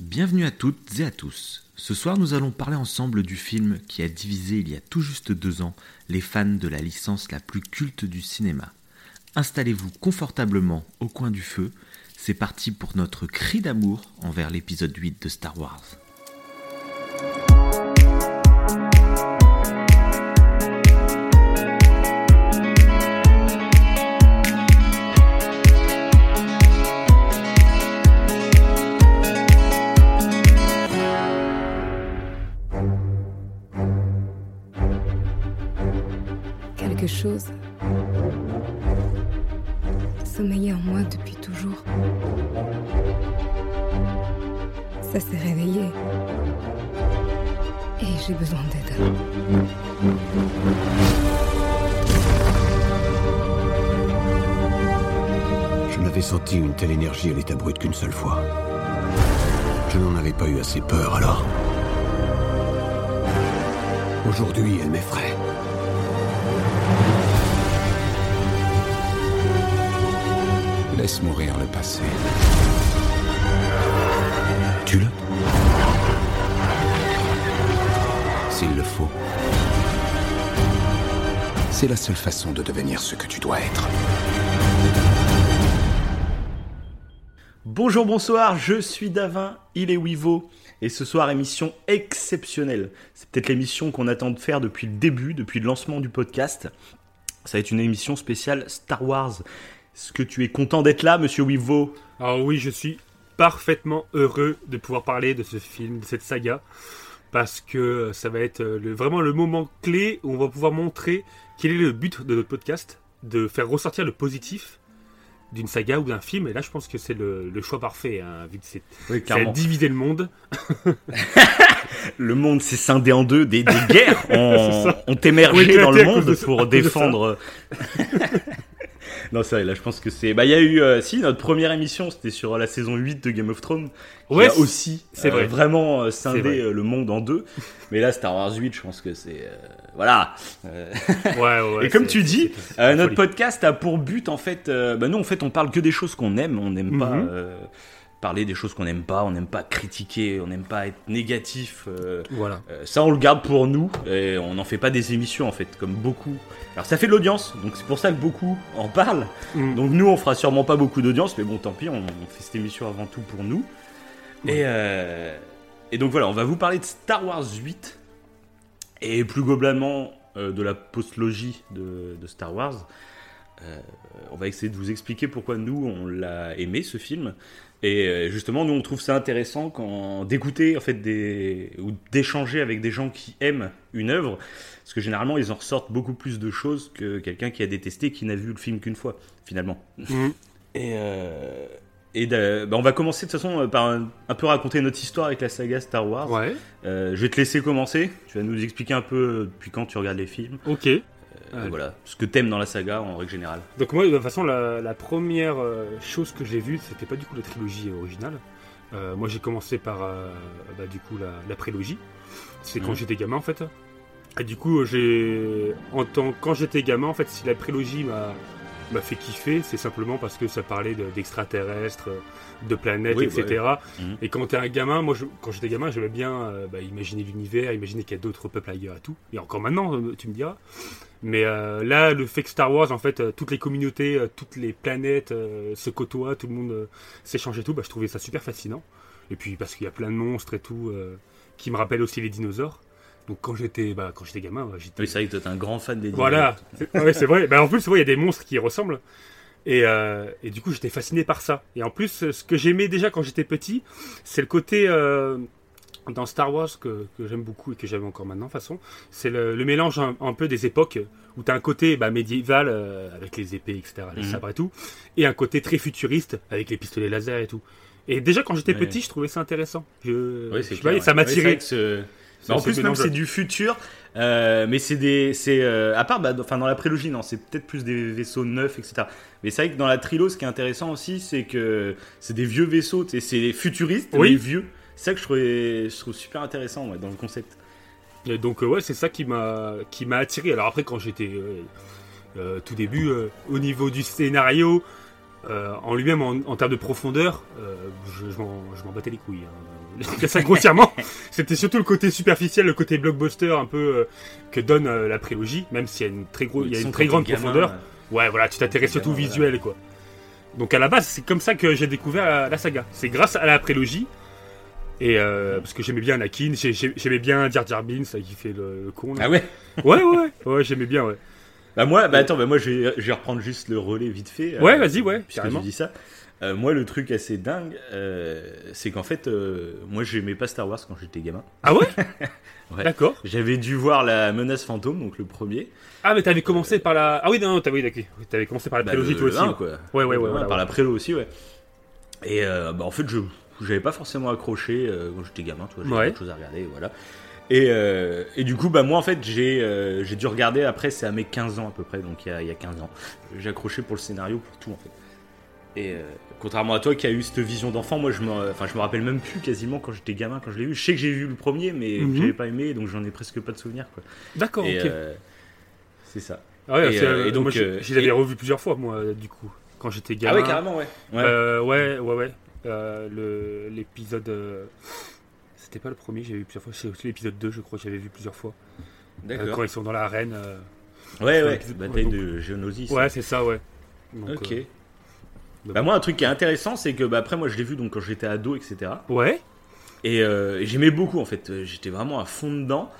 Bienvenue à toutes et à tous. Ce soir, nous allons parler ensemble du film qui a divisé il y a tout juste 2 ans les fans de la licence la plus culte du cinéma. Installez-vous confortablement au coin du feu. C'est parti pour notre cri d'amour envers l'épisode 8 de Star Wars. Quelque chose sommeillait en moi depuis toujours. Ça s'est réveillé. Et j'ai besoin d'aide. Je n'avais senti une telle énergie à l'état brut qu'une seule fois. Je n'en avais pas eu assez peur alors. Aujourd'hui, elle m'effraie. Laisse mourir le passé. Tue-le. S'il le faut. C'est la seule façon de devenir ce que tu dois être. Bonjour, bonsoir, je suis Davin, il est Wivo, et ce soir, émission exceptionnelle. C'est peut-être l'émission qu'on attend de faire depuis le début, depuis le lancement du podcast. Ça va être une émission spéciale Star Wars. Est-ce que tu es content d'être là, monsieur Wivo ? Alors oui, je suis parfaitement heureux de pouvoir parler de ce film, de cette saga, parce que ça va être vraiment le moment clé où on va pouvoir montrer quel est le but de notre podcast, de faire ressortir le positif d'une saga ou d'un film. Et là, je pense que c'est le choix parfait, hein, vu que ça a divisé le monde. Le monde s'est scindé en deux, des guerres ont émergé dans le monde pour défendre... Non, c'est vrai, là, je pense que c'est... Bah, il y a eu... notre première émission, c'était sur la saison 8 de Game of Thrones. Ouais, qui a aussi c'est vrai. Vraiment scindé le monde en deux. Mais là, Star Wars 8, je pense que c'est... voilà. Ouais, et comme tu dis, notre podcast a pour but, en fait... nous, en fait, on parle que des choses qu'on aime. On n'aime pas... parler des choses qu'on n'aime pas, on n'aime pas critiquer, on n'aime pas être négatif. Voilà. Ça, on le garde pour nous et on n'en fait pas des émissions en fait, comme beaucoup. Alors ça fait de l'audience, donc c'est pour ça que beaucoup en parlent. Donc nous, on fera sûrement pas beaucoup d'audience, mais bon, tant pis, on fait cette émission avant tout pour nous. Ouais. Et donc voilà, on va vous parler de Star Wars 8 et plus globalement de la postlogie de Star Wars. On va essayer de vous expliquer pourquoi nous, on l'a aimé ce film. Et justement, nous, on trouve ça intéressant d'écouter, en fait, ou d'échanger avec des gens qui aiment une œuvre, parce que généralement, ils en ressortent beaucoup plus de choses que quelqu'un qui a détesté, qui n'a vu le film qu'une fois, finalement. On va commencer de toute façon par un peu raconter notre histoire avec la saga Star Wars. Ouais. Je vais te laisser commencer. Tu vas nous expliquer un peu depuis quand tu regardes les films. Ok. Voilà, ce que t'aimes dans la saga en règle générale. Donc moi, de toute façon, la première chose que j'ai vue, c'était pas du coup la trilogie originale. Moi, j'ai commencé par du coup la prélogie. C'est quand j'étais gamin en fait. Et du coup, quand j'étais gamin, en fait, si la prélogie m'a fait kiffer, c'est simplement parce que ça parlait d'extraterrestres, de planètes, etc. Et quand t'es un gamin, moi, quand j'étais gamin, j'aimais bien imaginer l'univers, imaginer qu'il y a d'autres peuples ailleurs et tout. Et encore maintenant, tu me diras. Mais là, le fait que Star Wars, en fait, toutes les communautés, toutes les planètes se côtoient, tout le monde s'échange et tout, je trouvais ça super fascinant. Et puis parce qu'il y a plein de monstres et tout, qui me rappellent aussi les dinosaures. Donc quand j'étais gamin, j'étais... Oui, c'est vrai que toi, t'es un grand fan des dinosaures. Voilà, c'est vrai. En plus, il y a des monstres qui y ressemblent. Et du coup, j'étais fasciné par ça. Et en plus, ce que j'aimais déjà quand j'étais petit, c'est le côté... dans Star Wars que j'aime beaucoup et que j'aime encore maintenant de toute façon, c'est le mélange un peu des époques où tu as un côté médiéval avec les épées, etc., les sabres et tout, et un côté très futuriste avec les pistolets laser et tout. Et déjà quand j'étais petit, je trouvais ça intéressant. Ça m'attirait. En plus, même c'est du futur, mais c'est à part, dans la prélogie, non, c'est peut-être plus des vaisseaux neufs, etc. Mais c'est vrai que dans la trilogie, ce qui est intéressant aussi, c'est que c'est des vieux vaisseaux, c'est futuriste, mais vieux. C'est ça que je trouve super intéressant dans le concept. Et donc c'est ça qui m'a attiré. Alors après quand j'étais tout début, au niveau du scénario, en lui-même, en termes de profondeur, je m'en battais les couilles. Hein. Je dis ça grossièrement. C'était surtout le côté superficiel, le côté blockbuster un peu que donne la prélogie, même s'il y a une très grande profondeur. Ouais, voilà, tu t'intéresse surtout au visuel, quoi. Donc à la base, c'est comme ça que j'ai découvert la saga. C'est grâce à la prélogie. Et parce que j'aimais bien Anakin, j'aimais bien Jar Jar Binks qui fait le con. Là. Ah ouais. Ouais, j'aimais bien, ouais. Moi, je vais reprendre juste le relais vite fait. Ouais, vas-y, puisque carrément. Tu dis ça. Moi, le truc assez dingue, c'est qu'en fait, moi, j'aimais pas Star Wars quand j'étais gamin. Ah ouais. Ouais. D'accord. J'avais dû voir La Menace Fantôme, donc le premier. Ah, mais t'avais commencé par la... Ah oui, non, t'avais commencé par la prélogie, toi aussi. Quoi. Ouais, par la prélo aussi, ouais. Et en fait, j'avais pas forcément accroché quand j'étais gamin, tu vois, j'avais d'autres choses à regarder, voilà. Et du coup, moi, en fait, j'ai dû regarder après, c'est à mes 15 ans à peu près, donc il y a 15 ans. J'ai accroché pour le scénario, pour tout, en fait. Et contrairement à toi qui a eu cette vision d'enfant, moi, je me rappelle même plus quasiment quand j'étais gamin, quand je l'ai vu. Je sais que j'ai vu le premier, mais j'avais pas aimé, donc j'en ai presque pas de souvenirs, quoi. D'accord, ok. C'est ça. Ouais, et donc, moi, je l'avais revu plusieurs fois, moi, du coup, quand j'étais gamin. Ah ouais, carrément, ouais. L'épisode... C'était pas le premier, j'avais vu plusieurs fois. C'est aussi l'épisode 2, je crois que j'avais vu plusieurs fois. D'accord. Quand ils sont dans l'arène. Bataille de Geonosis. Ouais, c'est ça, ouais. Donc, ok. Moi, un truc qui est intéressant, c'est que après, moi, je l'ai vu donc, quand j'étais ado, etc. Ouais. Et j'aimais beaucoup, en fait. J'étais vraiment à fond dedans.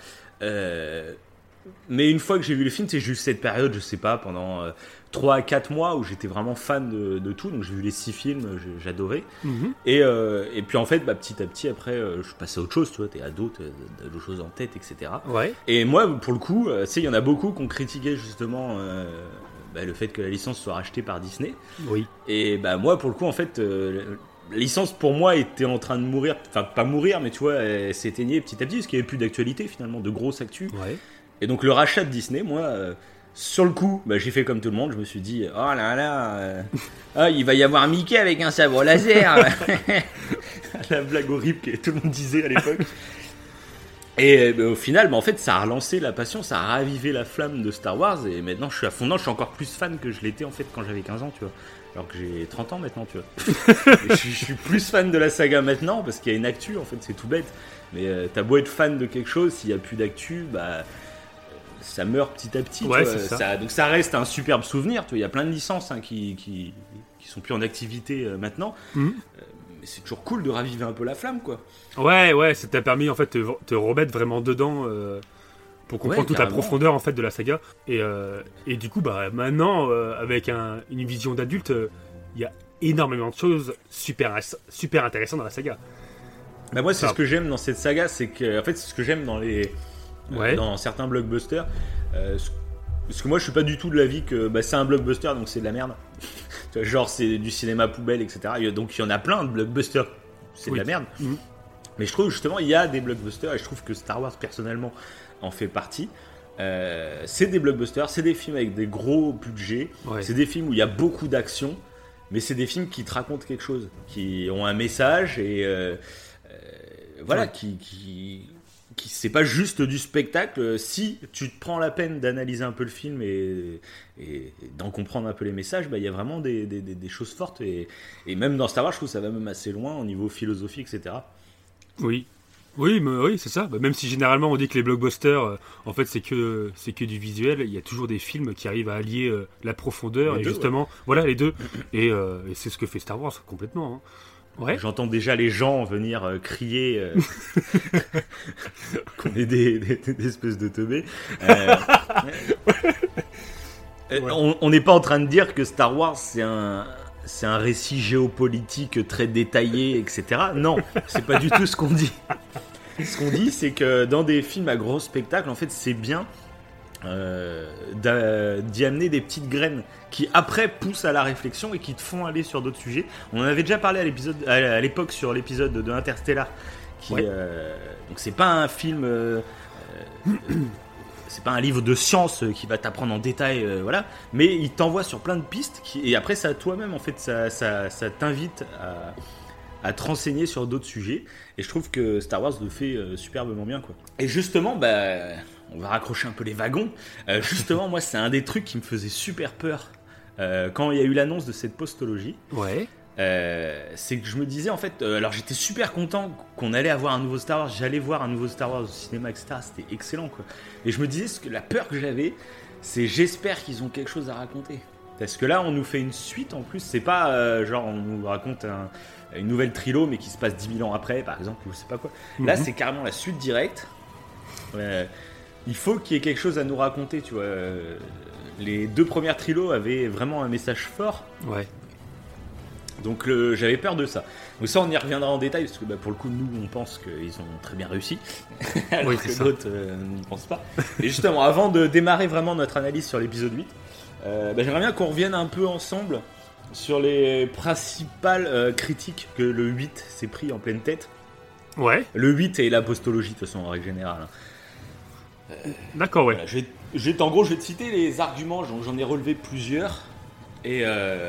Mais une fois que j'ai vu le film, j'ai eu cette période, je sais pas, pendant 3 à 4 mois où j'étais vraiment fan de tout. Donc j'ai vu les 6 films, j'adorais. Et puis en fait, petit à petit, après, je passais à autre chose. Tu vois, t'es ado, t'as d'autres choses en tête, etc. Ouais. Et moi, pour le coup, il y en a beaucoup qui ont critiqué justement le fait que la licence soit rachetée par Disney. Oui. Et moi, pour le coup, en fait, la licence pour moi était en train de mourir. Enfin, pas mourir, mais tu vois, elle s'éteignait petit à petit parce qu'il n'y avait plus d'actualité finalement, de grosse actu. Ouais. Et donc le rachat de Disney, moi, sur le coup, j'ai fait comme tout le monde. Je me suis dit, oh là là, il va y avoir Mickey avec un sabre laser. La blague horrible que tout le monde disait à l'époque. Et au final, en fait, ça a relancé la passion, ça a ravivé la flamme de Star Wars. Et maintenant, je suis à fond dedans. Je suis encore plus fan que je l'étais en fait quand j'avais 15 ans, tu vois. Alors que j'ai 30 ans maintenant, tu vois. je suis plus fan de la saga maintenant parce qu'il y a une actu, en fait, c'est tout bête. Mais t'as beau être fan de quelque chose, s'il n'y a plus d'actu, ça meurt petit à petit. Ouais, tu vois. c'est ça. Donc ça reste un superbe souvenir. Tu vois. Il y a plein de licences qui sont plus en activité maintenant. Mais c'est toujours cool de raviver un peu la flamme, quoi. Ouais, ça t'a permis en fait de te remettre vraiment dedans pour comprendre toute la profondeur en fait de la saga. Et du coup, maintenant, avec une vision d'adulte, il y a énormément de choses super intéressantes dans la saga. Moi, c'est ce que j'aime dans cette saga, c'est que, en fait, c'est ce que j'aime dans dans certains blockbusters. Parce que moi, je suis pas du tout de l'avis que c'est un blockbuster, donc c'est de la merde. Genre, c'est du cinéma poubelle, etc. Donc, il y en a plein de blockbusters, c'est de la merde. Mais je trouve justement, il y a des blockbusters, et je trouve que Star Wars, personnellement, en fait partie. C'est des blockbusters, c'est des films avec des gros budgets, c'est des films où il y a beaucoup d'action, mais c'est des films qui te racontent quelque chose, qui ont un message et qui c'est pas juste du spectacle. Si tu te prends la peine d'analyser un peu le film et d'en comprendre un peu les messages, il y a vraiment des choses fortes et même dans Star Wars, je trouve que ça va même assez loin au niveau philosophie, etc. Oui, c'est ça. Même si généralement on dit que les blockbusters, en fait, c'est que du visuel, il y a toujours des films qui arrivent à allier la profondeur les deux. Et c'est ce que fait Star Wars complètement. Hein. Ouais. J'entends déjà les gens venir crier qu'on est des espèces de teubés. On n'est pas en train de dire que Star Wars c'est un récit géopolitique très détaillé, etc. Non, c'est pas du tout ce qu'on dit. Ce qu'on dit, c'est que dans des films à gros spectacle, en fait, c'est bien d'y amener des petites graines qui après poussent à la réflexion et qui te font aller sur d'autres sujets. On en avait déjà parlé à l'époque sur l'épisode de Interstellar. Donc c'est pas un film, c'est pas un livre de science qui va t'apprendre en détail, mais il t'envoie sur plein de pistes et après c'est à toi-même en fait, ça t'invite à te renseigner sur d'autres sujets et je trouve que Star Wars le fait superbement bien, quoi. Et justement, on va raccrocher un peu les wagons. Justement, moi, c'est un des trucs qui me faisait super peur quand il y a eu l'annonce de cette postologie, Ouais. c'est que je me disais en fait, alors j'étais super content qu'on allait avoir un nouveau Star Wars, j'allais voir un nouveau Star Wars au cinéma, etc. C'était excellent quoi. Et je me disais, la peur que j'avais, c'est j'espère qu'ils ont quelque chose à raconter. Parce que là, on nous fait une suite en plus, c'est pas genre on nous raconte une nouvelle trilo mais qui se passe 10 000 ans après, par exemple, ou je sais pas quoi. Là, c'est carrément la suite directe. Il faut qu'il y ait quelque chose à nous raconter, tu vois. Les 2 premières trilos avaient vraiment un message fort. Ouais. Donc j'avais peur de ça. Donc ça, on y reviendra en détail, parce que pour le coup, nous, on pense qu'ils ont très bien réussi, alors Oui, que c'est d'autres n'y pensent pas. Et justement, avant de démarrer vraiment notre analyse sur l'épisode 8, j'aimerais bien qu'on revienne un peu ensemble sur les principales critiques que le 8 s'est pris en pleine tête. Ouais. Le 8 et la postologie, de toute façon, en règle générale. D'accord, ouais. Voilà, en gros, je vais te citer les arguments, j'en ai relevé plusieurs, et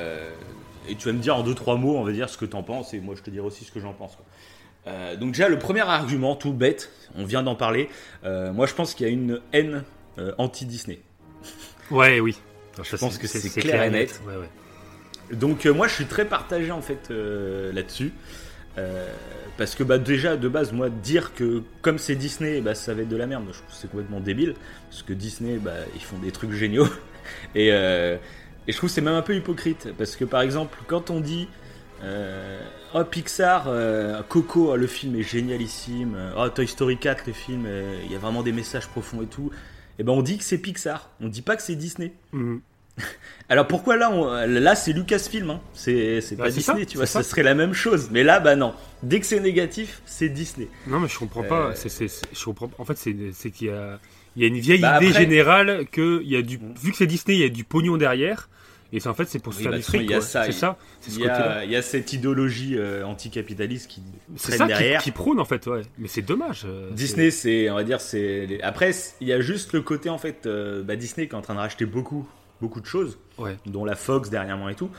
tu vas me dire en 2-3 mots, on va dire ce que t'en penses, et moi je te dirai aussi ce que j'en pense. Quoi. Donc déjà, le premier argument, tout bête, on vient d'en parler, moi je pense qu'il y a une haine anti-Disney. Ouais, oui. Je pense que c'est clair et net. Ouais, ouais. Donc moi je suis très partagé en fait là-dessus. Parce que déjà de base, moi dire que comme c'est Disney, ça va être de la merde, je trouve que c'est complètement débile. Parce que Disney, ils font des trucs géniaux. Et je trouve que c'est même un peu hypocrite. Parce que par exemple, quand on dit oh Pixar, Coco, le film est génialissime, oh Toy Story 4, le film, il y a vraiment des messages profonds et tout, et on dit que c'est Pixar, on dit pas que c'est Disney. Alors pourquoi là c'est Lucasfilm, hein. C'est pas Disney, tu vois, ça serait la même chose, mais là non, dès que c'est négatif c'est Disney. Non mais je comprends pas, je comprends. En fait c'est qu'il y a une vieille idée après... générale que vu que c'est Disney, il y a du pognon derrière. Et c'est pour se faire du fric, c'est ça. C'est ce côté-là. Il y a cette idéologie anticapitaliste qui c'est traîne derrière. Qui prône en fait, ouais. Mais c'est dommage. Disney, on va dire, après il y a juste le côté en fait, Disney qui est en train de racheter beaucoup de choses, ouais. Dont la Fox derrière-moi et tout.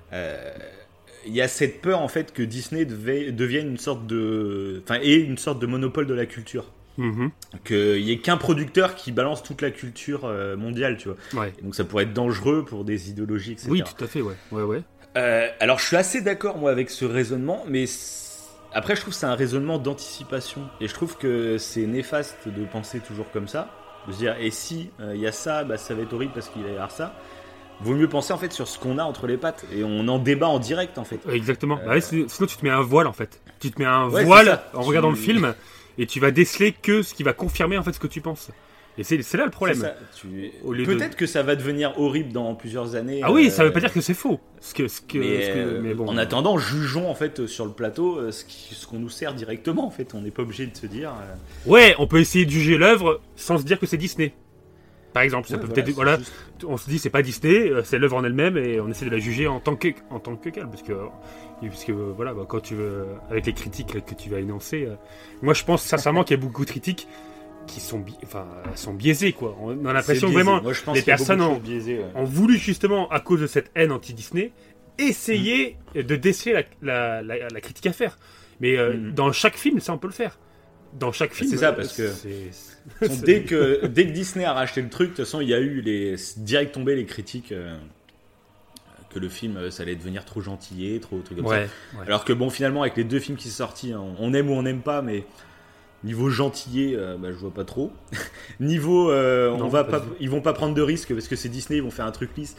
Il y a cette peur en fait que Disney devienne une sorte de monopole de la culture. Qu'il n'y ait qu'un producteur qui balance toute la culture mondiale, tu vois. Ouais. Et donc ça pourrait être dangereux pour des idéologies, etc. Oui, tout à fait, ouais. Alors je suis assez d'accord moi avec ce raisonnement, mais après je trouve que c'est un raisonnement d'anticipation, et je trouve que c'est néfaste de penser toujours comme ça, de se dire et si il y a ça, ça va être horrible parce qu'il va y avoir ça. Vaut mieux penser en fait sur ce qu'on a entre les pattes, et on en débat en direct en fait. Exactement. Sinon tu te mets un voile en fait. Tu te mets un voile en regardant le film. Et tu vas déceler que ce qui va confirmer en fait ce que tu penses. Et c'est là le problème. Ça. Peut-être que ça va devenir horrible dans plusieurs années. Ah oui, ça veut pas dire que c'est faux. Mais bon. En attendant, jugeons en fait sur le plateau ce qu'on nous sert directement en fait. On n'est pas obligé de se dire. Ouais, on peut essayer de juger l'œuvre sans se dire que c'est Disney. Par exemple, ça peut peut-être juste... on se dit c'est pas Disney, c'est l'œuvre en elle-même et on essaie de la juger en tant que quelle, parce que voilà, quand tu veux, avec les critiques là, que tu vas énoncer, moi je pense sincèrement qu'il y a beaucoup de critiques qui sont biaisées quoi. On a l'impression que vraiment les personnes ont voulu justement à cause de cette haine anti-Disney essayer de déceler la critique à faire. Mais dans chaque film, ça on peut le faire. Dans chaque film, c'est ça, parce que dès que Disney a racheté le truc, de toute façon, il y a eu direct tombé les critiques que le film ça allait devenir trop gentillé, trop trucs comme ça. Ouais. Alors que finalement, avec les 2 films qui sont sortis, on aime ou on n'aime pas, mais niveau gentillé, je vois pas trop. Niveau, ils vont pas prendre de risques parce que c'est Disney, ils vont faire un truc lisse.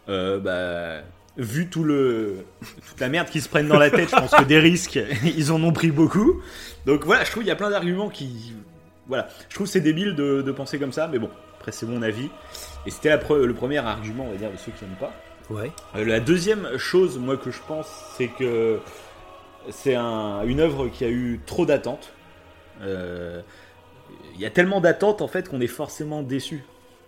Vu toute la merde qu'ils se prennent dans la tête, je pense que des risques, ils en ont pris beaucoup. Donc voilà, je trouve qu'il y a plein d'arguments qui... Voilà, je trouve que c'est débile de penser comme ça, mais bon, après c'est mon avis. Et c'était le premier argument, on va dire, de ceux qui n'aiment pas. Ouais. La deuxième chose, moi, que je pense, c'est que c'est une œuvre qui a eu trop d'attentes. Il y a tellement d'attentes, en fait, qu'on est forcément déçu.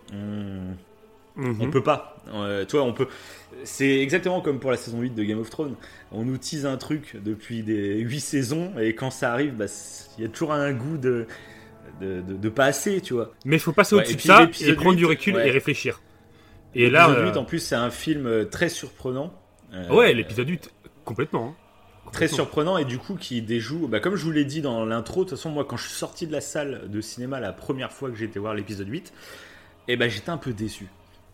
On peut pas. On peut. C'est exactement comme pour la saison 8 de Game of Thrones. On nous tease un truc depuis des 8 saisons et quand ça arrive, il y a toujours un goût de pas assez, tu vois. Mais il faut passer au-dessus de ça et prendre du recul et réfléchir. Et l'épisode 8, en plus, c'est un film très surprenant. L'épisode 8, complètement. Très surprenant et du coup qui déjoue, comme je vous l'ai dit dans l'intro, de toute façon, moi quand je suis sorti de la salle de cinéma la première fois que j'ai été voir l'épisode 8, j'étais un peu déçu.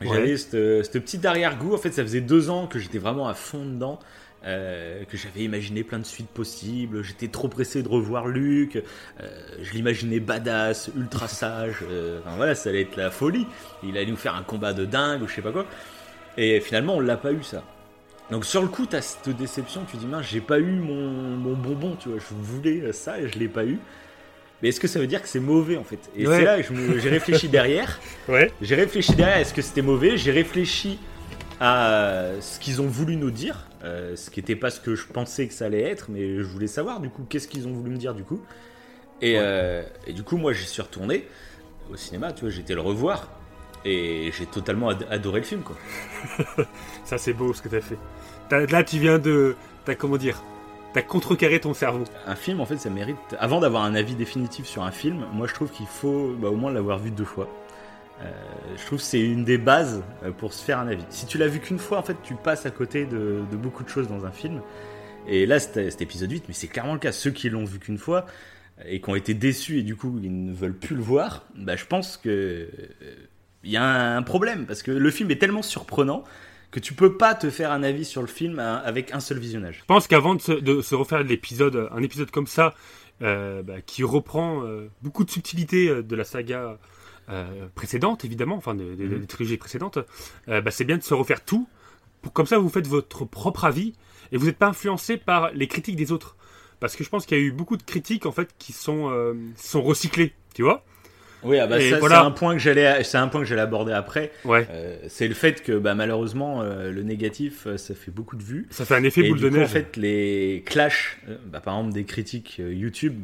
J'avais ce petit arrière-goût. En fait, ça faisait 2 ans que j'étais vraiment à fond dedans. Que j'avais imaginé plein de suites possibles. J'étais trop pressé de revoir Luke. Je l'imaginais badass, ultra sage. Enfin, voilà, ça allait être la folie. Il allait nous faire un combat de dingue ou je sais pas quoi. Et finalement, on l'a pas eu, ça. Donc sur le coup, t'as cette déception. Tu dis, mince, j'ai pas eu mon bonbon. Tu vois, je voulais ça et je l'ai pas eu. Mais est-ce que ça veut dire que c'est mauvais en fait? Et c'est là que j'ai réfléchi derrière. J'ai réfléchi derrière, est-ce que c'était mauvais? J'ai réfléchi à ce qu'ils ont voulu nous dire, ce qui n'était pas ce que je pensais que ça allait être, mais je voulais savoir du coup qu'est-ce qu'ils ont voulu me dire du coup. Et du coup, moi, j'y suis retourné au cinéma, tu vois, j'ai été le revoir et j'ai totalement adoré le film, quoi. Ça, c'est beau ce que t'as fait. Là, tu viens de... T'as contrecarré ton cerveau. Un film, en fait, ça mérite... Avant d'avoir un avis définitif sur un film, moi, je trouve qu'il faut au moins l'avoir vu 2 fois. Je trouve que c'est une des bases pour se faire un avis. Si tu l'as vu qu'une fois, en fait, tu passes à côté de beaucoup de choses dans un film. Et là, cet épisode 8, mais c'est clairement le cas. Ceux qui l'ont vu qu'une fois et qui ont été déçus et du coup, ils ne veulent plus le voir, je pense que il y a un problème. Parce que le film est tellement surprenant que tu peux pas te faire un avis sur le film avec un seul visionnage. Je pense qu'avant de se refaire un épisode comme ça, qui reprend beaucoup de subtilités de la saga précédente, évidemment, enfin des trilogies précédentes, c'est bien de se refaire tout, comme ça vous faites votre propre avis, et vous n'êtes pas influencé par les critiques des autres. Parce que je pense qu'il y a eu beaucoup de critiques, en fait, qui sont recyclées, tu vois. Oui, ça, voilà. C'est un point que j'allais aborder après. Ouais. C'est le fait que beaucoup le négatif, ça fait beaucoup de vues. Ça fait un effet boule de neige. En fait, les clashs, par exemple des critiques YouTube,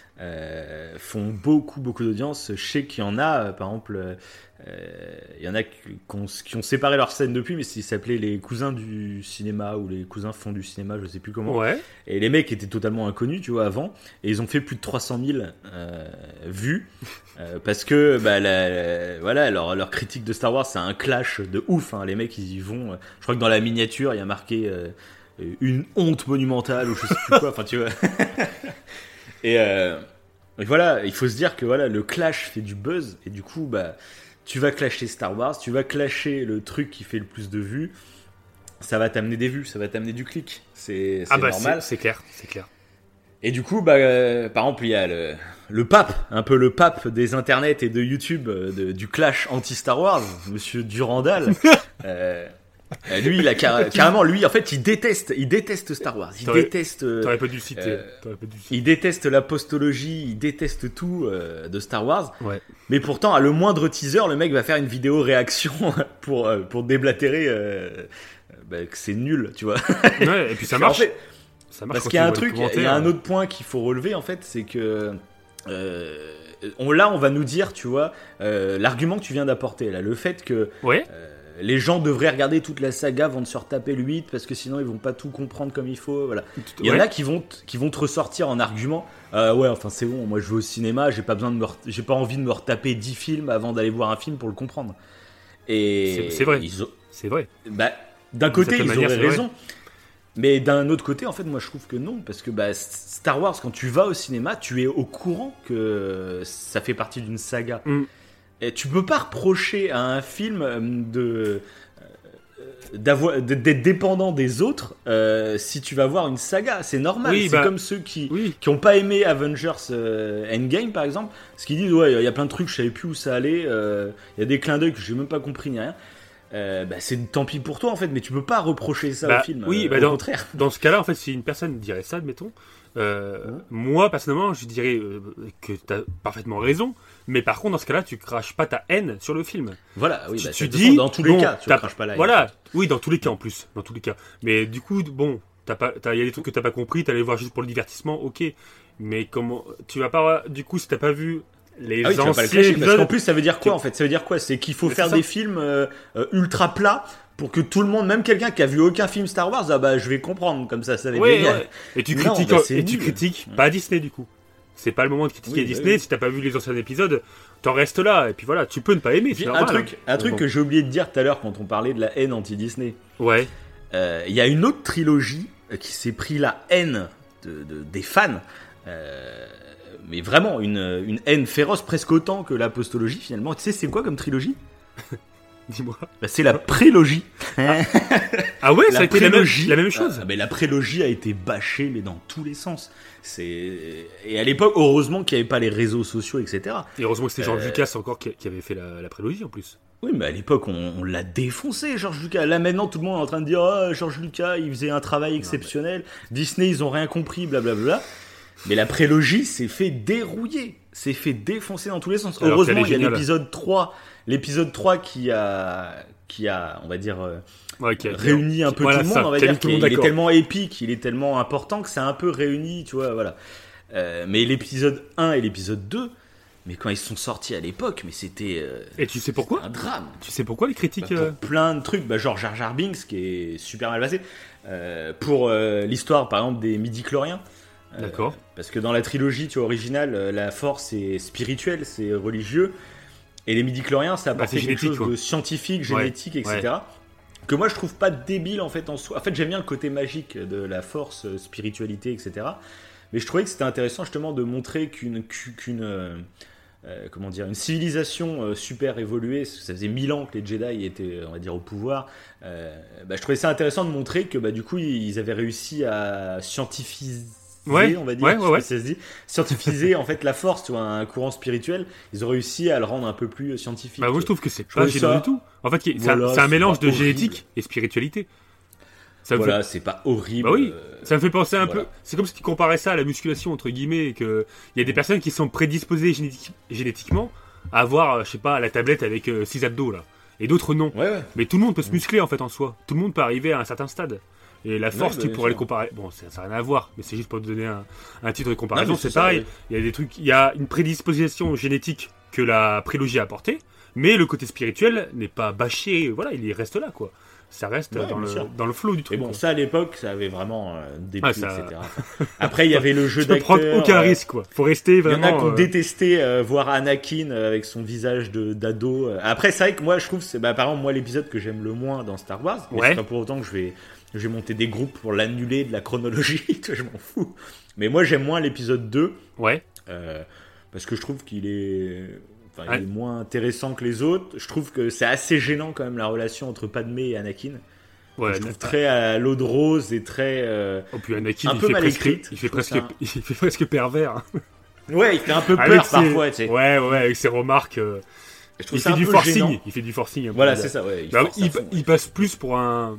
font beaucoup d'audience. Je sais qu'il y en a, par exemple, il y en a qui ont séparé leur scène depuis, mais ils s'appelaient les cousins du cinéma ou les cousins font du cinéma, je sais plus comment. Ouais. Et les mecs étaient totalement inconnus, tu vois, avant, et ils ont fait plus de 300 000 vues. Parce que leur critique de Star Wars, c'est un clash de ouf, hein. Les mecs ils y vont, je crois que dans la miniature il y a marqué une honte monumentale ou je sais plus quoi, enfin tu vois. et voilà, il faut se dire que voilà, le clash fait du buzz et du coup tu vas clasher Star Wars, tu vas clasher le truc qui fait le plus de vues, ça va t'amener des vues, ça va t'amener du clic, c'est normal. C'est clair. Et du coup, par exemple, il y a le pape, un peu le pape des internets et de YouTube, du clash anti-Star Wars, Monsieur Durandal. Lui, il a carrément, lui, en fait, il déteste Star Wars. T'aurais pas dû le citer. Il déteste la postologie, il déteste tout de Star Wars. Ouais. Mais pourtant, à le moindre teaser, le mec va faire une vidéo réaction pour déblatérer que c'est nul, tu vois. Ouais, et puis ça marche. Parce qu'il y a un autre point qu'il faut relever en fait, c'est que on va nous dire, tu vois, l'argument que tu viens d'apporter là, le fait que les gens devraient regarder toute la saga avant de se retaper le 8 parce que sinon ils vont pas tout comprendre comme il faut, voilà. Il y en a qui vont te ressortir en argument, enfin c'est bon, moi je vais au cinéma, j'ai pas envie de me retaper 10 films avant d'aller voir un film pour le comprendre. Et c'est vrai. C'est vrai. D'un côté ils auraient raison. Mais d'un autre côté, en fait, moi je trouve que non, parce que Star Wars, quand tu vas au cinéma, tu es au courant que ça fait partie d'une saga. Et tu peux pas reprocher à un film d'être dépendant des autres si tu vas voir une saga. C'est normal. C'est comme ceux qui ont pas aimé Avengers Endgame, par exemple, parce qu'ils disent il y a plein de trucs, je savais plus où ça allait, il y a des clins d'œil que j'ai même pas compris ni rien. C'est tant pis pour toi en fait, mais tu peux pas reprocher ça au film. Au contraire. Dans ce cas-là, en fait, si une personne dirait ça, admettons, moi personnellement, je dirais que t'as parfaitement raison, mais par contre, dans ce cas-là, tu craches pas ta haine sur le film. Voilà, oui, tu dis dans tous les cas, tu craches pas la haine. Voilà, oui, dans tous les cas en plus, dans tous les cas. Mais du coup, bon, il y a des trucs que t'as pas compris, t'allais voir juste pour le divertissement, ok. Mais comment, tu vas pas, du coup, si t'as pas vu les anciens épisodes, parce qu'en plus ça veut dire quoi en fait? Ça veut dire quoi? C'est qu'il faut faire des films ultra plats pour que tout le monde, même quelqu'un qui a vu aucun film Star Wars, je vais comprendre, comme ça va être génial. Ouais. Et tu critiques pas Disney du coup. C'est pas le moment de critiquer Disney. Si t'as pas vu les anciens épisodes, t'en restes là. Et puis voilà, tu peux ne pas aimer. C'est normal, un truc que j'ai oublié de dire tout à l'heure quand on parlait de la haine anti-Disney. Ouais. Il y a une autre trilogie qui s'est pris la haine des fans. Mais vraiment une haine féroce, presque autant que l'apostologie finalement. Tu sais c'est quoi comme trilogie? Dis-moi. Bah, c'est la prélogie. Ah ouais, ça La a été prélogie. la même chose. Mais la prélogie a été bâchée, mais dans tous les sens. Et à l'époque, heureusement qu'il n'y avait pas les réseaux sociaux, etc. Et heureusement que c'était George Lucas encore qui avait fait la prélogie en plus. Oui, mais à l'époque, on l'a défoncé, George Lucas. Là, maintenant, tout le monde est en train de dire « George Lucas, il faisait un travail exceptionnel. Disney, ils ont rien compris, blablabla. » Mais la prélogie s'est fait dérouiller. S'est fait défoncer dans tous les sens. Alors Heureusement, il y a géniale. l'épisode 3 qui a, on va dire, Ouais, réuni un peu voilà, tout le monde. ça, On va qui a dire mis tout le monde qu'il est d'accord. tellement épique, il est tellement important que c'est un peu réuni, tu vois, voilà. Mais l'épisode 1 et l'épisode 2, mais quand ils sont sortis à l'époque, mais c'était Et tu sais pourquoi un drame. Tu sais pourquoi les critiques Pour plein de trucs, genre Jar Jar Binks qui est super mal passé. Pour l'histoire, par exemple, des midi-chloriens. D'accord. Parce que dans la trilogie, tu vois, originale, la force est spirituelle, c'est religieux. Et les midi-chloriens, ça apporte c'est quelque génétique, chose quoi. de scientifique, génétique, etc. ouais. Que moi, je trouve pas débile, en fait, en soi. En fait, j'aime bien le côté magique de la force, spiritualité, etc. Mais je trouvais que c'était intéressant, justement, de montrer comment dire, une civilisation super évoluée, parce que ça faisait 1000 ans que les Jedi étaient, on va dire, au pouvoir. Je trouvais ça intéressant de montrer que, du coup, ils avaient réussi à scientifiser, Ouais, on va dire, ouais, je sais ouais. pas si ça se dit, scientifiser en fait la force, tu vois, un courant spirituel. Ils ont réussi à le rendre un peu plus scientifique. Bah moi je trouve que c'est Je pas trouvais gênant ça- du tout. En fait, Voilà, c'est un c'est mélange pas de horrible. génétique et spiritualité. Ça me Voilà, c'est pas horrible. Bah oui, ça me fait penser un voilà. peu. C'est comme si tu comparais ça à la musculation entre guillemets, que il y a des personnes qui sont prédisposées génétiquement à avoir, je sais pas, la tablette avec 6 abdos là, et d'autres non. Ouais, ouais. Mais tout le monde peut se muscler en fait en soi. Tout le monde peut arriver à un certain stade. Et la force, bah, tu bien pourrais sûr. le comparer. Bon, ça n'a rien à voir, mais c'est juste pour te donner un titre de comparaison. Non, mais C'est ça, pareil. oui. Il y a des trucs, il y a une prédisposition génétique que la prélogie a apportée, mais le côté spirituel n'est pas bâché. Voilà, il y reste là quoi. Ça reste Ouais, bien sûr. dans le flow du Et truc. bon, quoi. ça à l'époque, ça avait vraiment des Ah, plus, ça- etc. Après, il y avait le jeu Tu peux d'acteur. prendre aucun risque quoi. Faut rester Il y vraiment. en a qui ont détesté voir Anakin avec son visage d'ado. Après, c'est vrai que moi, je trouve, c'est par exemple, moi, l'épisode que j'aime le moins dans Star Wars, mais Ouais. c'est pas pour autant que je vais monter des groupes pour l'annuler de la chronologie, tu vois, je m'en fous. Mais moi, j'aime moins l'épisode 2, Ouais. parce que je trouve qu'il est... Enfin, Ouais. il est moins intéressant que les autres. Je trouve que c'est assez gênant quand même la relation entre Padmé et Anakin. Ouais. Je trouve très à l'eau de rose et très... Oh, puis Anakin, un il peu fait mal presque, écrite, il je fait trouve presque, ça. il fait presque pervers. Ouais, il fait un peu Avec peur ses- parfois, tu sais. Ouais, avec ses remarques. Je trouve Il ça fait un du peu forcing. gênant. Il fait du forcing. un peu Voilà, bizarre. c'est ça, ouais. Bah, force à fond, il passe plus pour un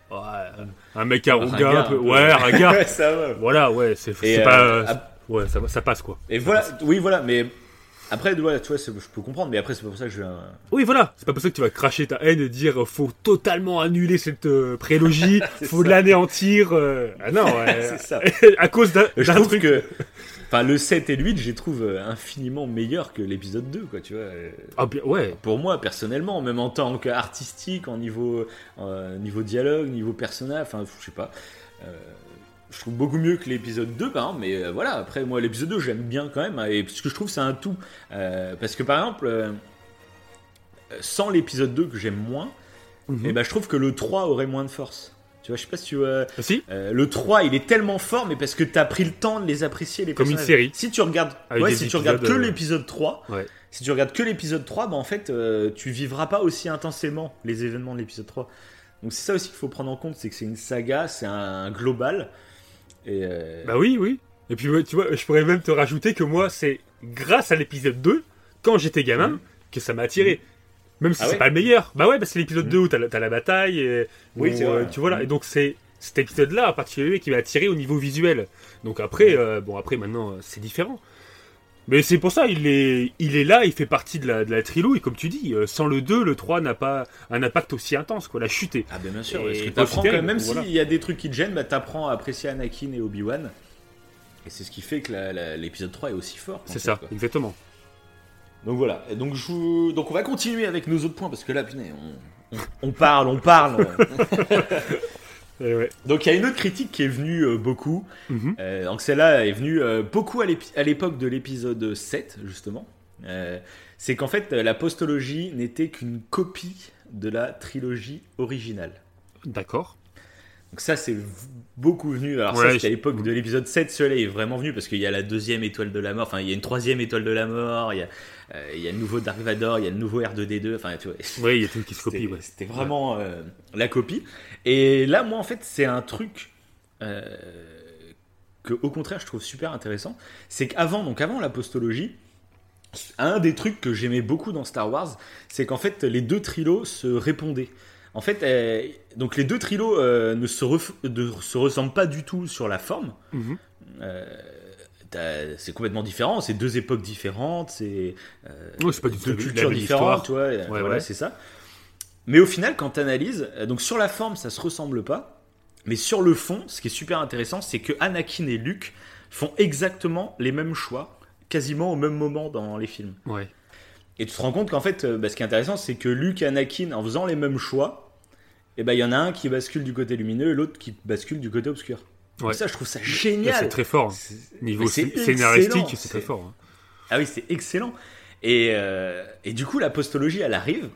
mec arrogant, ringard, un peu. un peu. Ouais, ringard. Ouais, ça va. Voilà, ouais, c'est Et, pas. ah, Ouais, ça passe quoi. et voilà, oui, voilà, mais après, voilà, tu vois, je peux comprendre, mais après, c'est pas pour ça que je. Oui, voilà. C'est pas pour ça que tu vas cracher ta haine et dire faut totalement annuler cette prélogie, C'est faut ça. l'anéantir. Ah non, C'est ça. à cause d'un Je d'un trouve truc. que. Enfin, le 7 et le 8, je les trouve infiniment meilleurs que l'épisode 2, quoi, tu vois. Ah, bien, ouais. Pour moi, personnellement, même en tant qu'artistique, en niveau dialogue, niveau personnage, enfin, je sais pas. Je trouve beaucoup mieux que l'épisode 2, par exemple, mais voilà, après, moi, l'épisode 2, j'aime bien quand même, et parce que je trouve que c'est un tout. Parce que, par exemple, sans l'épisode 2 que j'aime moins, Mhm. et ben, je trouve que le 3 aurait moins de force. Tu vois, je sais pas si tu vois. Ah, si. Le 3, il est tellement fort, mais parce que t'as pris le temps de les apprécier, les Comme une personnages. série. Si tu regardes, Avec ouais, des si tu regardes que épisodes, l'épisode 3, Ouais. si tu regardes que l'épisode 3, bah en fait, tu vivras pas aussi intensément les événements de l'épisode 3. Donc c'est ça aussi qu'il faut prendre en compte, c'est que c'est une saga, c'est un global. Et Bah oui, oui. Et puis, ouais, tu vois, je pourrais même te rajouter que moi, c'est grâce à l'épisode 2, quand j'étais gamin, Mhm. que ça m'a attiré. Même si Ah c'est ouais pas le meilleur. Bah ouais, bah c'est l'épisode Mhm. 2 où t'as la bataille. Et, Oui, où, c'est vrai. tu vois là. Mhm. Et donc c'est cet épisode-là en particulier qui m'a attiré au niveau visuel. Donc après, après maintenant, c'est différent. Mais c'est pour ça, il est là, il fait partie de la trilogie, comme tu dis. Sans le 2, le 3 n'a pas un impact aussi intense, quoi. La chute est... Ah ben bien sûr, Et parce que c'est t'apprends quand terrible, même, même voilà. s'il y a des trucs qui te gênent, bah t'apprends à apprécier Anakin et Obi-Wan. Et c'est ce qui fait que l'épisode 3 est aussi fort. en C'est fait, ça, quoi. exactement. Donc voilà, et donc, donc on va continuer avec nos autres points, parce que là, putain, on parle. Et ouais. Donc il y a une autre critique qui est venue beaucoup. Mhm. Donc celle-là est venue beaucoup à l'époque de l'épisode 7, justement. C'est qu'en fait, la postologie n'était qu'une copie de la trilogie originale. D'accord. Donc ça, c'est beaucoup venu. Alors ça, c'était à l'époque de l'épisode 7, celui-là est vraiment venu, parce qu'il y a la 2e étoile de la mort, enfin, il y a une 3e étoile de la mort, il y a le nouveau Dark Vador, il y a le nouveau R2D2, enfin, tu vois. Oui, il y a tout qui se copie, ouais. C'était vraiment la copie. Et là, moi, en fait, c'est un truc que, au contraire, je trouve super intéressant. C'est qu'avant la postologie, un des trucs que j'aimais beaucoup dans Star Wars, c'est qu'en fait, les deux trilos se répondaient. En fait, donc les deux trilos ne se ressemblent pas du tout sur la forme. C'est complètement différent, c'est deux époques différentes, c'est pas du tout deux cultures différentes, tu vois, voilà, c'est ça. Mais au final, quand tu analyses, donc sur la forme, ça se ressemble pas, mais sur le fond, ce qui est super intéressant, c'est que Anakin et Luke font exactement les mêmes choix, quasiment au même moment dans les films. Ouais. Et tu te rends compte qu'en fait, ce qui est intéressant, c'est que Luke et Anakin, en faisant les mêmes choix, et il y en a un qui bascule du côté lumineux et l'autre qui bascule du côté obscur. Ouais. Et ça, je trouve ça génial. C'est très fort. Niveau scénaristique, c'est très fort. Ah oui, c'est excellent. Et du coup, la postologie, elle arrive.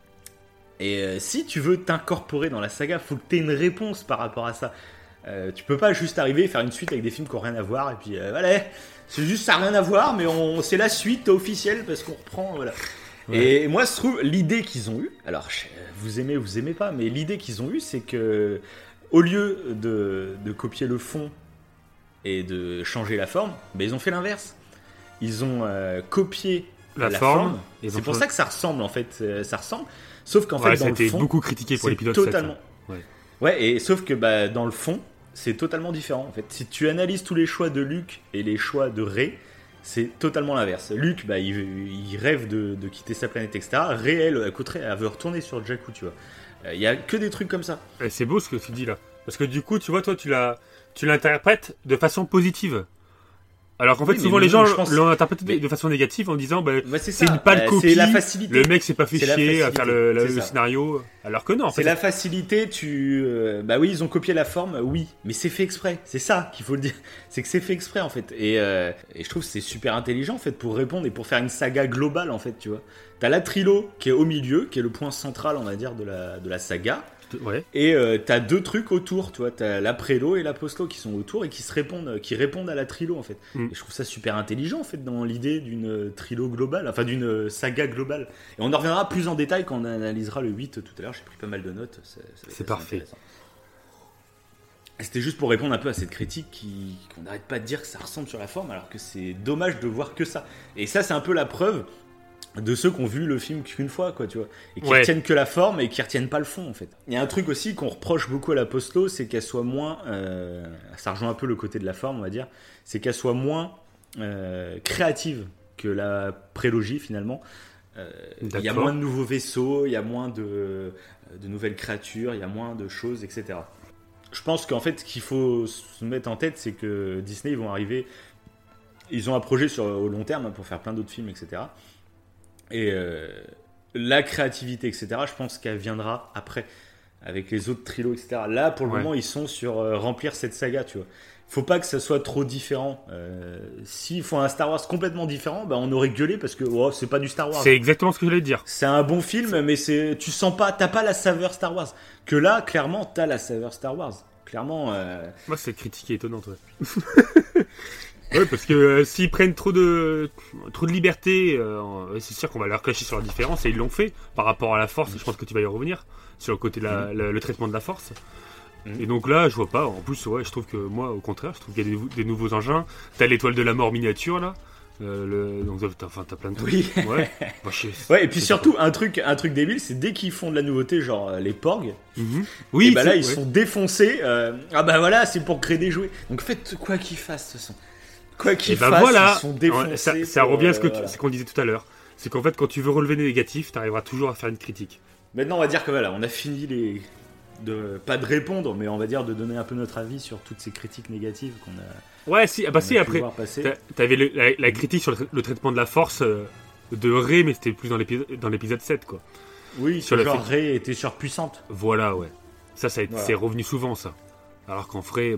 Et si tu veux t'incorporer dans la saga, faut que tu aies une réponse par rapport à ça. Tu peux pas juste arriver et faire une suite avec des films qui n'ont rien à voir. Et puis, voilà, c'est juste ça n'a rien à voir, mais c'est la suite officielle parce qu'on reprend. Voilà. Ouais. Et moi, je trouve l'idée qu'ils ont eue, alors vous aimez pas, mais l'idée qu'ils ont eue, c'est que au lieu de copier le fond et de changer la forme, ils ont fait l'inverse. Ils ont copié la forme. Et c'est pour ça que ça ressemble en fait. Ça ressemble. Sauf qu'en fait, dans le fond, ça a été beaucoup critiqué pour l'épisode totalement... 7. Ouais, et sauf que dans le fond, c'est totalement différent en fait. Si tu analyses tous les choix de Luke et les choix de Rey, c'est totalement l'inverse. Luke, il rêve de quitter sa planète, etc. Rey, elle veut retourner sur Jakku, tu vois. Il y a que des trucs comme ça. Et c'est beau ce que tu dis là. Parce que du coup, tu vois, toi, tu l'interprètes de façon positive. Alors qu'en fait, souvent les gens l'ont interprété de façon négative en disant c'est une pâle copie, la facilité. Le mec s'est pas fait chier à faire le scénario. Alors que non, en fait. C'est la facilité, oui, ils ont copié la forme, oui, mais c'est fait exprès. C'est ça qu'il faut le dire. C'est que c'est fait exprès en fait. Et je trouve que c'est super intelligent en fait pour répondre et pour faire une saga globale en fait, tu vois. T'as la trilo qui est au milieu, qui est le point central, on va dire, de la saga. Ouais. Et t'as deux trucs autour, tu vois, t'as la prélo et la postlo qui sont autour et qui répondent à la trilo en fait. Et je trouve ça super intelligent en fait dans l'idée d'une trilo globale, enfin d'une saga globale. Et on en reviendra plus en détail quand on analysera le 8 tout à l'heure. J'ai pris pas mal de notes. C'est parfait. C'était juste pour répondre un peu à cette critique qu'on n'arrête pas de dire que ça ressemble sur la forme, alors que c'est dommage de voir que ça. Et ça, c'est un peu la preuve de ceux qui ont vu le film qu'une fois, quoi, tu vois, et qui retiennent que la forme et qui retiennent pas le fond, en fait. Il y a un truc aussi qu'on reproche beaucoup à la Postlo, c'est qu'elle soit moins, ça rejoint un peu le côté de la forme, on va dire, c'est qu'elle soit moins créative que la prélogie, finalement. Il y a moins de nouveaux vaisseaux, il y a moins de nouvelles créatures, il y a moins de choses, etc. Je pense qu'en fait, ce qu'il faut se mettre en tête, c'est que Disney, ils vont arriver, ils ont un projet au long terme pour faire plein d'autres films, etc. Et la créativité, etc., je pense qu'elle viendra après, avec les autres trilos, etc. Là, pour le moment, ils sont sur remplir cette saga, tu vois. Faut pas que ça soit trop différent. S'ils font un Star Wars complètement différent, on aurait gueulé parce que c'est pas du Star Wars. C'est exactement ce que je voulais te dire. C'est un bon film, mais tu sens pas, t'as pas la saveur Star Wars. Que là, clairement, t'as la saveur Star Wars. Clairement. Moi, cette critique est étonnante. Ouais. Ouais, parce que s'ils prennent trop de liberté, c'est sûr qu'on va leur clasher sur la différence, et ils l'ont fait par rapport à la force. Je pense que tu vas y revenir sur le côté le traitement de la force. Et donc là, je vois pas. En plus, je trouve que moi, au contraire, je trouve qu'il y a des nouveaux engins. T'as l'étoile de la mort miniature là. Donc t'as plein de trucs. Oui. Ouais. Ouais, et puis surtout un truc débile, c'est dès qu'ils font de la nouveauté, genre les Porgs. Oui. Et là, ils sont défoncés. Voilà, c'est pour créer des jouets. Donc faites quoi qu'ils fassent, de toute façon. Quoi qu'ils fassent, voilà. Ils sont défoncés. Ça revient à ce qu'on disait tout à l'heure. C'est qu'en fait, quand tu veux relever des négatifs, t'arriveras toujours à faire une critique. Maintenant, on va dire que on a fini pas de répondre, mais on va dire de donner un peu notre avis sur toutes ces critiques négatives qu'on a. Ouais, si. Après, t'avais la critique sur le traitement de la force de Rey, mais c'était plus dans l'épisode 7, quoi. Oui, sur genre Rey était surpuissante. Voilà, ouais. C'est revenu souvent, ça. Alors qu'en vrai,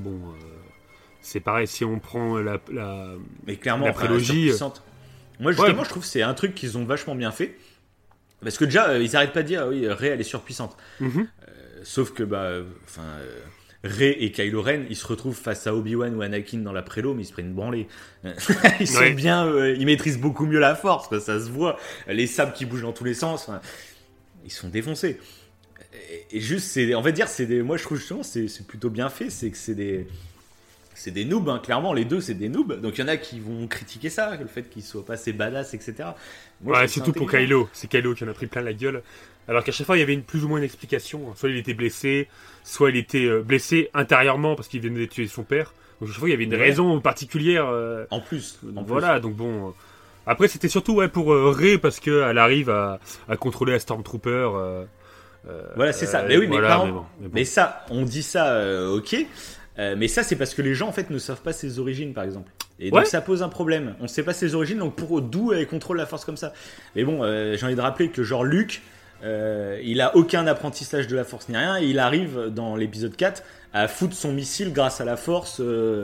c'est pareil, si on prend mais clairement, la prélogie. Moi, justement, je trouve que c'est un truc qu'ils ont vachement bien fait. Parce que déjà, ils arrêtent pas de dire, oui, Rey, elle est surpuissante. Sauf que, Rey et Kylo Ren, ils se retrouvent face à Obi-Wan ou Anakin dans la prélo, mais ils se prennent une branlée. Ils sont ils maîtrisent beaucoup mieux la force, quoi, ça se voit. Les sabres qui bougent dans tous les sens, ils sont défoncés. Et juste, moi je trouve justement, c'est plutôt bien fait, c'est que c'est des noobs, hein, clairement, les deux c'est des noobs. Donc il y en a qui vont critiquer ça, le fait qu'ils soient pas assez badass, etc. Moi, surtout pour Kylo, c'est Kylo qui en a pris plein la gueule. Alors qu'à chaque fois il y avait plus ou moins une explication. Soit il était blessé, soit il était blessé intérieurement parce qu'il venait de tuer son père. Donc à chaque fois il y avait une raison particulière. En plus. Voilà, donc bon. Après c'était surtout pour Rey parce qu'elle arrive à contrôler la Stormtrooper. Voilà, c'est ça. Mais oui, mais ça, on dit ça, ok. Mais ça, c'est parce que les gens en fait ne savent pas ses origines, par exemple. Et donc ça pose un problème. On ne sait pas ses origines, donc d'où elle contrôle la force comme ça. Mais bon, j'ai envie de rappeler que genre Luke, il a aucun apprentissage de la force ni rien, et il arrive dans l'épisode 4 à foutre son missile grâce à la force.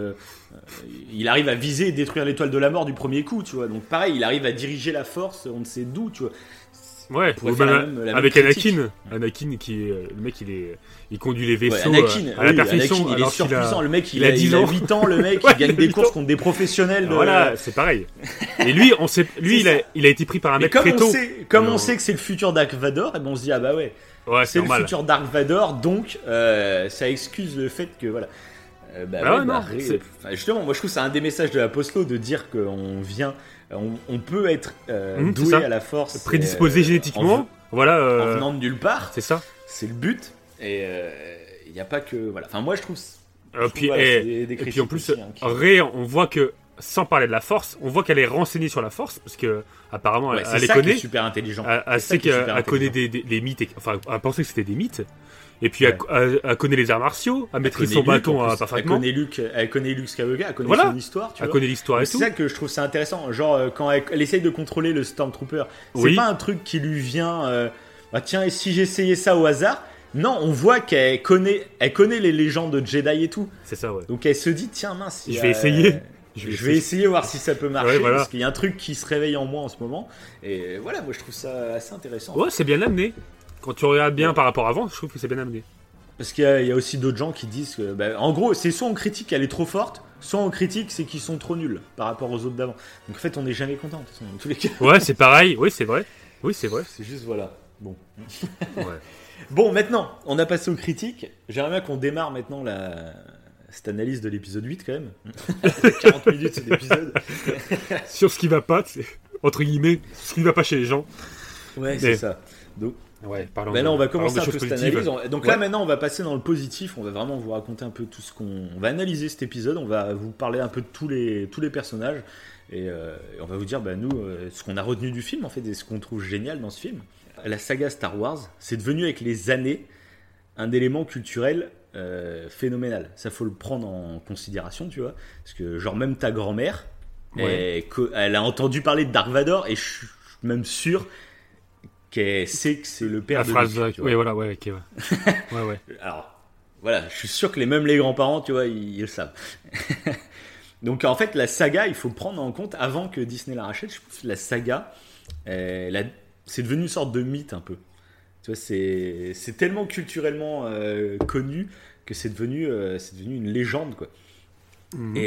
Il arrive à viser et détruire l'étoile de la mort du premier coup, tu vois. Donc pareil, il arrive à diriger la force, on ne sait d'où, tu vois. Ouais, avec Anakin. Anakin qui est le mec, il conduit les vaisseaux à la perfection. Anakin, il est surpuissant. Le mec, il a 8 ans. Le mec, il gagne des courses contre des professionnels. Voilà, c'est pareil. Et lui, il a été pris par un mec très tôt. Comme on sait que c'est le futur Dark Vador, et ben on se dit ah bah ouais, c'est le futur Dark Vador, donc ça excuse le fait que voilà. Justement, moi je trouve que c'est un des messages de l'Apostolo de dire qu'on vient. On peut être doué à la force, prédisposé génétiquement, en venant de nulle part. C'est ça. C'est le but. Et il n'y a pas que voilà. Enfin, moi je trouve. Et puis en plus, Rey, on voit que sans parler de la force, on voit qu'elle est renseignée sur la force parce que apparemment elle les connaît. C'est super intelligent. Elle sait qu'elle connaît des mythes. Enfin, elle pensait que c'était des mythes. Et puis elle connaît les arts martiaux, elle maîtrise son bâton parfaitement. Elle connaît Luke Skywalker, elle connaît son histoire. Elle connaît l'histoire et tout. C'est ça que je trouve ça intéressant. Genre quand elle essaye de contrôler le Stormtrooper, c'est pas un truc qui lui vient. Tiens, et si j'essayais ça au hasard? Non, on voit qu'elle connaît les légendes de Jedi et tout. C'est ça, ouais. Donc elle se dit tiens mince. Je vais essayer. Je vais essayer voir si ça peut marcher parce qu'il y a un truc qui se réveille en moi en ce moment. Et voilà, moi je trouve ça assez intéressant. Ouais, c'est bien amené. Quand tu regardes bien par rapport à avant, je trouve que c'est bien amené. Parce qu'il y a aussi d'autres gens qui disent que, en gros, c'est soit on critique qu'elle est trop forte, soit on critique c'est qu'ils sont trop nuls par rapport aux autres d'avant. Donc en fait, on n'est jamais content dans tous les cas. Ouais, c'est pareil. Oui, c'est vrai. C'est juste voilà. Bon. Ouais. Bon, maintenant, on a passé aux critiques. J'aimerais bien qu'on démarre maintenant cette analyse de l'épisode 8 quand même. 40 minutes cet épisode. Sur ce qui va pas, entre guillemets, ce qui ne va pas chez les gens. Ouais, c'est ça. Donc, maintenant on va commencer un peu cette analyse. Donc là, maintenant, on va passer dans le positif. On va vraiment vous raconter un peu tout ce qu'on. On va analyser cet épisode. On va vous parler un peu de tous les personnages. Et on va vous dire, nous, ce qu'on a retenu du film, en fait, et ce qu'on trouve génial dans ce film. La saga Star Wars, c'est devenu avec les années un élément culturel phénoménal. Ça, faut le prendre en considération, tu vois. Parce que, genre, même ta grand-mère, elle a entendu parler de Dark Vador, et je suis même sûr qu'elle sait que c'est le père de Luke. Oui, voilà, ouais, ok, ouais. Alors, voilà, je suis sûr que même les grands-parents, tu vois, ils le savent. Donc, en fait, la saga, il faut prendre en compte, avant que Disney la rachète, je pense que la saga, c'est devenu une sorte de mythe, un peu. Tu vois, c'est tellement culturellement connu que c'est devenu une légende, quoi. Mmh.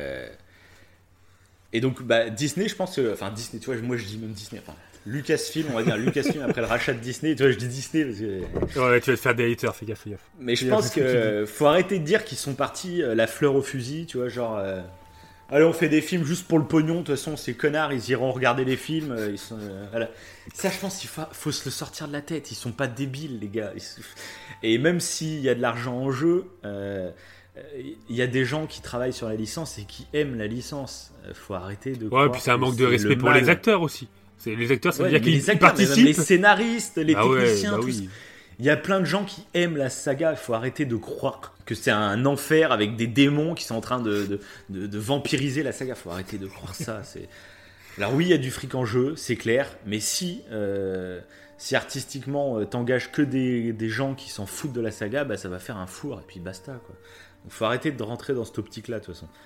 Et donc, Disney, je pense... Enfin, Disney, tu vois, moi, je dis même Disney, enfin... Lucasfilm, on va dire Lucasfilm après le rachat de Disney. Tu vois, je dis Disney parce que... Ouais, tu vas te faire des haters, fais gaffe. Mais je pense qu'il faut arrêter de dire qu'ils sont partis la fleur au fusil, tu vois, genre... allez, on fait des films juste pour le pognon, de toute façon, ces connards, ils iront regarder les films. Ils sont, voilà. Ça, je pense qu'il faut se le sortir de la tête. Ils sont pas débiles, les gars. Et même s'il y a de l'argent en jeu... il y a des gens qui travaillent sur la licence et qui aiment la licence. Faut arrêter de... Ouais, puis c'est un manque de respect pour les acteurs aussi. Les acteurs, ça veut dire qu'ils participent. Les scénaristes, les techniciens, tout ça. Il y a plein de gens qui aiment la saga. Il faut arrêter de croire que c'est un enfer avec des démons qui sont en train de vampiriser la saga. Il faut arrêter de croire ça. Alors oui, il y a du fric en jeu, c'est clair. Mais si artistiquement t'engages que des gens qui s'en foutent de la saga, ça va faire un four et puis basta, quoi. Donc faut arrêter de rentrer dans cette optique-là, de toute façon.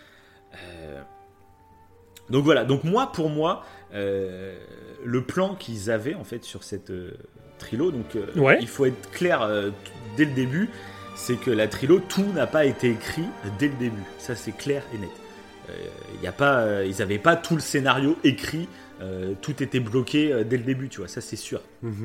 Donc voilà, pour moi, le plan qu'ils avaient en fait sur cette trilo, il faut être clair dès le début, c'est que la trilo, tout n'a pas été écrit dès le début. Ça, c'est clair et net. Ils n'avaient pas tout le scénario écrit, tout était bloqué dès le début, tu vois, ça c'est sûr.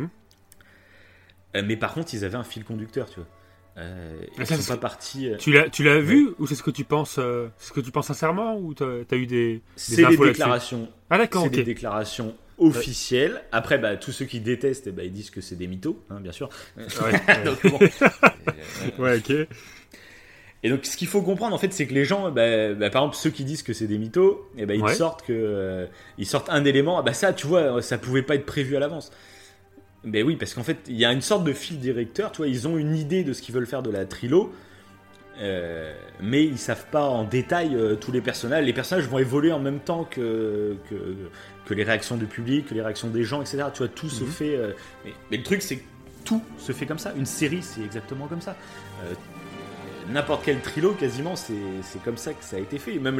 Mais par contre, ils avaient un fil conducteur, tu vois. Ils sont pas partis. Tu l'as vu ou c'est ce que tu penses sincèrement ou t'as eu des c'est infos des déclarations. là-dessus? Ah d'accord, c'est ok. des déclarations officielles. Après, tous ceux qui détestent, ils disent que c'est des mythos, hein, bien sûr. Ouais. Donc, bon. Ouais, ok. Et donc, ce qu'il faut comprendre, en fait, c'est que les gens, par exemple, ceux qui disent que c'est des mythos, ils Ouais. sortent un élément. Ça, tu vois, ça pouvait pas être prévu à l'avance. Ben oui, parce qu'en fait, il y a une sorte de fil directeur. Tu vois, ils ont une idée de ce qu'ils veulent faire de la trilo, mais ils savent pas en détail tous les personnages. Les personnages vont évoluer en même temps que les réactions du public, que les réactions des gens, etc. Tu vois, tout se fait. Mais le truc, c'est que tout se fait comme ça. Une série, c'est exactement comme ça. N'importe quel trilo, quasiment, c'est comme ça que ça a été fait. Même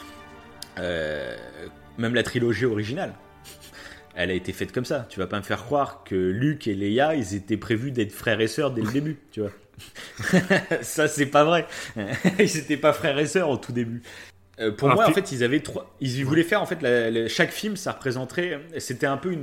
la trilogie originale, elle a été faite comme ça. Tu vas pas me faire croire que Luke et Leia, ils étaient prévus d'être frères et sœurs dès le début, tu vois. Ça, c'est pas vrai. Ils étaient pas frères et sœurs au tout début. Pour moi, en fait, ils voulaient faire, en fait, chaque film, ça représenterait. C'était un peu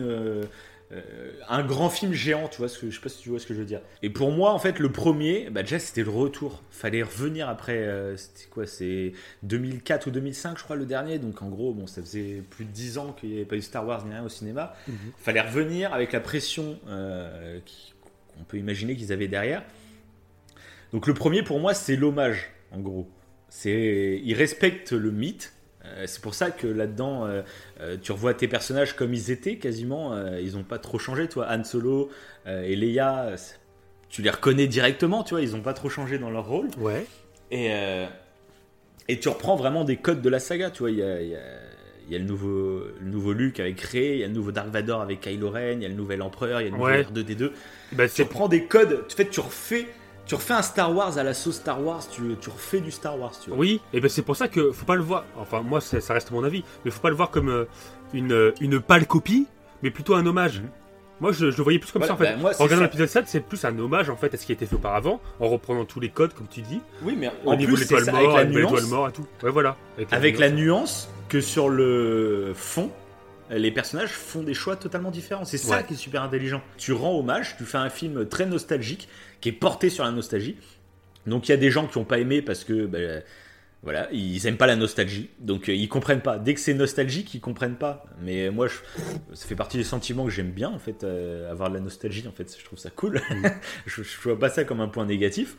un grand film géant, tu vois, je sais pas si tu vois ce que je veux dire. Et pour moi, en fait, le premier, déjà, c'était le retour. Fallait revenir après, c'était quoi, c'est 2004 ou 2005, je crois, le dernier. Donc, en gros, ça faisait plus de 10 ans qu'il n'y avait pas eu Star Wars ni rien au cinéma. Fallait revenir avec la pression qu'on peut imaginer qu'ils avaient derrière. Donc, le premier, pour moi, c'est l'hommage, en gros. Ils respectent le mythe. C'est pour ça que là-dedans, tu revois tes personnages comme ils étaient quasiment. Ils n'ont pas trop changé, toi. Han Solo et Leia, tu les reconnais directement, tu vois. Ils n'ont pas trop changé dans leur rôle. Ouais. Et tu reprends vraiment des codes de la saga, tu vois. Il y a le nouveau Luke avec Rey, il y a le nouveau Dark Vador avec Kylo Ren, il y a le nouvel Empereur, il y a le nouveau R2D2. Tu reprends des codes, tu refais un Star Wars à la sauce Star Wars, tu refais du Star Wars, tu vois. Oui, et c'est pour ça que faut pas le voir. Enfin, moi, ça reste mon avis, mais faut pas le voir comme une pâle copie, mais plutôt un hommage. Moi, je le voyais plus comme ça en fait. Moi, en regardant l'épisode 7, c'est plus un hommage en fait à ce qui a été fait auparavant, en reprenant tous les codes, comme tu dis. Oui, mais au niveau de l'étoile mort, l'étoile mort et tout. Ouais, voilà. Avec la nuance que sur le fond, les personnages font des choix totalement différents. C'est ça qui est super intelligent. Tu rends hommage, tu fais un film très nostalgique, qui est porté sur la nostalgie. Donc il y a des gens qui n'ont pas aimé parce que voilà, ils aiment pas la nostalgie. Donc ils comprennent pas. Dès que c'est nostalgique, ils comprennent pas. Mais moi, ça fait partie des sentiments que j'aime bien en fait, avoir de la nostalgie. En fait, je trouve ça cool. Je vois pas ça comme un point négatif.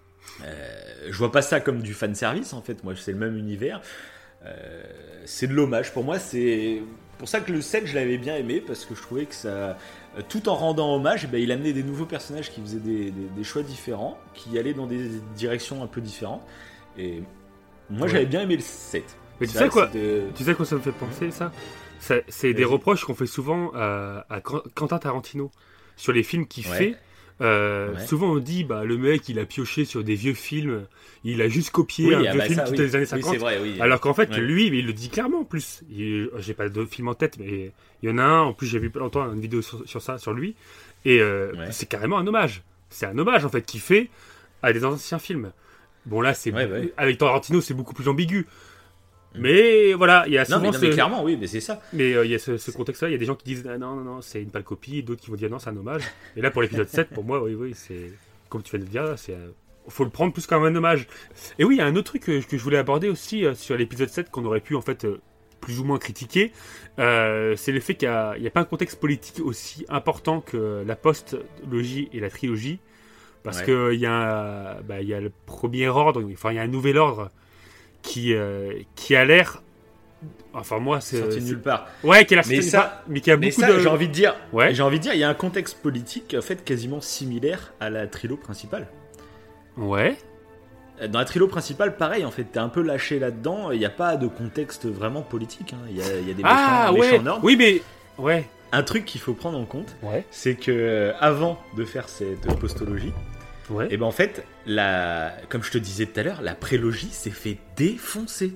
Je vois pas ça comme du fan service en fait. Moi, c'est le même univers. C'est de l'hommage. Pour moi, c'est pour ça que le 7, je l'avais bien aimé parce que je trouvais que ça, tout en rendant hommage, il amenait des nouveaux personnages qui faisaient des choix différents, qui allaient dans des directions un peu différentes. Et moi, j'avais bien aimé le 7. Mais tu sais quoi ça me fait penser, ça c'est des reproches qu'on fait souvent à Quentin Tarantino sur les films qu'il fait. Souvent on dit le mec il a pioché sur des vieux films, il a juste copié un vieux film des années 50. Oui, c'est vrai, alors qu'en fait lui il le dit clairement en plus. J'ai pas de film en tête mais il y en a un, en plus j'ai vu pas longtemps une vidéo sur lui et c'est carrément un hommage. C'est un hommage en fait qu'il fait à des anciens films. Bon là c'est avec Tarantino c'est beaucoup plus ambigu. Mais voilà, il y a souvent mais clairement, oui, mais c'est ça. Mais il y a ce contexte-là, il y a des gens qui disent non, c'est une pâle copie, et d'autres qui vont dire non, c'est un hommage. Et là, pour l'épisode 7, pour moi, oui, c'est comme tu viens de dire, faut le prendre plus comme un hommage. Et oui, il y a un autre truc que je voulais aborder aussi sur l'épisode 7 qu'on aurait pu en fait plus ou moins critiquer, c'est le fait qu'il n'y a pas un contexte politique aussi important que la post-logie et la trilogie, parce que il y a le premier ordre, enfin il y a un nouvel ordre qui a l'air, enfin moi c'est sorti nulle part. Ouais, qui a l'air mais qui a beaucoup de. J'ai envie de dire, il y a un contexte politique en fait quasiment similaire à la trilo principale. Ouais. Dans la trilo principale, pareil, en fait, t'es un peu lâché là-dedans. Il n'y a pas de contexte vraiment politique. Il y a des méchants normes. Oui, mais un truc qu'il faut prendre en compte, c'est que avant de faire cette postologie. Et en fait, comme je te disais tout à l'heure, la prélogie s'est fait défoncer.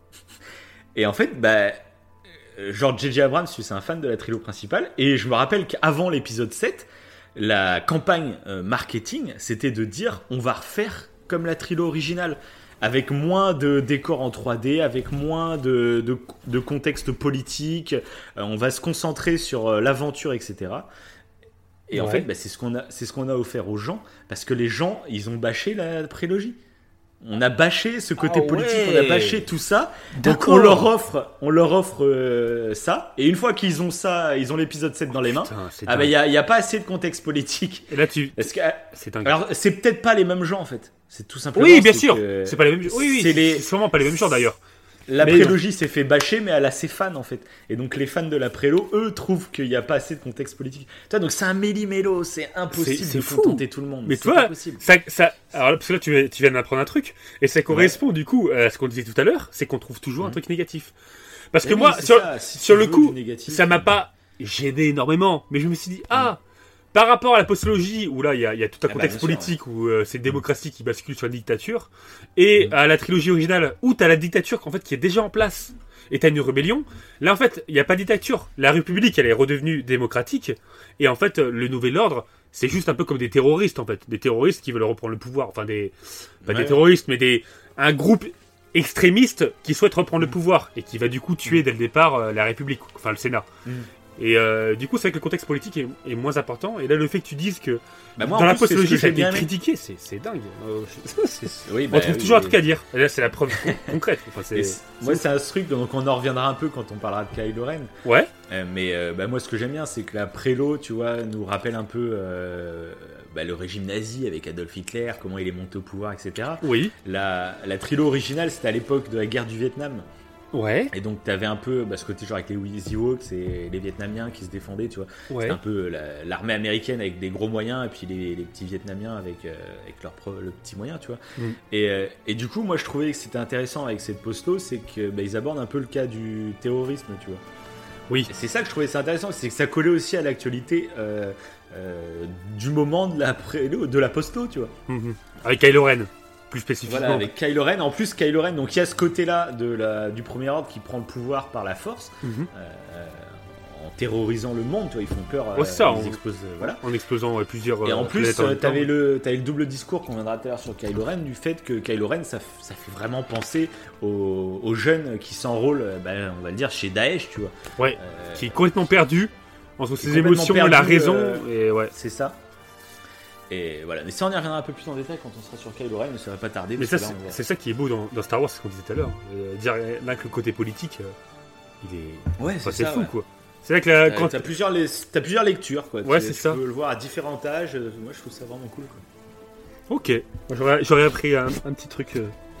Et en fait, genre J.J. Abrams, c'est un fan de la trilo principale. Et je me rappelle qu'avant l'épisode 7, la campagne marketing, c'était de dire on va refaire comme la trilogie originale, avec moins de décors en 3D, avec moins de contexte politique, on va se concentrer sur l'aventure, etc. Et en fait, c'est ce qu'on a offert aux gens, parce que les gens, ils ont bâché la prélogie. On a bâché ce côté politique, on a bâché tout ça. Donc on leur offre ça. Et une fois qu'ils ont ça, ils ont l'épisode 7 dans les mains. Il n'y a pas assez de contexte politique. Et là, c'est dingue. Alors, c'est peut-être pas les mêmes gens en fait. C'est tout simplement. Oui, bien sûr. C'est pas les mêmes. Oui, c'est sûrement pas les mêmes gens d'ailleurs. La prélogie s'est fait bâcher, mais elle a ses fans en fait. Et donc les fans de la prélo, eux, trouvent qu'il n'y a pas assez de contexte politique. Donc c'est un méli-mélo, c'est impossible de contenter tout le monde. Mais toi, alors parce que là tu viens d'apprendre un truc, et ça correspond du coup à ce qu'on disait tout à l'heure, c'est qu'on trouve toujours un truc négatif. Parce que moi, sur le coup, ça m'a pas gêné énormément, mais je me suis dit, par rapport à la postologie, où là il y a tout un contexte politique, où c'est une démocratie qui bascule sur la dictature, et à la trilogie originale, où t'as la dictature en fait, qui est déjà en place, et t'as une rébellion, là en fait il n'y a pas de dictature. La République elle est redevenue démocratique, et en fait le nouvel ordre, c'est juste un peu comme des terroristes en fait. Des terroristes qui veulent reprendre le pouvoir, enfin des terroristes, mais un groupe extrémiste qui souhaite reprendre le pouvoir, et qui va du coup tuer dès le départ la République, enfin le Sénat. Et du coup, c'est vrai que le contexte politique est moins important. Et là, le fait que tu dises que dans la postologie, ça a été critiqué, c'est dingue. On trouve toujours un truc à dire. Et là, c'est la preuve concrète. Enfin, moi, c'est un truc, donc on en reviendra un peu quand on parlera de Kylo Ren. Ouais. Mais moi, ce que j'aime bien, c'est que la prélo, tu vois, nous rappelle un peu le régime nazi avec Adolf Hitler, comment il est monté au pouvoir, etc. Oui. La trilogie originale, c'était à l'époque de la guerre du Vietnam. Ouais. Et donc t'avais un peu ce côté genre avec les Ewoks et les Vietnamiens qui se défendaient, tu vois. Ouais. C'était un peu l'armée américaine avec des gros moyens, et puis les petits Vietnamiens avec le petit moyen, tu vois. Et du coup, moi je trouvais que c'était intéressant avec cette posto, c'est que ils abordent un peu le cas du terrorisme, tu vois. Oui. Et c'est ça que je trouvais ça intéressant, c'est que ça collait aussi à l'actualité du moment de la posto, tu vois. Avec Kylo Ren. Plus spécifiquement. Voilà, avec Kylo Ren. En plus, Kylo Ren, donc il y a ce côté-là du Premier Ordre qui prend le pouvoir par la force, en terrorisant le monde. Tu vois, ils font peur. Ils explosent, en explosant plusieurs. Et en plus, t'avais le double discours qu'on viendra tout à l'heure sur Kylo Ren, du fait que Kylo Ren, ça fait vraiment penser aux jeunes qui s'enrôlent, on va le dire, chez Daesh, tu vois. Ouais. Qui est complètement perdu entre ses émotions, la raison. Et ouais. C'est ça. Et voilà, mais ça on y reviendra un peu plus en détail quand on sera sur Kylo Ren, mais ça va pas tarder. Mais ça, c'est ça qui est beau dans Star Wars, c'est ce qu'on disait tout à l'heure. Dire là que le côté politique, il est. Ouais, c'est fou, quoi. C'est vrai que quand t'as plusieurs lectures, quoi. Ouais, c'est ça. Tu peux le voir à différents âges. Moi, je trouve ça vraiment cool, quoi. Ok. J'aurais appris un petit truc.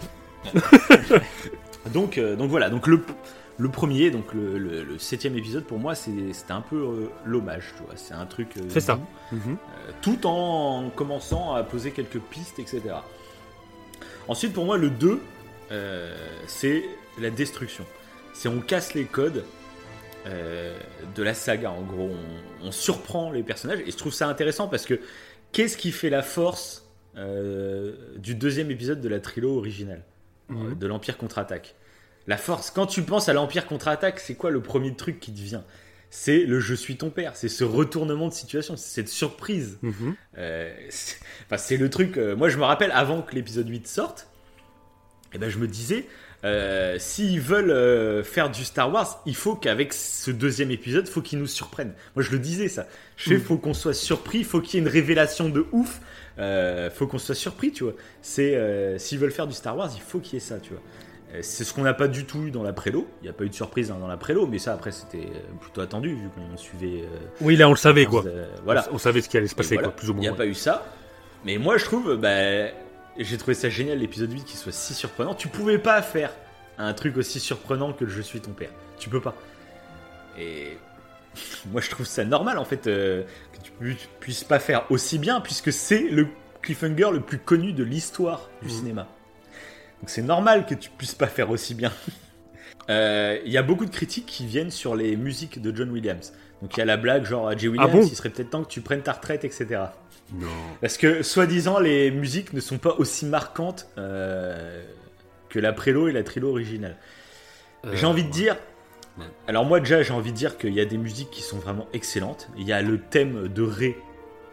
Donc voilà. Donc le premier, donc le 7e épisode, pour moi, c'était un peu l'hommage, tu vois. C'est un truc. C'est ça. Tout en commençant à poser quelques pistes, etc. Ensuite, pour moi, le 2, c'est la destruction. C'est on casse les codes de la saga. En gros, on surprend les personnages. Et je trouve ça intéressant parce que qu'est-ce qui fait la force du deuxième épisode de la trilogie originale, de l'Empire contre-attaque? La force, quand tu penses à l'Empire contre-attaque, c'est quoi le premier truc qui te vient? C'est le je suis ton père, c'est ce retournement de situation, c'est cette surprise. C'est le truc. Moi, je me rappelle avant que l'épisode 8 sorte, je me disais, s'ils veulent faire du Star Wars, il faut qu'avec ce deuxième épisode, il faut qu'ils nous surprennent. Moi, je le disais ça. Il faut qu'on soit surpris, il faut qu'il y ait une révélation de ouf. Faut qu'on soit surpris, tu vois. S'ils veulent faire du Star Wars, il faut qu'il y ait ça, tu vois. C'est ce qu'on n'a pas du tout eu dans la prélo. Il n'y a pas eu de surprise dans la prélo, mais ça après c'était plutôt attendu vu qu'on suivait. Oui, là on le savait quoi. Voilà. On savait ce qui allait se passer, voilà. quoi, plus ou moins. Il n'y a pas eu ça. Mais moi je trouve, j'ai trouvé ça génial l'épisode 8 qui soit si surprenant. Tu pouvais pas faire un truc aussi surprenant que le je suis ton père. Tu peux pas. Et moi je trouve ça normal en fait que tu puisses pas faire aussi bien puisque c'est le cliffhanger le plus connu de l'histoire du cinéma. Donc c'est normal que tu puisses pas faire aussi bien. Il y a beaucoup de critiques qui viennent sur les musiques de John Williams. Donc il y a la blague genre Jay Williams, il serait peut-être temps que tu prennes ta retraite, etc. Non. Parce que soi-disant les musiques ne sont pas aussi marquantes que la prélo et la trilo originale. J'ai envie de dire. Alors moi déjà j'ai envie de dire qu'il y a des musiques qui sont vraiment excellentes. Il y a le thème de Rey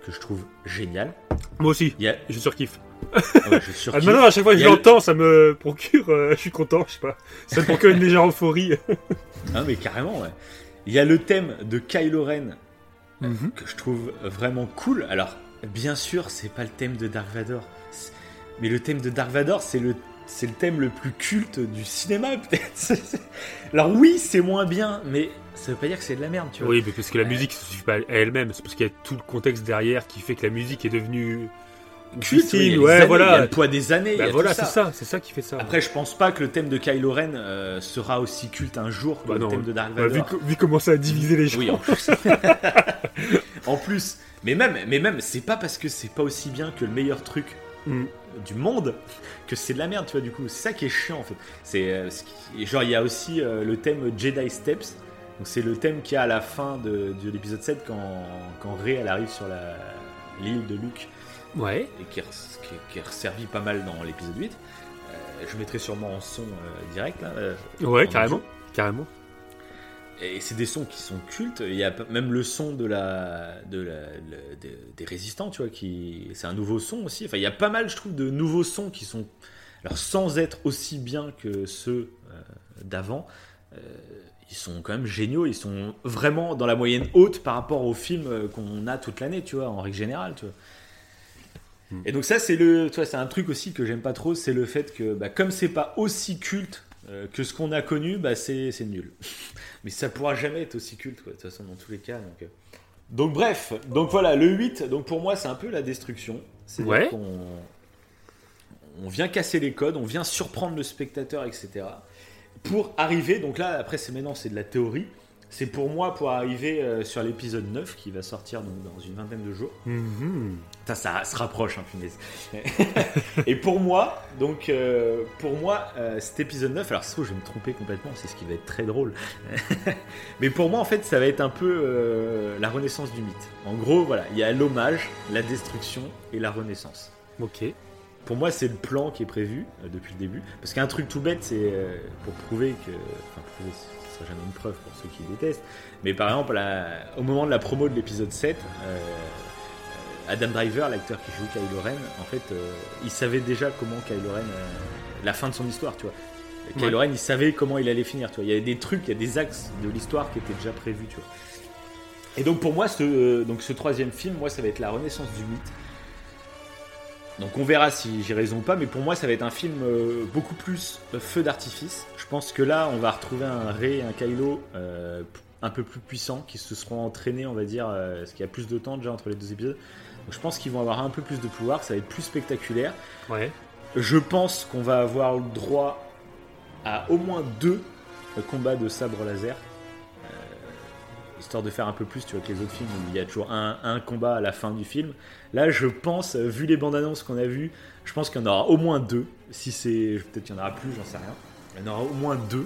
que je trouve génial. Moi aussi, Il y a... je surkiffe. Ouais, je surkiffe. Maintenant, à chaque fois que Il je y a l'entends, ça me procure... je suis content, je sais pas. Ça me procure une légère euphorie. Ah mais carrément, ouais. Il y a le thème de Kylo Ren que je trouve vraiment cool. Alors, bien sûr, c'est pas le thème de Dark Vador. Mais le thème de Dark Vador, c'est le thème le plus culte du cinéma, peut-être. Alors oui, c'est moins bien, mais ça veut pas dire que c'est de la merde, tu vois. Oui, mais parce que la musique ne suffit pas à elle-même. C'est parce qu'il y a tout le contexte derrière qui fait que la musique est devenue... Culte, oui, il y a les ouais, années, voilà. il y a le poids des années. Bah il y a voilà, tout c'est ça qui fait ça. Après, je pense pas que le thème de Kylo Ren sera aussi culte un jour que le thème de Dark Vador. Vu comment ça a divisé les gens. Oui, en plus. En plus. Mais même, c'est pas parce que c'est pas aussi bien que le meilleur truc du monde que c'est de la merde, tu vois, du coup. C'est ça qui est chiant, en fait. Genre, il y a aussi le thème Jedi Steps. Donc, c'est le thème qu'il y a à la fin de l'épisode 7 quand Rey, elle arrive sur l'île de Luke. Ouais. Et qui est resservi pas mal dans l'épisode 8. Je mettrai sûrement en son direct, là. Ouais, carrément. Et c'est des sons qui sont cultes. Il y a même le son des résistants, tu vois, c'est un nouveau son aussi. Enfin, il y a pas mal, je trouve, de nouveaux sons qui sont, alors sans être aussi bien que ceux d'avant, ils sont quand même géniaux. Ils sont vraiment dans la moyenne haute par rapport aux films qu'on a toute l'année, tu vois, en règle générale, tu vois. Et donc ça, tu vois, c'est un truc aussi que j'aime pas trop, c'est le fait que, comme c'est pas aussi culte que ce qu'on a connu, c'est nul. Mais ça pourra jamais être aussi culte, quoi, de toute façon, dans tous les cas. Donc bref, donc voilà, le 8, donc pour moi, c'est un peu la destruction. C'est-à-dire qu'on vient casser les codes, on vient surprendre le spectateur, etc. Pour arriver, donc là, après, c'est de la théorie. C'est pour moi, pour arriver sur l'épisode 9, qui va sortir donc, dans une vingtaine de jours. Putain, ça se rapproche, hein, punaise. Et pour moi, cet épisode 9, alors c'est sûr, je vais me tromper complètement, c'est ce qui va être très drôle. Mais pour moi, en fait, ça va être un peu la renaissance du mythe. En gros, voilà, il y a l'hommage, la destruction et la renaissance. Ok. Pour moi, c'est le plan qui est prévu depuis le début. Parce qu'un truc tout bête, c'est pour prouver que... Enfin, prouver, ce sera jamais une preuve pour ceux qui détestent. Mais par exemple, au moment de la promo de l'épisode 7, Adam Driver, l'acteur qui joue Kylo Ren, en fait, il savait déjà comment Kylo Ren... la fin de son histoire, tu vois. Kylo Ren, il savait comment il allait finir, tu vois. Il y a des trucs, il y a des axes de l'histoire qui étaient déjà prévus, tu vois. Et donc pour moi, ce troisième film, moi, ça va être la renaissance du mythe. Donc on verra si j'ai raison ou pas, mais pour moi ça va être un film beaucoup plus feu d'artifice. Je pense que là on va retrouver un Rey et un Kylo un peu plus puissants qui se seront entraînés, on va dire, parce qu'il y a plus de temps déjà entre les deux épisodes. Donc je pense qu'ils vont avoir un peu plus de pouvoir, ça va être plus spectaculaire. Ouais. Je pense qu'on va avoir le droit à au moins 2 combats de sabre laser. Histoire de faire un peu plus, tu vois, que les autres films où il y a toujours un combat à la fin du film. Là, je pense, vu les bandes annonces qu'on a vues, je pense qu'il y en aura au moins 2. Si c'est, peut-être qu'il y en aura plus, j'en sais rien. Il y en aura au moins 2.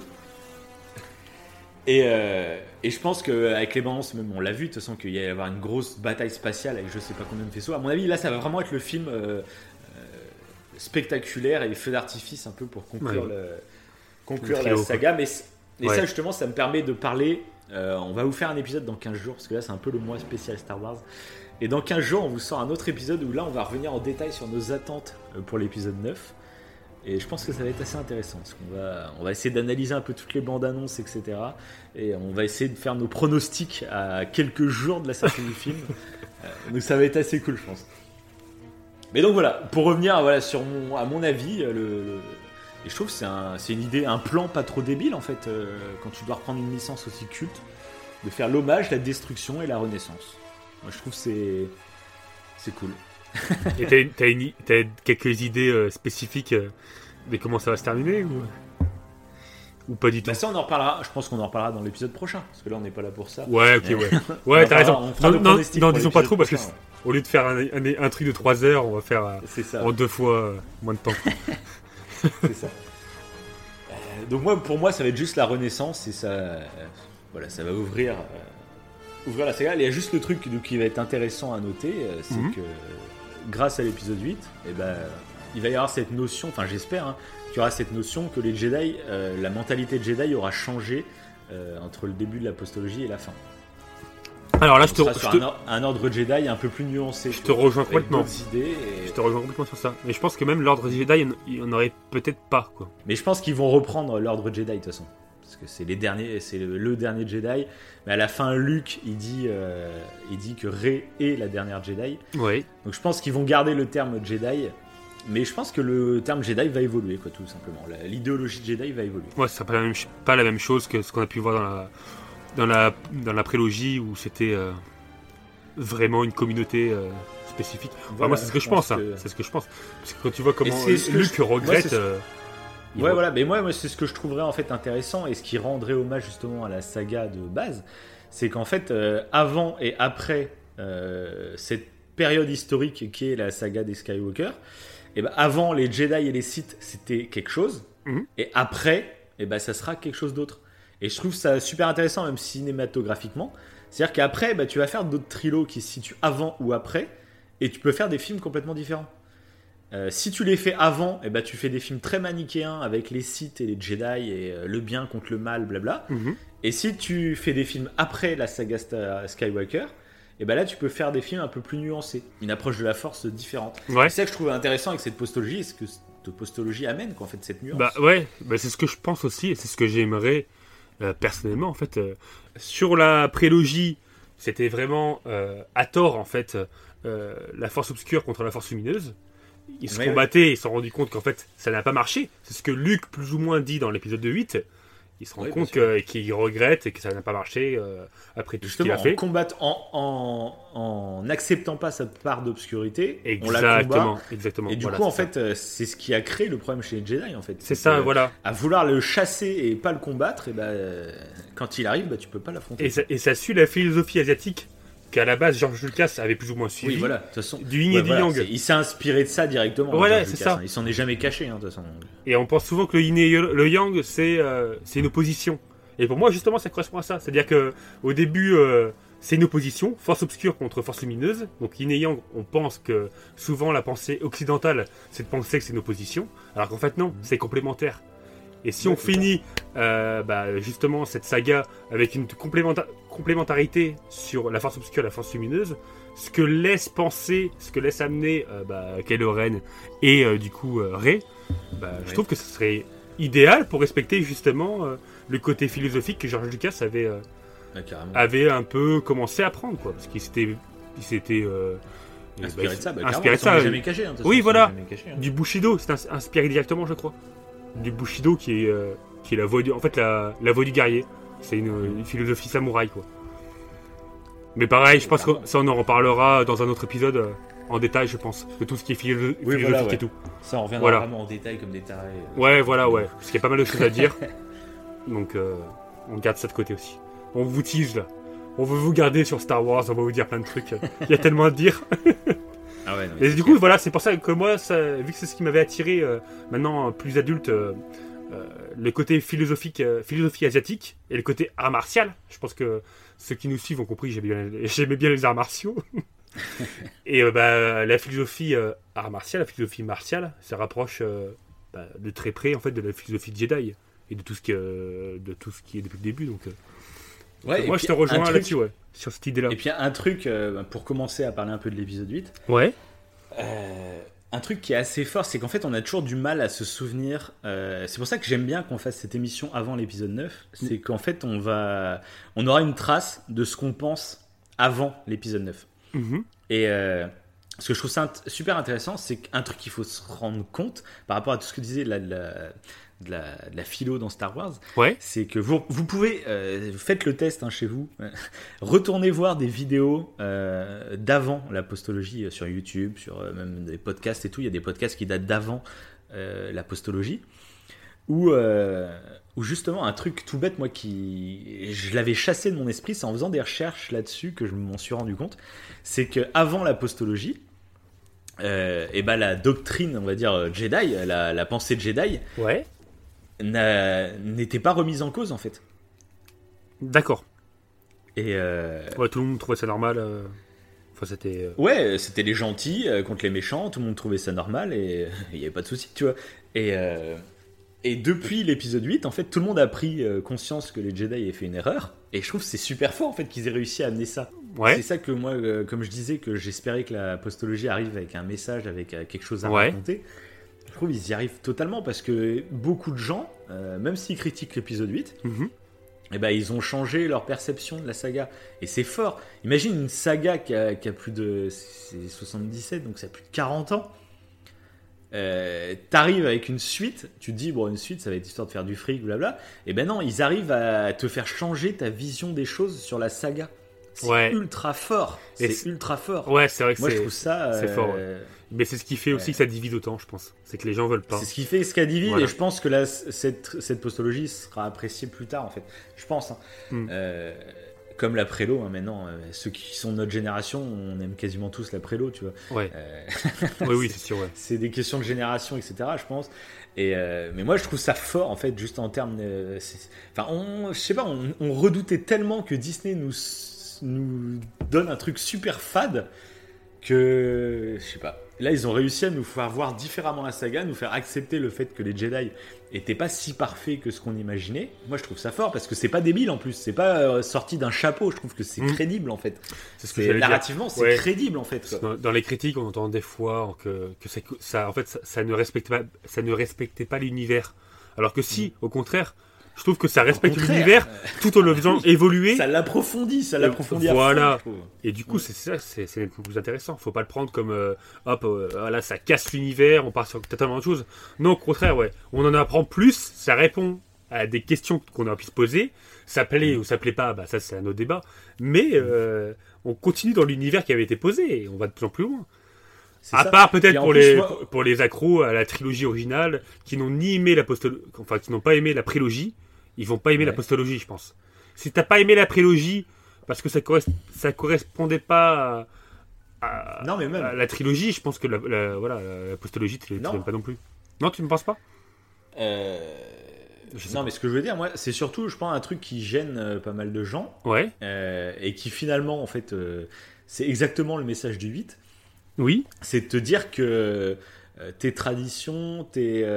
Et je pense qu'avec les bandes annonces, même on l'a vu, de toute façon, qu'il y va y avoir une grosse bataille spatiale avec je sais pas combien de vaisseaux. À mon avis, là, ça va vraiment être le film spectaculaire et feu d'artifice un peu pour conclure la saga. Mais ça, justement, ça me permet de parler. On va vous faire un épisode dans 15 jours parce que là c'est un peu le mois spécial Star Wars et dans 15 jours on vous sort un autre épisode où là on va revenir en détail sur nos attentes pour l'épisode 9 et je pense que ça va être assez intéressant parce qu'on va essayer d'analyser un peu toutes les bandes annonces, etc. Et on va essayer de faire nos pronostics à quelques jours de la sortie du film. Donc ça va être assez cool, je pense. Mais donc voilà, pour revenir à mon avis, et je trouve que c'est une idée, un plan pas trop débile en fait, quand tu dois reprendre une licence aussi culte, de faire l'hommage, la destruction et la renaissance. Moi je trouve que c'est cool. Et t'as quelques idées spécifiques de comment ça va se terminer ou pas du tout? Ça on en reparlera, je pense qu'on en reparlera dans l'épisode prochain, parce que là on n'est pas là pour ça. Ouais, ok, ouais. Ouais, t'as raison. Non, disons pas trop, parce que prochain, au lieu de faire un truc de 3 heures, on va faire en 2 fois moins de temps. C'est ça. Donc pour moi, ça va être juste la renaissance et ça, ça va ouvrir la saga. Il y a juste le truc qui va être intéressant à noter, c'est que grâce à l'épisode 8, il va y avoir cette notion, enfin j'espère, qu'il y aura cette notion que les Jedi, la mentalité de Jedi aura changé entre le début de la postologie et la fin. Alors là, On sera sur un ordre Jedi un peu plus nuancé. Je te rejoins complètement. Avec d'autres idées et... Je te rejoins complètement sur ça. Mais je pense que même l'ordre Jedi, il y en aurait peut-être pas, quoi. Mais je pense qu'ils vont reprendre l'ordre Jedi de toute façon. Parce que c'est les derniers, c'est le dernier Jedi. Mais à la fin, Luke, il dit que Rey est la dernière Jedi. Oui. Donc je pense qu'ils vont garder le terme Jedi. Mais je pense que le terme Jedi va évoluer, quoi, tout simplement. L'idéologie de Jedi va évoluer. Ouais, c'est pas la même chose que ce qu'on a pu voir dans la prélogie où c'était vraiment une communauté spécifique. Enfin, Voilà, moi, c'est ce que je pense. C'est ce que je pense. Parce que quand tu vois comment Luke regrette. Ouais, voilà, mais moi c'est ce que je trouverais en fait intéressant et ce qui rendrait hommage justement à la saga de base, c'est qu'en fait, avant et après cette période historique qui est la saga des Skywalker, et ben avant les Jedi et les Sith c'était quelque chose, et après, et ben ça sera quelque chose d'autre. Et je trouve ça super intéressant même cinématographiquement, c'est-à-dire qu'après, tu vas faire d'autres trilos qui se situent avant ou après, et tu peux faire des films complètement différents. Si tu les fais avant, tu fais des films très manichéens avec les Sith et les Jedi et le bien contre le mal, blabla. Et si tu fais des films après la saga Skywalker, là tu peux faire des films un peu plus nuancés, une approche de la Force différente. Ouais. C'est ça que je trouve intéressant avec cette postologie, c'est que cette postologie amène en fait cette nuance. C'est ce que je pense aussi et c'est ce que j'aimerais personnellement en fait. Sur la prélogie, c'était vraiment à tort en fait la Force obscure contre la Force lumineuse. Ils se combattaient, ils se sont rendus compte qu'en fait ça n'a pas marché. C'est ce que Luke plus ou moins dit dans l'épisode 8. Il se rend compte qu'il regrette et que ça n'a pas marché après tout ce qu'il a fait. En n'acceptant pas cette part d'obscurité, on la combat. Exactement. Et du coup, en fait, c'est ce qui a créé le problème chez les Jedi, en fait. C'est ça, voilà. À vouloir le chasser et pas le combattre, quand il arrive, tu peux pas l'affronter. Et ça suit la philosophie asiatique qu'à la base George Lucas avait plus ou moins suivi. Oui, voilà. De toute façon, du yin et du yang. Il s'est inspiré de ça directement. Voilà, c'est Lucas, ça. Il s'en est jamais caché, de toute façon. Et on pense souvent que le yin et le yang, c'est une opposition. Et pour moi, justement, ça correspond à ça. C'est-à-dire que au début, c'est une opposition, force obscure contre force lumineuse. Donc yin et yang, on pense que souvent la pensée occidentale, c'est de penser que c'est une opposition, alors qu'en fait non, c'est complémentaire. Et si on finit justement cette saga avec une complémentarité sur la force obscure et la force lumineuse, ce que laisse penser, ce que laisse amener Kylo Ren et du coup Rey, je trouve que ce serait idéal pour respecter justement le côté philosophique que George Lucas avait un peu commencé à prendre, quoi, parce qu'il s'était inspiré de ça. Inspiré de ça. Jamais caché, oui, voilà. Du Bushido, c'est inspiré directement, je crois. Du Bushido qui est la voie du, en fait la voie du guerrier. C'est une philosophie samouraï, quoi. Mais pareil, je pense que ça on en reparlera dans un autre épisode en détail, je pense, de tout ce qui est philosophique et tout. Ça on reviendra vraiment en détail comme des tarés. Ouais, parce qu'il y a pas mal de choses à dire. Donc on garde ça de côté aussi. On vous tease là. On veut vous garder sur Star Wars, on va vous dire plein de trucs. Il y a tellement à dire. Ah ouais, non, et du coup, voilà, c'est pour ça que moi, vu que c'est ce qui m'avait attiré, maintenant plus adulte, le côté philosophie asiatique et le côté art martial. Je pense que ceux qui nous suivent ont compris que j'aimais bien les arts martiaux. Et la philosophie art martial, la philosophie martiale, ça rapproche de très près en fait de la philosophie Jedi et de tout ce qui est depuis le début. Donc, moi, je te rejoins là-dessus, sur cette idée-là. Et puis un truc, pour commencer à parler un peu de l'épisode 8. Ouais. Un truc qui est assez fort, c'est qu'en fait, on a toujours du mal à se souvenir. C'est pour ça que j'aime bien qu'on fasse cette émission avant l'épisode 9. C'est qu'en fait, on aura une trace de ce qu'on pense avant l'épisode 9. Et ce que je trouve ça super intéressant, c'est qu'un truc qu'il faut se rendre compte par rapport à tout ce que disait de la philo dans Star Wars, c'est que vous pouvez, faites le test chez vous, retournez voir des vidéos d'avant la postologie sur YouTube, sur même des podcasts et tout. Il y a des podcasts qui datent d'avant la postologie, où justement un truc tout bête, moi je l'avais chassé de mon esprit, c'est en faisant des recherches là-dessus que je m'en suis rendu compte, c'est qu'avant la postologie, la doctrine, on va dire Jedi, la pensée de Jedi, n'était pas remise en cause en fait. D'accord. Et tout le monde trouvait ça normal. Enfin, c'était. C'était les gentils contre les méchants. Tout le monde trouvait ça normal et il n'y avait pas de souci, tu vois. Et depuis l'épisode 8, en fait, tout le monde a pris conscience que les Jedi avaient fait une erreur Et je trouve que c'est super fort en fait qu'ils aient réussi à amener ça. Ouais. C'est ça que moi, comme je disais, que j'espérais que la postologie arrive avec un message, avec quelque chose à Ouais. raconter. Je trouve qu'ils y arrivent totalement parce que beaucoup de gens, même s'ils critiquent l'épisode 8, Mhm. eh ben, ils ont changé leur perception de la saga. Et c'est fort. Imagine une saga qui a plus de... C'est 77, donc ça a plus de 40 ans. T'arrives avec une suite, tu te dis, bon, une suite, ça va être histoire de faire du fric, blabla. Et ben non, ils arrivent à te faire changer ta vision des choses sur la saga. C'est Ouais. ultra fort. Et C'est ultra fort. Ouais, c'est vrai que Moi, je c'est... trouve ça. c'est fort, ouais. Mais c'est ce qui fait aussi que ça divise autant, je pense. C'est que les gens veulent pas. C'est ce qui fait ce qu'a divise, Voilà. et je pense que là, cette postologie sera appréciée plus tard, en fait. Je pense. Hein. Mm. Comme la prélo, hein, maintenant, ceux qui sont de notre génération, on aime quasiment tous la prélo, tu vois. Ouais. Euh, Oui, c'est sûr, ouais. c'est des questions de génération, etc., je pense. Mais moi, je trouve ça fort, en fait, juste en termes. Enfin, je sais pas, on redoutait tellement que Disney nous donne un truc super fade que. Je sais pas. Là, ils ont réussi à nous faire voir différemment la saga, nous faire accepter le fait que les Jedi étaient pas si parfaits que ce qu'on imaginait. Moi, je trouve ça fort parce que c'est pas débile en plus. C'est pas sorti d'un chapeau. Je trouve que c'est crédible en fait. C'est ce que j'allais dire. Narrativement, c'est Ouais. crédible en fait. quoi. Dans les critiques, on entend des fois que ça, en fait, ça ne respectait pas l'univers. Alors que si, au contraire, je trouve que ça respecte contraire, l'univers tout en le faisant évoluer. Ça l'approfondit, à Voilà. fond, je trouve. Et du coup, c'est ça, c'est nettement plus intéressant. Faut pas le prendre comme là, ça casse l'univers, on part sur totalement autre chose. Non, au contraire, ouais. On en apprend plus, ça répond à des questions qu'on a pu se poser. Ça plaît ou ça plaît pas, bah ça c'est un autre débat. Mais on continue dans l'univers qui avait été posé et on va de plus en plus loin. C'est À ça. part peut-être Et en pour plus, les moi- pour les accros à la trilogie originale qui n'ont ni aimé qui n'ont pas aimé la prélogie, ils vont pas aimer la Ouais. postologie, je pense. Si t'as pas aimé la prélogie parce que ça correspondait pas Non, mais même. à la trilogie, je pense que la postologie, tu Non. l'aimes pas non plus. Non, tu ne penses pas? Je sais Non, pas. mais ce que je veux dire, moi, c'est surtout, je pense, un truc qui gêne pas mal de gens Ouais. et qui finalement, en fait, c'est exactement le message du 8. Oui. C'est de te dire que tes traditions,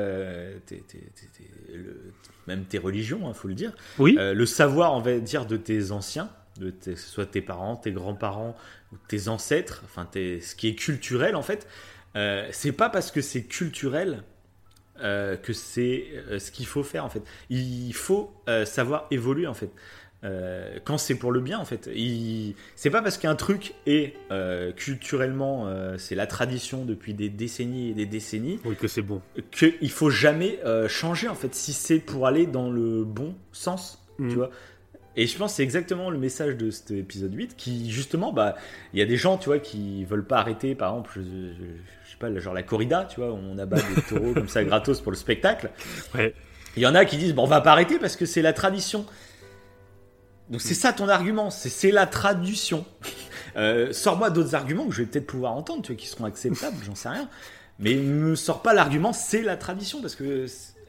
même tes religions, faut le dire, Oui. le savoir, on va dire, de tes anciens, que ce soit tes parents, tes grands-parents, ou tes ancêtres, enfin, ce qui est culturel, en fait, c'est pas parce que c'est culturel que c'est ce qu'il faut faire, en fait. Il faut savoir évoluer, en fait. Quand c'est pour le bien en fait, c'est pas parce qu'un truc est culturellement c'est la tradition depuis des décennies et des décennies Oui, que c'est bon. qu'il faut jamais changer en fait si c'est pour aller dans le bon sens, Mhm. tu vois. Et je pense que c'est exactement le message de cet épisode 8 qui justement il y a des gens tu vois qui veulent pas arrêter par exemple je sais pas genre la corrida tu vois où on abat des taureaux comme ça gratos pour le spectacle. Ouais. Il y en a qui disent on va pas arrêter parce que c'est la tradition. Donc c'est ça ton argument, c'est la tradition. Sors-moi d'autres arguments que je vais peut-être pouvoir entendre, tu vois, qui seront acceptables, j'en sais rien. Mais me sors pas l'argument, c'est la tradition, parce que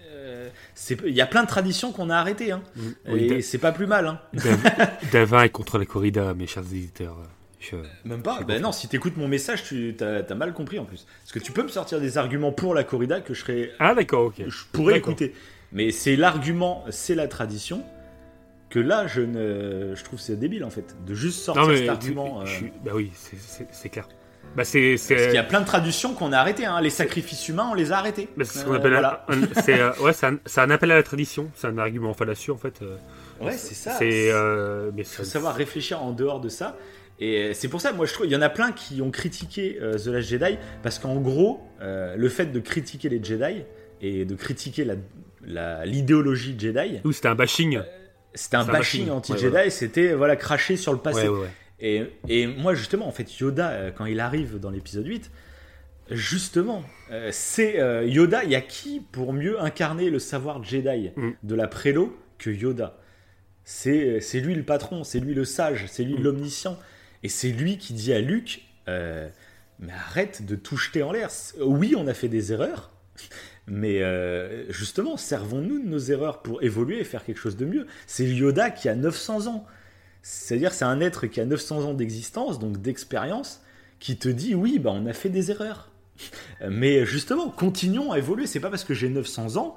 il y a plein de traditions qu'on a arrêtées, hein. Oui, Et c'est pas plus mal, hein. Davin est contre la corrida, mes chers éditeurs. Même pas. Je Ben comprends. non, si t'écoutes mon message, t'as mal compris en plus. Parce que tu peux me sortir des arguments pour la corrida que Ah d'accord, ok. je pourrais D'accord. écouter. Mais c'est l'argument, c'est la tradition. Que là, je trouve c'est débile en fait, de juste sortir Non mais cet argument. bah oui, c'est clair. Bah c'est Parce qu'il y a plein de traditions qu'on a arrêtées. Hein. Les sacrifices humains, on les a arrêtés. bah, c'est ce qu'on appelle voilà. c'est un appel à la tradition. C'est un argument fallacieux en fait. Ouais, c'est ça. C'est mais Il faut savoir réfléchir en dehors de ça. Et c'est pour ça, moi, je trouve, il y en a plein qui ont critiqué The Last Jedi parce qu'en gros, le fait de critiquer les Jedi et de critiquer l'idéologie Jedi, oui, c'était un bashing. c'était un bashing anti-Jedi. Ouais. C'était voilà cracher sur le passé. Ouais. Et moi, justement, en fait, Yoda, quand il arrive dans l'épisode 8, justement, c'est Yoda, il y a qui pour mieux incarner le savoir Jedi de la prélo que Yoda? C'est lui le patron, c'est lui le sage, c'est lui l'omniscient. Et c'est lui qui dit à Luke, mais arrête de tout jeter en l'air. Oui, on a fait des erreurs, mais justement, servons-nous de nos erreurs pour évoluer et faire quelque chose de mieux. C'est Yoda qui a 900 ans. C'est-à-dire c'est un être qui a 900 ans d'existence, donc d'expérience, qui te dit oui, on a fait des erreurs. Mais justement, continuons à évoluer. C'est pas parce que j'ai 900 ans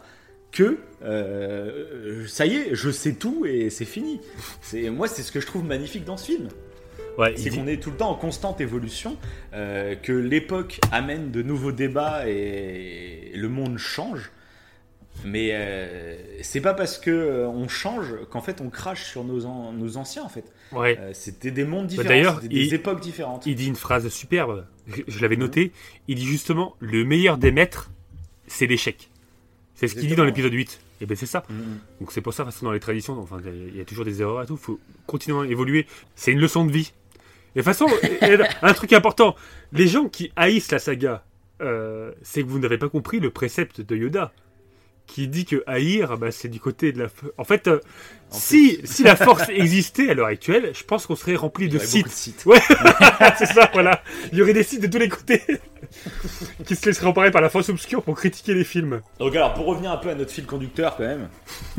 que ça y est, je sais tout et c'est fini. Moi, c'est ce que je trouve magnifique dans ce film. Ouais, C'est qu'on est tout le temps en constante évolution, que l'époque amène de nouveaux débats et le monde change. Mais c'est pas parce que on change qu'en fait on crache sur nos anciens en fait. Ouais. C'était des mondes différents, D'ailleurs, c'était des époques différentes. Il dit une phrase superbe, je l'avais noté, il dit justement, le meilleur des maîtres, c'est l'échec. C'est ce qu'il dit dans l'épisode 8. Et ben c'est ça. Donc c'est pour ça, dans les traditions, enfin, il y a toujours des erreurs et tout, il faut continuer à évoluer. C'est une leçon de vie. Et de toute façon, un truc important, les gens qui haïssent la saga, c'est que vous n'avez pas compris le précepte de Yoda, qui dit que haïr, c'est du côté de la... En fait, si la force existait à l'heure actuelle, je pense qu'on serait rempli de sites. Ouais, c'est ça, voilà. Il y aurait des sites de tous les côtés qui se laisseraient emparer par la force obscure pour critiquer les films. Donc alors, pour revenir un peu à notre fil conducteur quand même,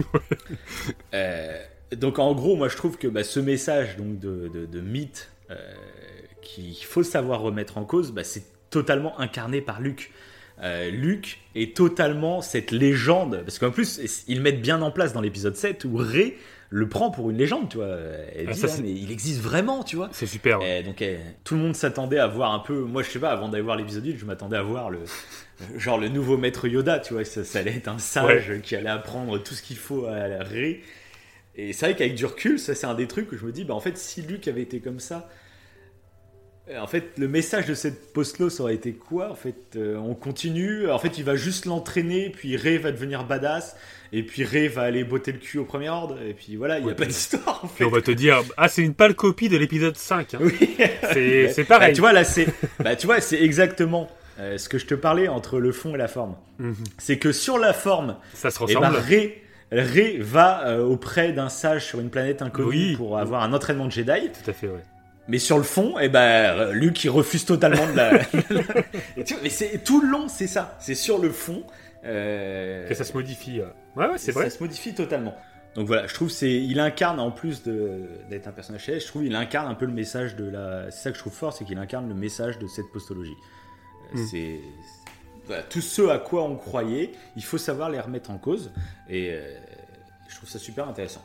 donc en gros, moi je trouve que ce message donc, de mythe qu'il faut savoir remettre en cause, c'est totalement incarné par Luke. Luke est totalement cette légende, parce qu'en plus ils le mettent bien en place dans l'épisode 7 où Rey le prend pour une légende, tu vois. Elle dit, mais il existe vraiment, tu vois. C'est super. Ouais. Donc tout le monde s'attendait à voir un peu, moi je sais pas, avant d'aller voir l'épisode 8, je m'attendais à voir le nouveau maître Yoda, tu vois, ça allait être un sage qui allait apprendre tout ce qu'il faut à Rey. Et c'est vrai qu'avec du recul, ça c'est un des trucs où je me dis, en fait si Luke avait été comme ça, en fait, le message de cette post-lo, ça aurait été quoi ? En fait, on continue. En fait, il va juste l'entraîner, puis Rey va devenir badass, et puis Rey va aller botter le cul au premier ordre, et puis voilà, il n'y a pas d'histoire. En fait. Et on va te dire, c'est une pâle copie de l'épisode 5. Hein. Oui. C'est pareil. Tu vois, là, c'est exactement ce que je te parlais entre le fond et la forme. Mm-hmm. C'est que sur la forme, ça se ressemble. Rey va auprès d'un sage sur une planète inconnue pour avoir un entraînement de Jedi. Tout à fait, ouais. Mais sur le fond, Luke il refuse totalement de la. Mais c'est tout le long, c'est ça. C'est sur le fond que ça se modifie. Ouais, c'est vrai. Ça se modifie totalement. Donc voilà, je trouve il incarne en plus d'être un personnage céleste, je trouve il incarne un peu le message de la. C'est ça que je trouve fort, c'est qu'il incarne le message de cette postologie. C'est tout ce à quoi on croyait, il faut savoir les remettre en cause, et je trouve ça super intéressant.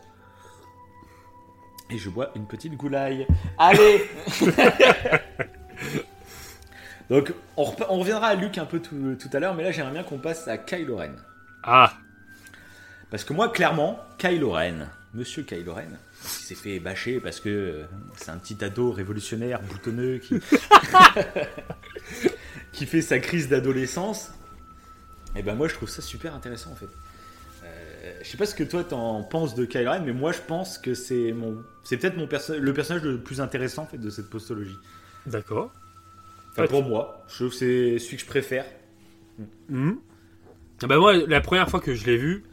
Et je bois une petite goulaille. Allez. Donc, on reviendra à Luke un peu tout à l'heure, mais là, j'aimerais bien qu'on passe à Kylo Ren. Ah. Parce que moi, clairement, Kylo Ren, Monsieur Kylo Ren, il s'est fait bâcher parce que c'est un petit ado révolutionnaire, boutonneux, qui fait sa crise d'adolescence. Et moi, je trouve ça super intéressant, en fait. Je sais pas ce que toi t'en penses de Kylo Ren, mais moi je pense que c'est peut-être le personnage le plus intéressant en fait de cette postologie. D'accord. Pour moi, je trouve que c'est celui que je préfère. Moi, la première fois que je l'ai vu,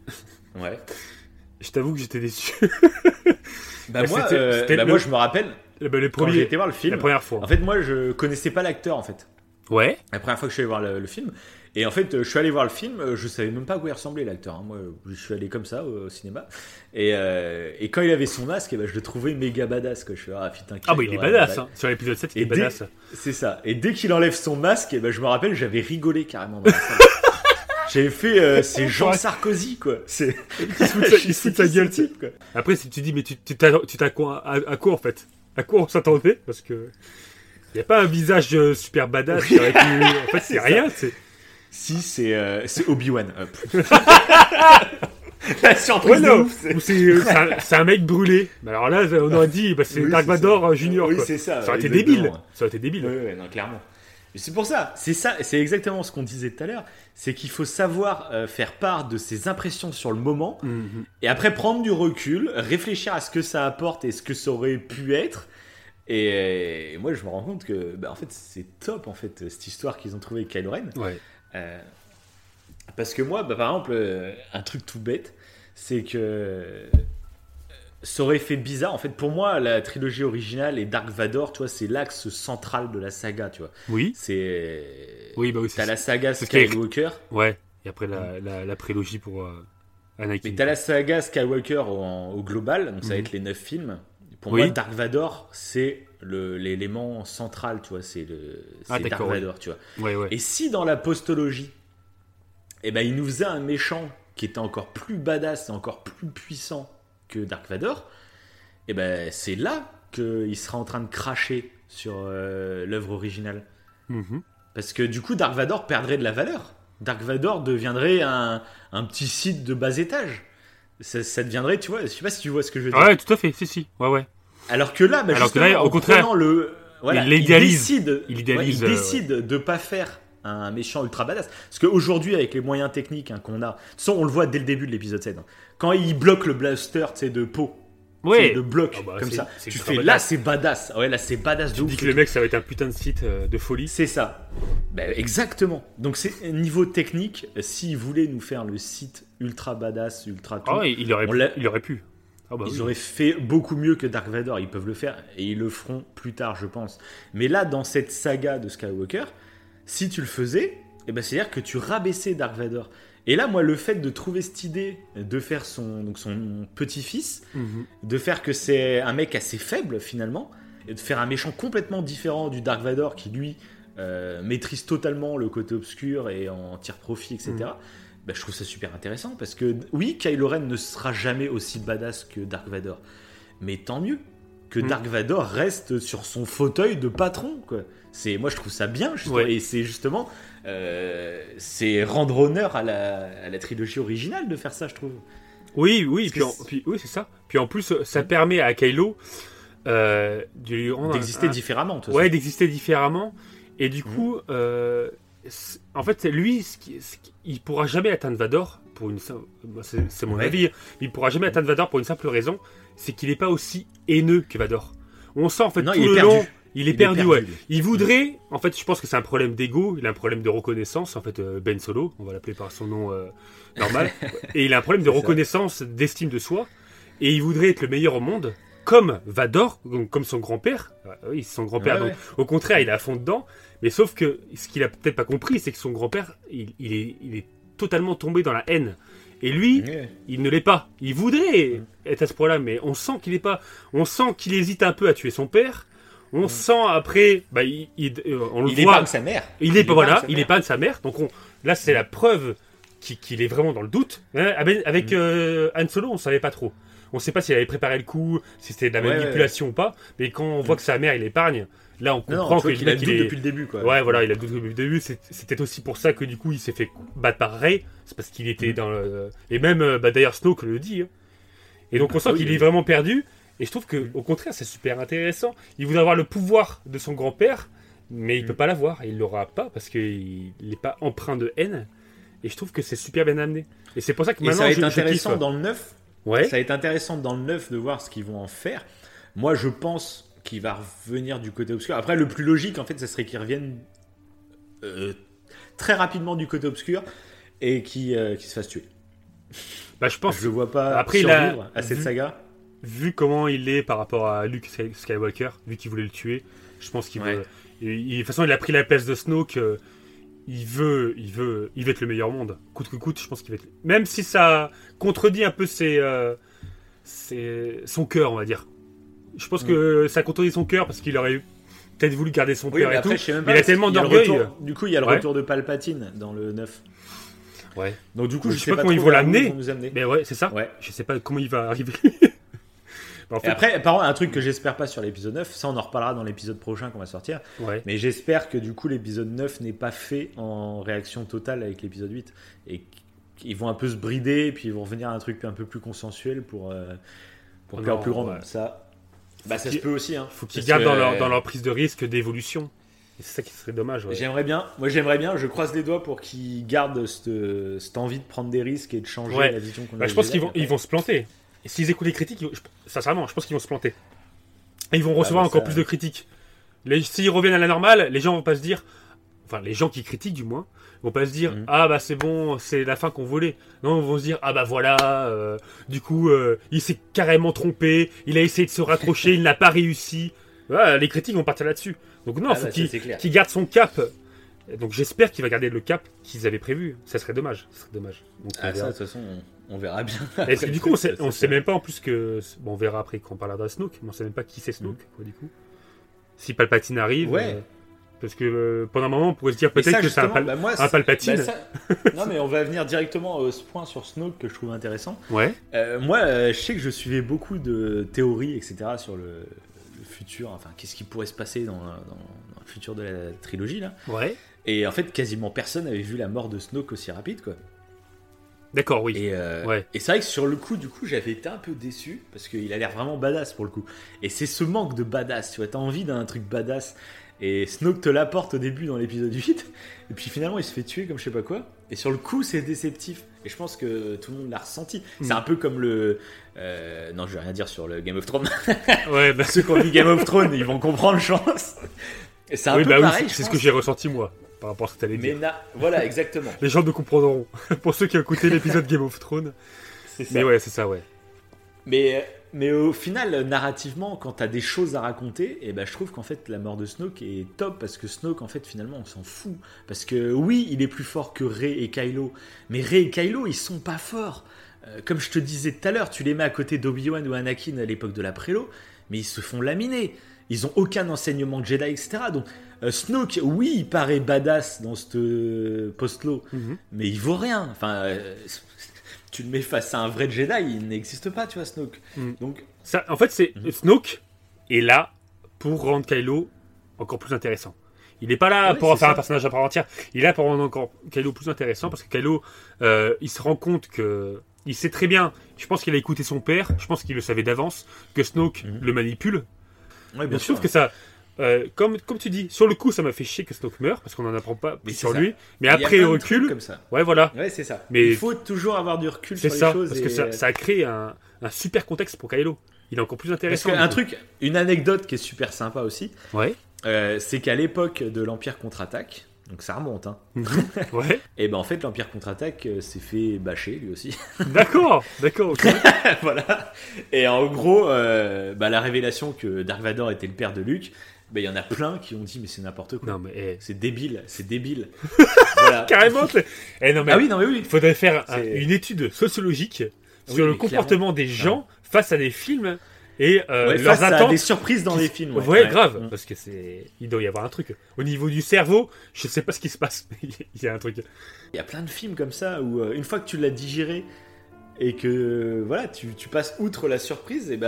je t'avoue que j'étais déçu. Moi, je me rappelle quand j'ai été voir le film. La première fois. En fait, moi, je connaissais pas l'acteur en fait. Ouais. La première fois que je suis allé voir le film. Et en fait, je suis allé voir le film, je savais même pas à quoi il ressemblait l'acteur. Moi, je suis allé comme ça au cinéma. Et quand il avait son masque, je le trouvais méga badass. Quoi. Je suis putain. Il est badass. Hein. Sur l'épisode 7, il est badass. C'est ça. Et dès qu'il enlève son masque, je me rappelle, j'avais rigolé carrément dans la salle. J'avais fait, c'est Jean Sarkozy, quoi. Il se fout de sa gueule, type, quoi. Après, si tu dis, mais tu t'as quoi, à quoi en fait ? À quoi on s'attendait ? Parce que il n'y a pas un visage super badass. En fait, c'est rien. Si, c'est Obi-Wan. La surprise de ouf, c'est un mec brûlé. Alors là, on aurait dit, c'est Dark Vador Junior. Oui, c'est ça. Ça aurait été débile. Oui, non, clairement. Mais c'est pour ça. C'est exactement ce qu'on disait tout à l'heure. C'est qu'il faut savoir faire part de ses impressions sur le moment. Et après, prendre du recul, réfléchir à ce que ça apporte et ce que ça aurait pu être. Et moi, je me rends compte que en fait, c'est top, en fait, cette histoire qu'ils ont trouvée avec Kylo Ren. Ouais. Parce que moi, par exemple, un truc tout bête, c'est que ça aurait fait bizarre. En fait, pour moi, la trilogie originale et Dark Vador, tu vois, c'est l'axe central de la saga, tu vois. Oui. T'as la saga Skywalker. Ouais. Et après la prélogie pour Anakin. Mais t'as la saga Skywalker au global, donc ça va être les 9 films. Pour moi, Dark Vador, c'est l'élément central, tu vois, c'est Dark Vador, tu vois. Ouais. Et si dans la postologie, il nous faisait un méchant qui était encore plus badass et encore plus puissant que Dark Vador, et ben c'est là qu'il sera en train de cracher sur l'œuvre originale. Parce que du coup, Dark Vador perdrait de la valeur. Dark Vador deviendrait un petit site de bas étage. Ça deviendrait, tu vois, je sais pas si tu vois ce que je veux dire. Ouais, tout à fait, si. Ouais. Alors que là, au contraire, il décide de pas faire un méchant ultra badass. Parce qu'aujourd'hui, avec les moyens techniques qu'on a, de toute façon, on le voit dès le début de l'épisode 7. Quand il bloque le blaster, tu sais, de Poe. Ouais. Le bloc comme ça. Tu fais là, c'est badass. Ouais, là, c'est badass. Tu dis que le mec, ça va être un putain de site de folie. C'est ça. Exactement. Donc, c'est niveau technique. S'ils voulaient nous faire le site ultra badass, ultra tout. Il aurait pu. Ils auraient fait beaucoup mieux que Dark Vador. Ils peuvent le faire et ils le feront plus tard, je pense. Mais là, dans cette saga de Skywalker, si tu le faisais, c'est-à-dire que tu rabaissais Dark Vador. Et là, moi, le fait de trouver cette idée de faire son petit-fils, de faire que c'est un mec assez faible finalement, et de faire un méchant complètement différent du Dark Vador qui lui maîtrise totalement le côté obscur et en tire profit, etc. Je trouve ça super intéressant parce que oui, Kylo Ren ne sera jamais aussi badass que Dark Vador, mais tant mieux que Dark Vador reste sur son fauteuil de patron, quoi. Moi, je trouve ça bien, et c'est justement c'est rendre honneur à la trilogie originale de faire ça, je trouve. Oui, puis c'est ça. Puis en plus, ça permet à Kylo d'exister différemment. Ouais, d'exister différemment. Et du coup, en fait, lui, il pourra jamais atteindre Vador c'est mon avis. Il pourra jamais atteindre Vador pour une simple raison, c'est qu'il n'est pas aussi haineux que Vador. On sent en fait tout le long. Il est perdu, ouais. Il voudrait, en fait, je pense que c'est un problème d'ego, il a un problème de reconnaissance, en fait, Ben Solo, on va l'appeler par son nom normal, et il a un problème de reconnaissance, d'estime de soi, et il voudrait être le meilleur au monde, comme Vador, comme son grand-père, oui, c'est son grand-père, donc au contraire, il est à fond dedans, mais sauf que, ce qu'il a peut-être pas compris, c'est que son grand-père, il est totalement tombé dans la haine. Et lui, il ne l'est pas. Il voudrait être à ce point-là, mais on sent qu'il est pas. On sent qu'il hésite un peu à tuer son père. On sent après, on le voit. Épargne sa mère. Il épargne sa mère. Donc là, c'est la preuve qu'il est vraiment dans le doute. Avec Han Solo, on savait pas trop. On sait pas s'il avait préparé le coup, si c'était de la manipulation ou pas. Mais quand on voit que sa mère, il épargne, là, on comprend qu'il a le doute depuis le début, quoi. Ouais, voilà, il a le doute depuis le début. C'était aussi pour ça que du coup, il s'est fait battre par Rey. C'est parce qu'il était dans le... Et même, d'ailleurs, Snoke le dit. Hein. Et donc, on sent qu'il est vraiment perdu. Et je trouve que, au contraire, c'est super intéressant. Il voudrait avoir le pouvoir de son grand-père, mais il peut pas l'avoir. Il l'aura pas parce qu'il n'est pas empreint de haine. Et je trouve que c'est super bien amené. Et c'est pour ça que maintenant, ça va être intéressant dans le 9. Ouais. Ça va être intéressant dans le 9 de voir ce qu'ils vont en faire. Moi, je pense qu'il va revenir du côté obscur. Après, le plus logique, en fait, ça serait qu'il revienne très rapidement du côté obscur et qu'il se fasse tuer. Je pense. Je le vois pas après, survivre à cette saga. Vu comment il est par rapport à Luke Skywalker, vu qu'il voulait le tuer, je pense qu'il veut. De toute façon, il a pris la place de Snoke. Il veut être le meilleur au monde. Coûte que coûte, je pense qu'il va être. Même si ça contredit un peu son cœur, on va dire. Je pense que ça contredit son cœur parce qu'il aurait peut-être voulu garder son père et après, tout. Mais il a tellement d'orgueil. Du coup, il y a le retour de Palpatine dans le 9. Ouais. Donc du coup, je sais pas comment ils vont l'amener. Amener. Mais ouais, c'est ça. Ouais. Je sais pas comment il va arriver. En fait, et après, par contre, un truc que j'espère pas sur l'épisode 9, ça on en reparlera dans l'épisode prochain qu'on va sortir, mais j'espère que du coup l'épisode 9 n'est pas fait en réaction totale avec l'épisode 8 et qu'ils vont un peu se brider et puis ils vont revenir à un truc un peu plus consensuel pour plaire au plus grand nombre. Ça se peut aussi. Hein, faut qu'ils gardent dans leur prise de risque d'évolution. Et c'est ça qui serait dommage. Ouais. J'aimerais bien, je croise les doigts pour qu'ils gardent cette envie de prendre des risques et de changer la vision qu'on a. Je pense qu'ils vont se planter. Et s'ils écoutent les critiques, sincèrement, je pense qu'ils vont se planter. Et ils vont recevoir encore plus de critiques. S'ils reviennent à la normale, les gens vont pas se dire... Enfin, les gens qui critiquent, du moins, vont pas se dire c'est bon, c'est la fin qu'on voulait. Non, ils vont se dire voilà, du coup, il s'est carrément trompé, il a essayé de se raccrocher, il n'a pas réussi. Voilà, les critiques vont partir là-dessus. Donc non, il faut qu'il garde son cap. Donc j'espère qu'il va garder le cap qu'ils avaient prévu. Ça serait dommage. Donc, ça, de toute façon, on verra bien. Et du coup, on sait même pas en plus que... Bon, on verra après quand on parlera de Snoke, mais on sait même pas qui c'est Snoke, quoi, du coup. Si Palpatine arrive... Parce que pendant un moment, on pourrait se dire Mais peut-être ça, que c'est justement, moi, un Palpatine. Non, mais on va venir directement à ce point sur Snoke que je trouve intéressant. Ouais. Moi, je sais que je suivais beaucoup de théories, etc., sur le futur, enfin, qu'est-ce qui pourrait se passer dans le futur de la trilogie, là. Ouais. Et en fait, quasiment personne n'avait vu la mort de Snoke aussi rapide, quoi. D'accord, oui. Et c'est vrai que sur le coup, du coup, j'avais été un peu déçu, parce qu'il a l'air vraiment badass, pour le coup. Et c'est ce manque de badass, tu vois, t'as envie d'un truc badass. Et Snoke te l'apporte au début dans l'épisode 8, et puis finalement il se fait tuer comme je sais pas quoi. Et sur le coup c'est déceptif. Et je pense que tout le monde l'a ressenti. C'est un peu comme le... non, je vais rien dire sur le Game of Thrones. Ouais, bah... Ceux qui ont vu Game of Thrones, ils vont comprendre, je pense. Et c'est un peu pareil, c'est ce que j'ai ressenti moi, par rapport à ce que t'allais dire. Voilà, exactement. Les gens ne comprendront. Pour ceux qui ont écouté l'épisode Game of Thrones. C'est ça. Mais ouais, c'est ça, ouais. Mais au final, narrativement, quand t'as des choses à raconter, et ben je trouve qu'en fait la mort de Snoke est top, parce que Snoke, en fait, finalement, on s'en fout. Parce que oui, il est plus fort que Rey et Kylo, mais Rey et Kylo, ils sont pas forts. Comme je te disais tout à l'heure, tu les mets à côté d'Obi-Wan ou Anakin à l'époque de la prélo, mais ils se font laminer. Ils ont aucun enseignement Jedi, etc. Donc Snoke, oui, il paraît badass dans ce post-lo, mais il vaut rien. Enfin... tu le mets face à un vrai Jedi, il n'existe pas, tu vois, Snoke. Donc, ça, en fait, Snoke est là pour rendre Kylo encore plus intéressant. Il n'est pas là pour en faire un personnage à part entière. Il est là pour rendre encore Kylo plus intéressant, parce que Kylo, il se rend compte que... Il sait très bien, je pense qu'il a écouté son père, je pense qu'il le savait d'avance, que Snoke le manipule. Ouais, bien je sûr. trouve que ça... comme tu dis, sur le coup, ça m'a fait chier que Snoke meure parce qu'on n'en apprend pas plus sur lui. Mais après, il recule. Comme ça. Ouais, voilà. Ouais, c'est ça. Mais il faut toujours avoir du recul sur les choses. Parce que ça a créé un super contexte pour Kylo. Il est encore plus intéressant. Parce une anecdote qui est super sympa aussi, c'est qu'à l'époque de l'Empire contre-attaque, donc ça remonte, hein. Ouais. Et ben en fait, l'Empire contre-attaque s'est fait bâcher lui aussi. D'accord, ok. Voilà. Et en gros, la révélation que Dark Vador était le père de Luke. Il y en a plein qui ont dit mais c'est n'importe quoi. Non mais c'est débile. Voilà. Carrément. Non mais oui. Il faudrait faire une étude sociologique sur le comportement des gens face à des films et leurs attentes. À des surprises dans les films. Ouais, grave. Parce que il doit y avoir un truc au niveau du cerveau. Je sais pas ce qui se passe. Il y a un truc. Il y a plein de films comme ça où une fois que tu l'as digéré et que voilà, tu passes outre la surprise, et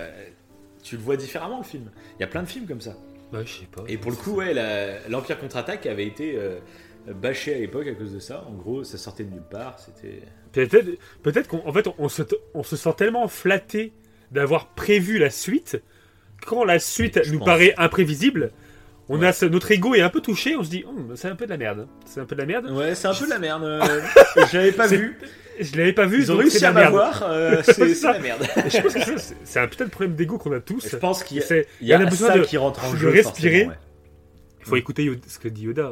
tu le vois différemment le film. Il y a plein de films comme ça. Ouais, je sais pas. Et pour le coup, l'Empire contre-attaque avait été bâché à l'époque à cause de ça. En gros, ça sortait de nulle part. C'était peut-être qu'en fait on se sent tellement flatté d'avoir prévu la suite. Quand la suite nous paraît imprévisible, notre ego est un peu touché. On se dit, c'est un peu de la merde. C'est un peu de la merde. Ouais, c'est un peu de la merde. Je l'avais pas vu. Je l'avais pas vu. Ils ont réussi à m'avoir. C'est la merde. Je pense que c'est peut-être un problème d'ego qu'on a tous. Je pense qu'il y a besoin qui rentre en jeu. De respirer. Il faut écouter ce que dit Yoda.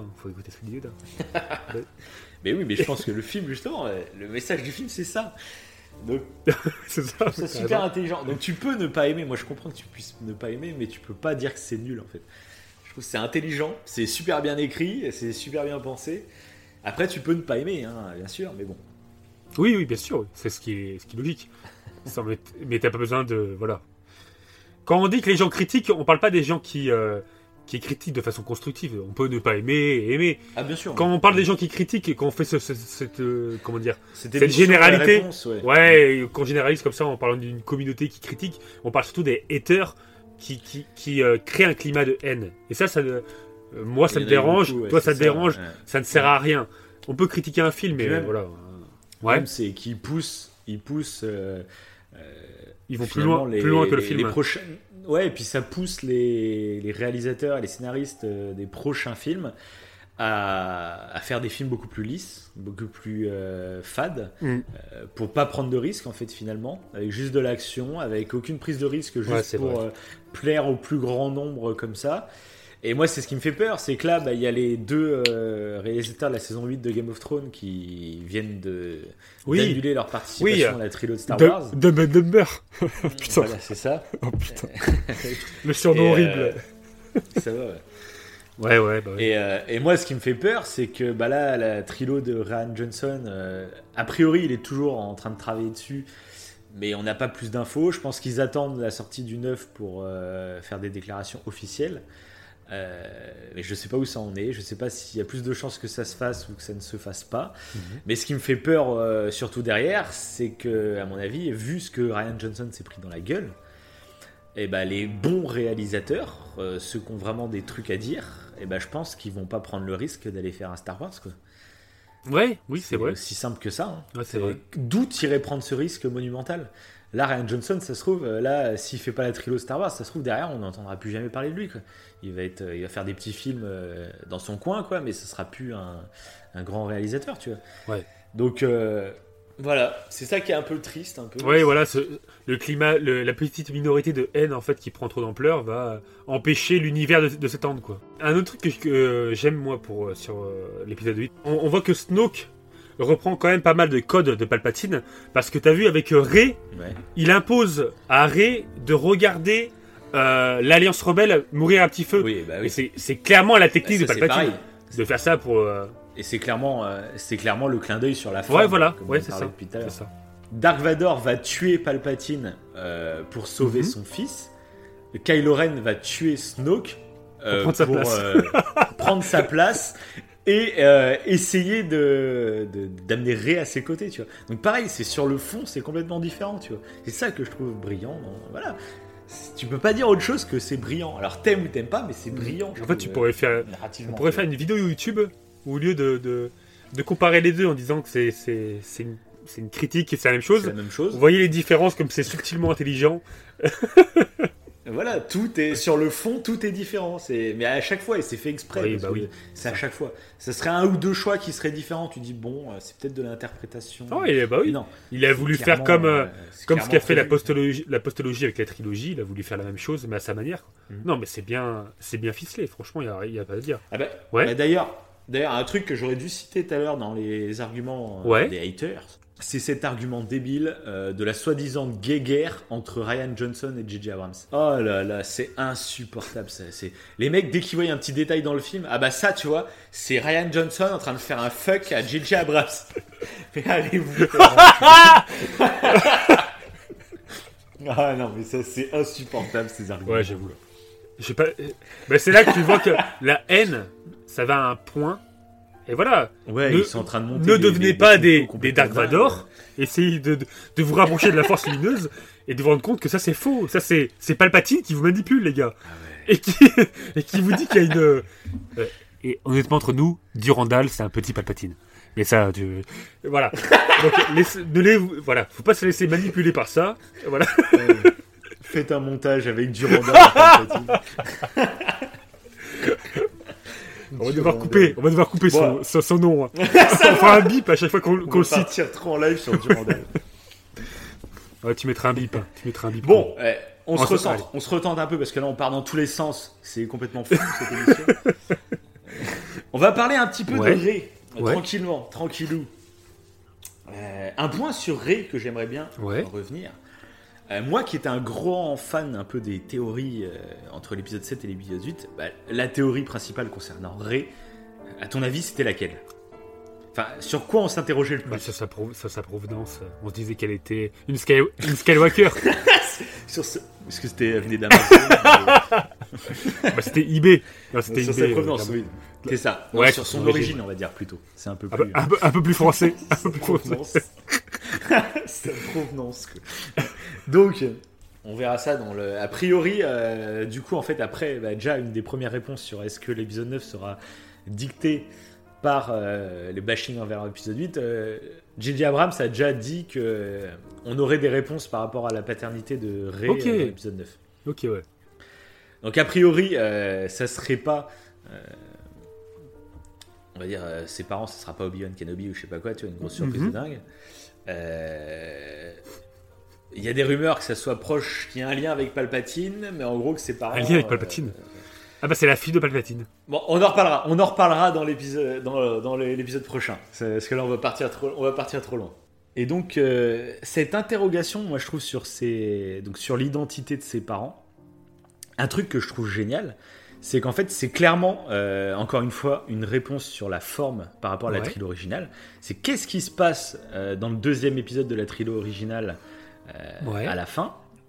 Mais oui, mais je pense que le film, justement, le message du film, c'est ça. Donc, c'est ça. C'est super intelligent. Donc tu peux ne pas aimer. Moi, je comprends que tu puisses ne pas aimer, mais tu peux pas dire que c'est nul en fait. Je trouve que c'est intelligent, c'est super bien écrit, c'est super bien pensé. Après, tu peux ne pas aimer, hein, bien sûr, mais bon. Oui, bien sûr, c'est ce qui est logique. Mais t'as pas besoin de voilà. Quand on dit que les gens critiquent, on parle pas des gens qui critiquent de façon constructive. On peut ne pas aimer et aimer. Ah, bien sûr. Quand on parle des gens qui critiquent et qu'on fait cette comment dire, cette généralité, réponse, qu'on généralise comme ça en parlant d'une communauté qui critique, on parle surtout des haters qui créent un climat de haine. Et ça moi ça me dérange, beaucoup, toi ça te dérange, ouais. Ça ne sert à rien. On peut critiquer un film, mais voilà. Même c'est qu'ils poussent. Ils vont plus loin que le film. Les prochains... Ouais, et puis ça pousse les réalisateurs et les scénaristes des prochains films à faire des films beaucoup plus lisses, beaucoup plus fades, pour pas prendre de risques en fait finalement, avec juste de l'action, avec aucune prise de risque, juste pour plaire au plus grand nombre comme ça. Et moi, c'est ce qui me fait peur, c'est que là, il y a les deux réalisateurs de la saison 8 de Game of Thrones qui viennent d'annuler leur participation à la trilogie de Star Wars. Dumb and Dumber. Putain. Voilà, c'est ça. Oh putain. Le surnom horrible. Ça va, ouais. Et moi, ce qui me fait peur, c'est que là, la trilogie de Rian Johnson, a priori, il est toujours en train de travailler dessus, mais on n'a pas plus d'infos. Je pense qu'ils attendent la sortie du 9 pour faire des déclarations officielles. Mais je sais pas où ça en est. Je sais pas s'il y a plus de chances que ça se fasse ou que ça ne se fasse pas. Mais ce qui me fait peur, surtout derrière, c'est que, à mon avis, vu ce que Rian Johnson s'est pris dans la gueule, et ben les bons réalisateurs, ceux qui ont vraiment des trucs à dire, et ben je pense qu'ils vont pas prendre le risque d'aller faire un Star Wars, quoi. Ouais, oui, c'est vrai. Aussi simple que ça. Hein. Ouais, c'est vrai. D'où tirer prendre ce risque monumental. Là, Rian Johnson, ça se trouve, là, s'il fait pas la trilogie Star Wars, ça se trouve derrière, on n'entendra plus jamais parler de lui, quoi. Il va faire des petits films dans son coin, quoi, mais ce sera plus un grand réalisateur, tu vois. Ouais. Donc voilà, c'est ça qui est un peu triste, un peu. Ouais, voilà, le climat, la petite minorité de haine en fait qui prend trop d'ampleur va empêcher l'univers de s'étendre, quoi. Un autre truc que j'aime moi sur l'épisode 8, on voit que Snoke reprend quand même pas mal de codes de Palpatine, parce que t'as vu avec Rey, il impose à Rey de regarder l'Alliance Rebelle mourir à petit feu. Oui, bah oui. Et c'est clairement la technique de Palpatine pareil. de faire ça pour. Et c'est clairement le clin d'œil sur la forme. Ouais, voilà, comme ouais, on c'est parlait ça. depuis tout à l'heure. C'est ça. Dark Vador va tuer Palpatine pour sauver son fils. Kylo Ren va tuer Snoke pour prendre sa place et essayer d'amener Rey à ses côtés, tu vois. Donc pareil, c'est sur le fond, c'est complètement différent, tu vois. C'est ça que je trouve brillant. Voilà. Tu peux pas dire autre chose que c'est brillant. Alors t'aimes ou t'aimes pas, mais c'est brillant. En fait, tu pourrais faire une vidéo YouTube où, au lieu de comparer les deux en disant que c'est une critique et c'est la même chose. C'est la même chose. Vous voyez les différences comme c'est subtilement intelligent. Voilà, tout est sur le fond, tout est différent. Mais à chaque fois, et c'est fait exprès. Oui, bah oui. C'est à chaque fois. Ça serait un ou deux choix qui seraient différents. Tu dis bon, c'est peut-être de l'interprétation. Oh, bah oui. Non, il a voulu faire comme ce qu'a fait la postologie. postologie avec la trilogie. Il a voulu faire la même chose, mais à sa manière. Non, mais c'est bien ficelé. Franchement, il y a pas à dire. Ah bah, ouais. Bah d'ailleurs, un truc que j'aurais dû citer tout à l'heure dans les arguments des haters, c'est cet argument débile de la soi-disant guéguerre entre Rian Johnson et J.J. Abrams. Oh là là, c'est insupportable. C'est... Les mecs, dès qu'ils voient un petit détail dans le film, ah bah ça, tu vois, c'est Rian Johnson en train de faire un fuck à J.J. Abrams. Mais allez-vous Ah non, mais ça, c'est insupportable, ces arguments. Ouais, j'avoue. Je sais pas... Mais c'est là que tu vois que la haine, ça va à un point... Et voilà, ouais, ils sont en train de monter. Ne devenez pas des Dark Vador, essayez de vous rapprocher de la force lumineuse et de vous rendre compte que ça c'est faux. Ça c'est Palpatine qui vous manipule, les gars. Ah ouais. et qui vous dit qu'il y a une. Et honnêtement, entre nous, Durandal c'est un petit Palpatine. Mais ça, voilà. Donc, voilà, faut pas se laisser manipuler par ça. Voilà. Faites un montage avec Durandal et Palpatine. On va devoir couper son nom. Hein. On fera un bip à chaque fois qu'on le cite. On va partir trop en live sur Durandal. Ouais, tu mettras un bip. Bon, on se retente un peu parce que là on part dans tous les sens. C'est complètement fou cette émission. On va parler un petit peu de Rey. Tranquillou. Un point sur Rey que j'aimerais bien revenir. Moi qui étais un grand fan un peu des théories entre l'épisode 7 et l'épisode 8, la théorie principale concernant Rey, à ton avis, c'était laquelle ? Enfin, sur quoi on s'interrogeait le plus ? Sur sa provenance. On se disait qu'elle était une Skywalker. Est-ce que c'était venait d'Amazon c'était eBay. Non, c'était sur eBay, sa provenance, oui. C'est ça. Ouais, sur son origine, on va dire plutôt. C'est un peu plus... un peu plus français. Sa provenance. Donc, on verra ça dans le... A priori, du coup, en fait, après, déjà, une des premières réponses sur est-ce que l'épisode 9 sera dicté par les bashing envers l'épisode 8, J.J. Abrams a déjà dit qu'on aurait des réponses par rapport à la paternité de Rey dans l'épisode 9. Ok, ouais. Donc, a priori, ça serait pas... on va dire, ses parents, ça sera pas Obi-Wan Kenobi ou je sais pas quoi, tu vois, une grosse surprise de dingue. Il y a des rumeurs que ça soit proche, qu'il y ait un lien avec Palpatine, mais en gros que ses parents... Un lien avec Palpatine Ah bah c'est la fille de Palpatine. Bon, on en reparlera dans l'épisode, dans l'épisode prochain, parce que là on va partir trop loin. Et donc, cette interrogation, moi je trouve, sur l'identité de ses parents, un truc que je trouve génial, c'est qu'en fait, c'est clairement, encore une fois, une réponse sur la forme par rapport à la trilogie originale. C'est qu'est-ce qui se passe dans le deuxième épisode de la trilogie originale à la fin.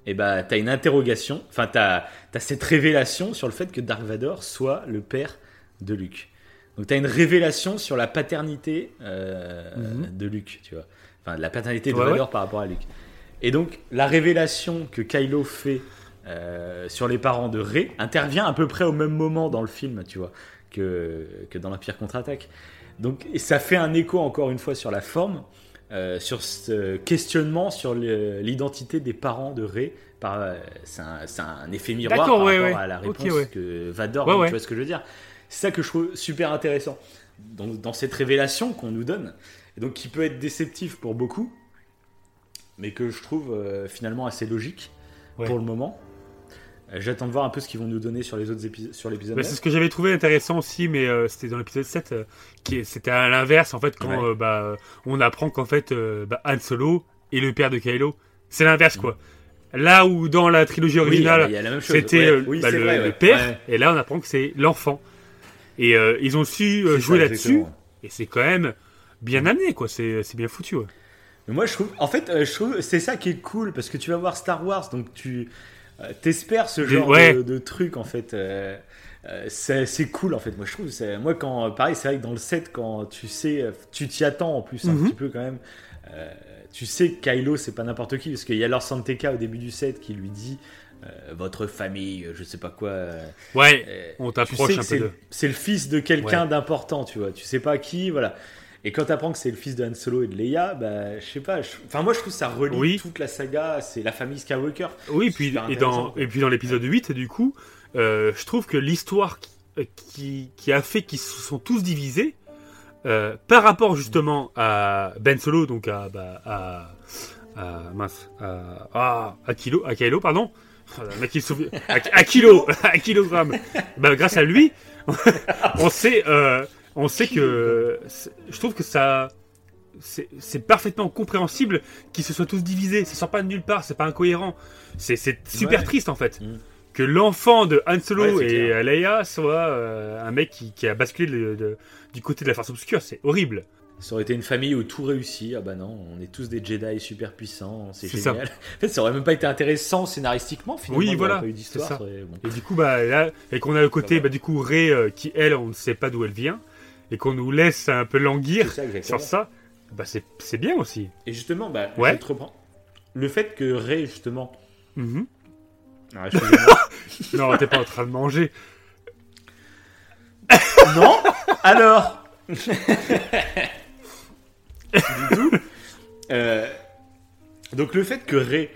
et bah t'as une interrogation, enfin t'as cette révélation sur le fait que Dark Vador soit le père de Luke. Donc t'as une révélation sur la paternité de Luke, tu vois. Enfin, la paternité de Vador par rapport à Luke. Et donc la révélation que Kylo fait sur les parents de Rey intervient à peu près au même moment dans le film, tu vois, que dans l'Empire contre-attaque. Donc et ça fait un écho encore une fois sur la forme. Sur ce questionnement sur l'identité des parents de Rey, c'est un effet miroir par rapport à la réponse que Vador donne, tu vois ce que je veux dire. C'est ça que je trouve super intéressant dans cette révélation qu'on nous donne, et donc qui peut être déceptif pour beaucoup, mais que je trouve finalement assez logique pour le moment. J'attends de voir un peu ce qu'ils vont nous donner sur les autres épisodes, sur l'épisode 9. C'est ce que j'avais trouvé intéressant aussi, mais c'était dans l'épisode 7, c'était à l'inverse, en fait, quand on apprend qu'en fait, Han Solo est le père de Kylo. C'est l'inverse, quoi. Là où dans la trilogie originale, c'était le père, et là on apprend que c'est l'enfant. Et ils ont su jouer là-dessus, et c'est quand même bien amené, quoi. C'est bien foutu, ouais. Mais moi, je trouve c'est ça qui est cool, parce que tu vas voir Star Wars, donc t'espères ce genre de truc, en fait. C'est cool, en fait. Moi, je trouve, pareil, c'est vrai que dans le set, quand tu t'y attends en plus un petit peu quand même. Tu sais que Kylo, c'est pas n'importe qui, parce qu'il y a Lord Santeka au début du set qui lui dit votre famille, je sais pas quoi. On t'approche un peu. C'est le fils de quelqu'un d'important, tu vois. Tu sais pas qui, voilà. Et quand t'apprends que c'est le fils de Han Solo et de Leia, bah, je sais pas. Enfin, moi, je trouve que ça relie toute la saga. C'est la famille Skywalker. Oui, et puis dans l'épisode 8, du coup, je trouve que l'histoire qui a fait qu'ils se sont tous divisés, par rapport justement à Ben Solo, donc à Kylo, pardon. À kilogramme. Bah, grâce à lui, on sait que je trouve que ça c'est parfaitement compréhensible qu'ils se soient tous divisés. Ça sort pas de nulle part, c'est pas incohérent. C'est super triste en fait. Que l'enfant de Han Solo et Leia soit un mec qui a basculé du côté de la force obscure. C'est horrible. Ça aurait été une famille où tout réussit. Ah bah non, on est tous des Jedi super puissants, c'est génial. Ça. En fait, ça aurait même pas été intéressant scénaristiquement, finalement. Oui, voilà. Pas eu d'histoire. Et du coup, là, et qu'on a le côté, du coup, Rey, qui elle, on ne sait pas d'où elle vient, et qu'on nous laisse un peu languir sur ça, c'est bien aussi. Et justement, je te reprends. Le fait que Rey, justement. Non, t'es pas en train de manger. Non. Alors. Du tout. Donc le fait que Rey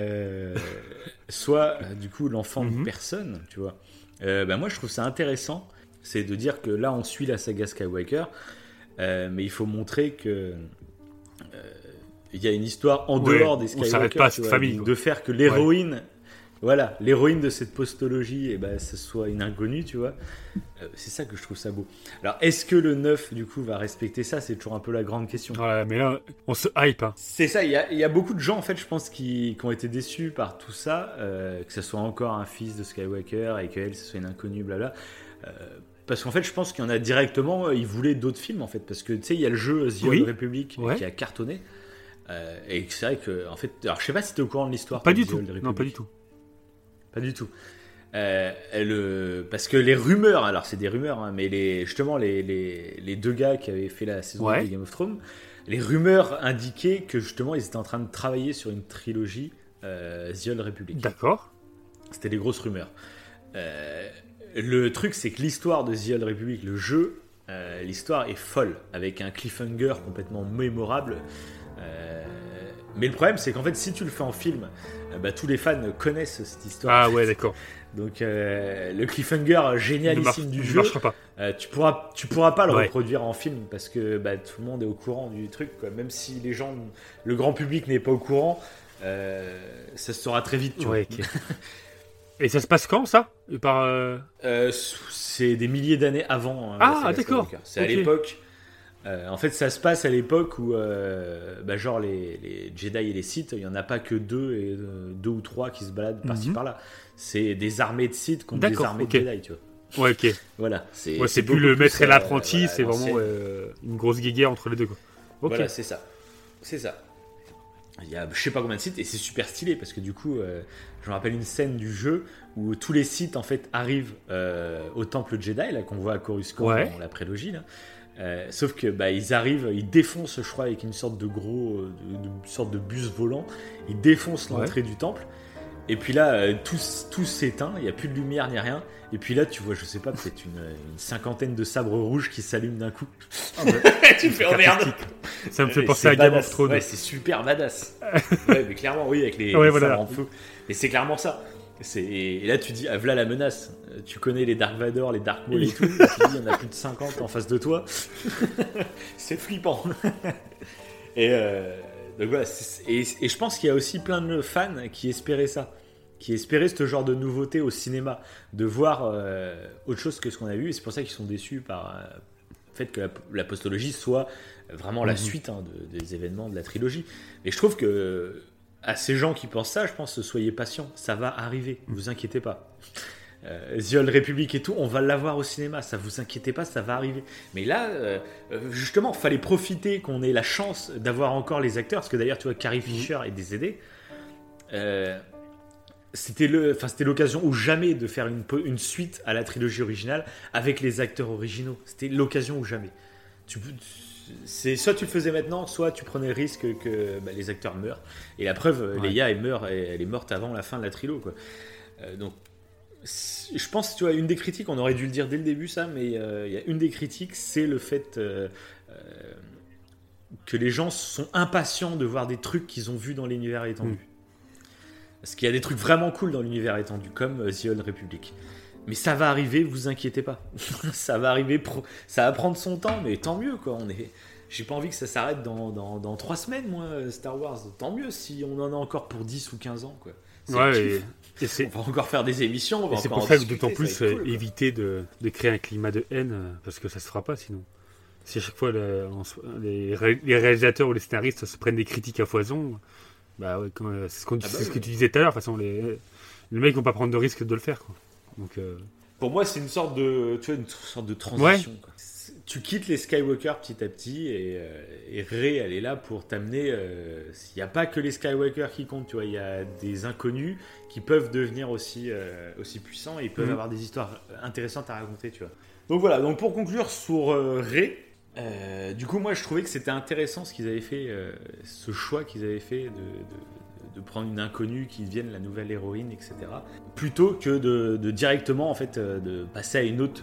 soit du coup l'enfant de personne, tu vois, moi je trouve ça intéressant, c'est de dire que là on suit la saga Skywalker, mais il faut montrer que il y a une histoire en dehors des Skywalker, on s'arrête pas à cette famille, de faire que l'héroïne, voilà, l'héroïne de cette postologie, ce soit une inconnue, tu vois. C'est ça que je trouve ça beau. Alors, est-ce que le 9, du coup, va respecter ça ? C'est toujours un peu la grande question. Ouais, mais là, on se hype. Hein. C'est ça, il y a beaucoup de gens, en fait, je pense, qui ont été déçus par tout ça, que ce soit encore un fils de Skywalker et qu'elle, ce soit une inconnue, blabla. Parce qu'en fait, je pense qu'il y en a directement, ils voulaient d'autres films, en fait. Parce que, tu sais, il y a le jeu The Old Republic qui a cartonné. Et c'est vrai que, en fait... Alors, je sais pas si tu es au courant de l'histoire. Pas du tout. Non, pas du tout. Pas du tout. Parce que les rumeurs, alors c'est des rumeurs, hein, mais justement les deux gars qui avaient fait la saison de Game of Thrones, les rumeurs indiquaient que justement ils étaient en train de travailler sur une trilogie The Old Republic. D'accord. C'était des grosses rumeurs. Le truc, c'est que l'histoire de The Old Republic, le jeu, l'histoire est folle, avec un cliffhanger complètement mémorable. Mais le problème, c'est qu'en fait, si tu le fais en film, tous les fans connaissent cette histoire. Ah ouais, d'accord. Donc le cliffhanger génialissime du jeu, ne marchera pas. Tu pourras pas le reproduire en film parce que tout le monde est au courant du truc, quoi. Même si le grand public n'est pas au courant, ça se saura très vite. Tu vois. Okay. Et ça se passe quand, ça C'est des milliers d'années avant. D'accord. C'est à l'époque. En fait, ça se passe à l'époque où, genre les Jedi et les Sith, il y en a pas que deux ou trois qui se baladent par-ci par-là. C'est des armées de Sith contre des armées de Jedi, tu vois. Ouais, ok. Voilà. C'est plus le maître et l'apprenti, c'est vraiment une grosse guéguerre entre les deux, quoi. Okay. Voilà, c'est ça. Il y a je sais pas combien de sites et c'est super stylé parce que du coup, je me rappelle une scène du jeu où tous les sites en fait arrivent au temple Jedi là qu'on voit à Coruscant dans la prélogie là. Sauf que ils arrivent, ils défoncent, je crois, avec une sorte de sorte de bus volant. Ils défoncent l'entrée du temple. Et puis là, tout s'éteint, il n'y a plus de lumière ni rien. Et puis là, tu vois, je sais pas, peut-être une cinquantaine de sabres rouges qui s'allument d'un coup. Tu fais merde. Ça me fait penser à Game of Thrones. Ouais, c'est super badass. Ouais, mais clairement, oui, avec les sabres en feu. Et c'est clairement ça. Et là, tu dis, ah, voilà la menace. Tu connais les Dark Vador, les Dark Maul et tout. Tu dis, il y en a plus de 50 en face de toi. C'est flippant. Et donc voilà. Et je pense qu'il y a aussi plein de fans qui espéraient ça. Qui espéraient ce genre de nouveauté au cinéma. De voir autre chose que ce qu'on a vu. Et c'est pour ça qu'ils sont déçus par le fait que la postologie soit vraiment la suite des événements de la trilogie. Et je trouve que à ces gens qui pensent ça, je pense, soyez patients, ça va arriver, ne vous inquiétez pas. The Old Republic et tout, on va l'avoir au cinéma, ça vous inquiétez pas, ça va arriver. Mais là, justement, il fallait profiter qu'on ait la chance d'avoir encore les acteurs, parce que d'ailleurs, tu vois, Carrie Fisher est décédée. C'était l'occasion ou jamais de faire une suite à la trilogie originale avec les acteurs originaux. C'était l'occasion ou jamais. Soit tu le faisais maintenant, soit tu prenais le risque que les acteurs meurent. Et la preuve, Leia elle est morte avant la fin de la trilo, quoi. Donc, je pense, tu vois, une des critiques, on aurait dû le dire dès le début, ça, mais il y a une des critiques, c'est le fait que les gens sont impatients de voir des trucs qu'ils ont vus dans l'univers étendu. Parce qu'il y a des trucs vraiment cool dans l'univers étendu, comme The Old Republic. Mais ça va arriver, vous inquiétez pas. Ça va arriver, ça va prendre son temps, mais tant mieux, quoi. J'ai pas envie que ça s'arrête dans 3 semaines, moi, Star Wars. Tant mieux si on en a encore pour 10 ou 15 ans, quoi. On va encore faire des émissions. C'est pour ça que d'autant plus cool, éviter de créer un climat de haine, parce que ça se fera pas sinon. Si à chaque fois les réalisateurs ou les scénaristes se prennent des critiques à foison, c'est ce que tu disais tout à l'heure. De toute façon, les mecs vont pas prendre de risque de le faire, quoi. Donc, pour moi, c'est une sorte de transition. Quoi. Tu quittes les Skywalker petit à petit et Rey, elle est là pour t'amener. Il n'y a pas que les Skywalker qui comptent, tu vois. Il y a des inconnus qui peuvent devenir aussi puissants et ils peuvent avoir des histoires intéressantes à raconter, tu vois. Donc voilà. Donc pour conclure sur Rey, du coup, moi, je trouvais que c'était intéressant ce qu'ils avaient fait, ce choix qu'ils avaient fait de prendre une inconnue qui devienne la nouvelle héroïne, etc. Plutôt que de directement, en fait, de passer à une autre.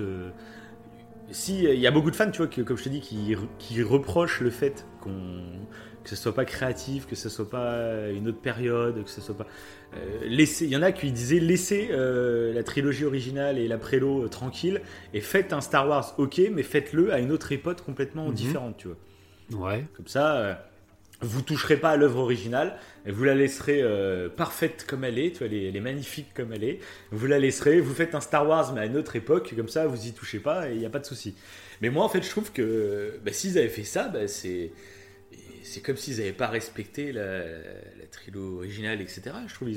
Si il y a beaucoup de fans, tu vois, comme je te dis, qui reprochent le fait que ce soit pas créatif, que ce soit pas une autre période, que ce soit pas il y en a qui disaient laissez la trilogie originale et la prélo tranquille et faites un Star Wars, ok, mais faites-le à une autre époque complètement différente, tu vois. Ouais. Comme ça. Vous toucherez pas à l'œuvre originale, et vous la laisserez parfaite comme elle est, tu vois, elle est magnifique comme elle est. Vous la laisserez, vous faites un Star Wars mais à une autre époque, comme ça vous y touchez pas et il n'y a pas de souci. Mais moi en fait je trouve que s'ils avaient fait ça, c'est comme s'ils n'avaient pas respecté la trilogie originale, etc. Je trouve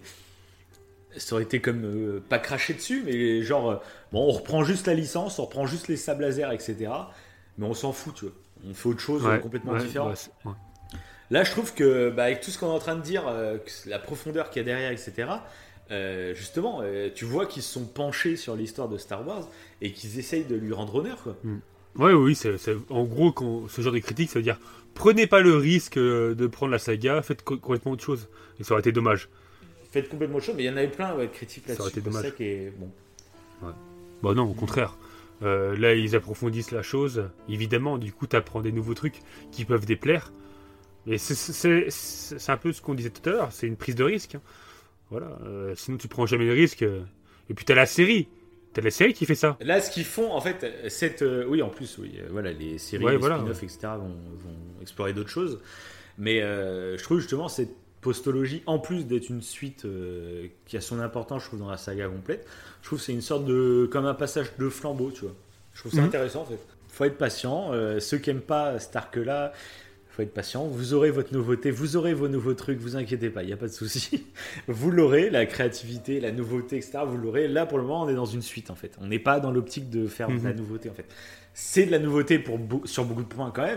ça aurait été comme pas cracher dessus, mais genre on reprend juste la licence, on reprend juste les sables laser, etc. Mais on s'en fout, tu vois. On fait autre chose complètement différent. Là, je trouve que, avec tout ce qu'on est en train de dire, la profondeur qu'il y a derrière, etc., justement, tu vois qu'ils se sont penchés sur l'histoire de Star Wars et qu'ils essayent de lui rendre honneur, quoi. Oui, en gros, ce genre de critique, ça veut dire prenez pas le risque de prendre la saga, faites complètement autre chose. Et ça aurait été dommage. Faites complètement autre chose, mais il y en avait plein de critiques là-dessus. Ça aurait été dommage. C'est ça qui est bon. Ouais. Bah non, au contraire. Là, ils approfondissent la chose. Évidemment, du coup, tu apprends des nouveaux trucs qui peuvent déplaire. Et c'est un peu ce qu'on disait tout à l'heure, c'est une prise de risque. Hein. Voilà. Sinon, tu prends jamais de risque. Et puis, t'as la série. T'as la série qui fait ça. Là, ce qu'ils font, en fait, oui, en plus, oui, voilà, les séries, les spin-offs, etc., vont explorer d'autres choses. Mais je trouve justement cette postologie, en plus d'être une suite qui a son importance, je trouve, dans la saga complète, je trouve que c'est une sorte comme un passage de flambeau, tu vois. Je trouve ça intéressant, en fait. Faut être patient. Ceux qui n'aiment pas cet arc-là, faut être patient, vous aurez votre nouveauté, vous aurez vos nouveaux trucs, vous inquiétez pas, il n'y a pas de souci. Vous l'aurez, la créativité, la nouveauté, etc. Vous l'aurez. Là, pour le moment, on est dans une suite, en fait. On n'est pas dans l'optique de faire de la nouveauté, en fait. C'est de la nouveauté sur beaucoup de points, quand même,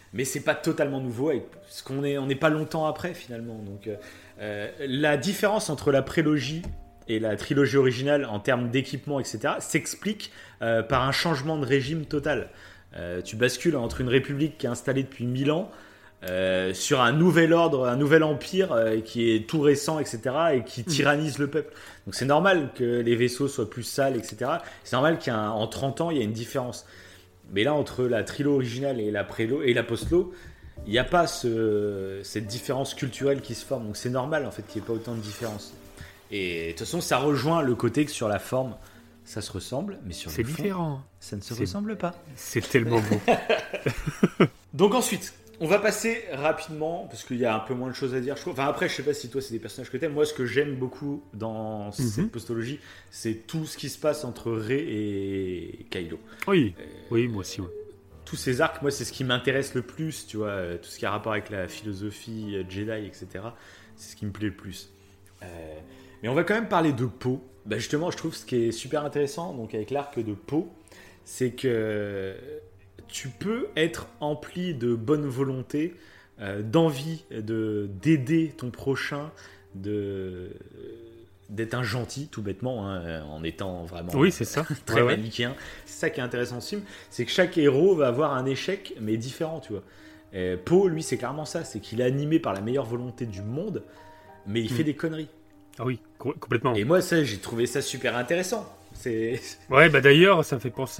mais c'est pas totalement nouveau, parce qu'on n'est pas longtemps après finalement. Donc la différence entre la prélogie et la trilogie originale en termes d'équipement, etc., s'explique par un changement de régime total. Tu bascules entre une république qui est installée depuis 1000 ans sur un nouvel ordre, un nouvel empire qui est tout récent, etc., et qui tyrannise le peuple. Donc c'est normal que les vaisseaux soient plus sales, etc. C'est normal qu'en 30 ans, il y a une différence. Mais là, entre la trilogie originale et la post-lo, il n'y a pas cette différence culturelle qui se forme. Donc c'est normal en fait qu'il n'y ait pas autant de différence. Et de toute façon, ça rejoint le côté que sur la forme, ça se ressemble, mais sur le fond, différent. ça ne se ressemble pas. C'est tellement beau. Donc ensuite, on va passer rapidement, parce qu'il y a un peu moins de choses à dire. Enfin après, je sais pas si toi, c'est des personnages que t'aimes. Moi, ce que j'aime beaucoup dans cette postologie, c'est tout ce qui se passe entre Rey et Kylo. Oui, moi aussi. Ouais. Tous ces arcs, moi, c'est ce qui m'intéresse le plus, tu vois, tout ce qui a rapport avec la philosophie Jedi, etc. C'est ce qui me plaît le plus. Mais on va quand même parler de Poe. Bah justement, je trouve ce qui est super intéressant, donc avec l'arc de Poe, c'est que tu peux être empli de bonne volonté, d'envie d'aider ton prochain, d'être un gentil, tout bêtement, hein, en étant vraiment c'est ça. très manichéen. C'est ça qui est intéressant dans ce film, c'est que chaque héros va avoir un échec, mais différent, tu vois. Poe, lui, c'est clairement ça, c'est qu'il est animé par la meilleure volonté du monde, mais il fait des conneries. Ah oui, complètement. Et moi, ça, j'ai trouvé ça super intéressant. Ouais, bah d'ailleurs, ça me fait penser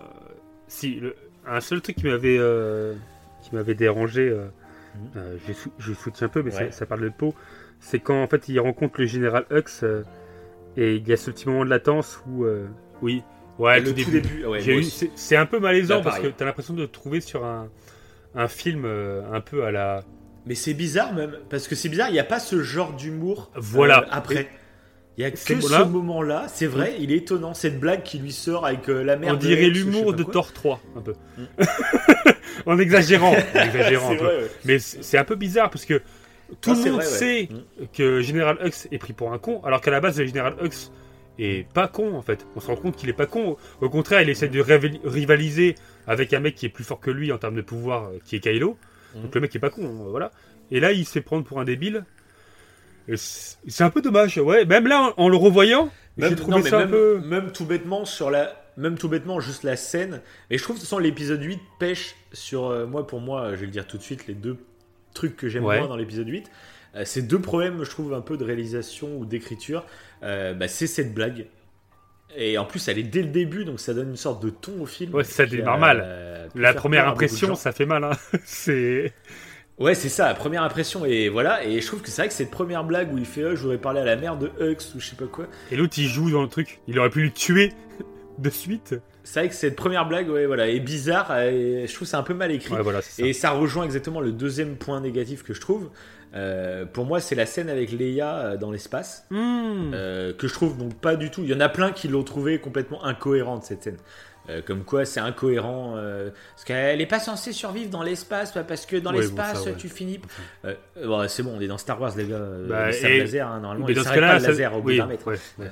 un seul truc qui m'avait dérangé, je soutiens un peu, mais ça parle de Poe, c'est quand en fait il rencontre le général Hux et il y a ce petit moment de latence où le tout début. C'est un peu malaisant parce que t'as l'impression de te trouver sur un film un peu à la... Mais c'est bizarre même, parce que c'est bizarre, il n'y a pas ce genre d'humour après. Il n'y a que ce moment-là, c'est vrai, il est étonnant, cette blague qui lui sort avec la merde. On dirait l'humour de Thor 3, un peu. En exagérant un peu. Vrai, ouais. Mais c'est un peu bizarre, parce que tout le monde sait que Général Hux est pris pour un con, alors qu'à la base, le Général Hux est pas con, en fait. On se rend compte qu'il est pas con. Au contraire, il essaie de rivaliser avec un mec qui est plus fort que lui en termes de pouvoir, qui est Kylo. Donc le mec est pas con, voilà. Et là, il se fait prendre pour un débile. Et c'est un peu dommage, ouais. Même là, en le revoyant, j'ai trouvé ça un peu... Même tout bêtement, juste la scène. Et je trouve, de toute façon, l'épisode 8 pêche sur... pour moi, je vais le dire tout de suite, les deux trucs que j'aime moins dans l'épisode 8. C'est deux problèmes, je trouve, un peu de réalisation ou d'écriture. C'est cette blague. Et en plus, elle est dès le début, donc ça donne une sorte de ton au film. Ouais, ça démarre mal. La première impression, ça fait mal. Hein. C'est... Ouais, c'est ça, la première impression. Et voilà, et je trouve que c'est vrai que cette première blague où il fait je voudrais parler à la mère de Hux ou je sais pas quoi. Et l'autre, il joue dans le truc. Il aurait pu le tuer de suite. C'est vrai que cette première blague est bizarre. Et je trouve que c'est un peu mal écrit. Ouais, voilà, c'est ça. Et ça rejoint exactement le deuxième point négatif que je trouve. Pour moi, c'est la scène avec Leia dans l'espace, que je trouve donc pas du tout. Il y en a plein qui l'ont trouvé complètement incohérente, cette scène. Comme quoi c'est incohérent, parce qu'elle n'est pas censée survivre dans l'espace, parce que dans l'espace tu finis. C'est bon, on est dans Star Wars, les gars. Les laser, hein, normalement, il s'arrête pas le laser au bout d'un mètre.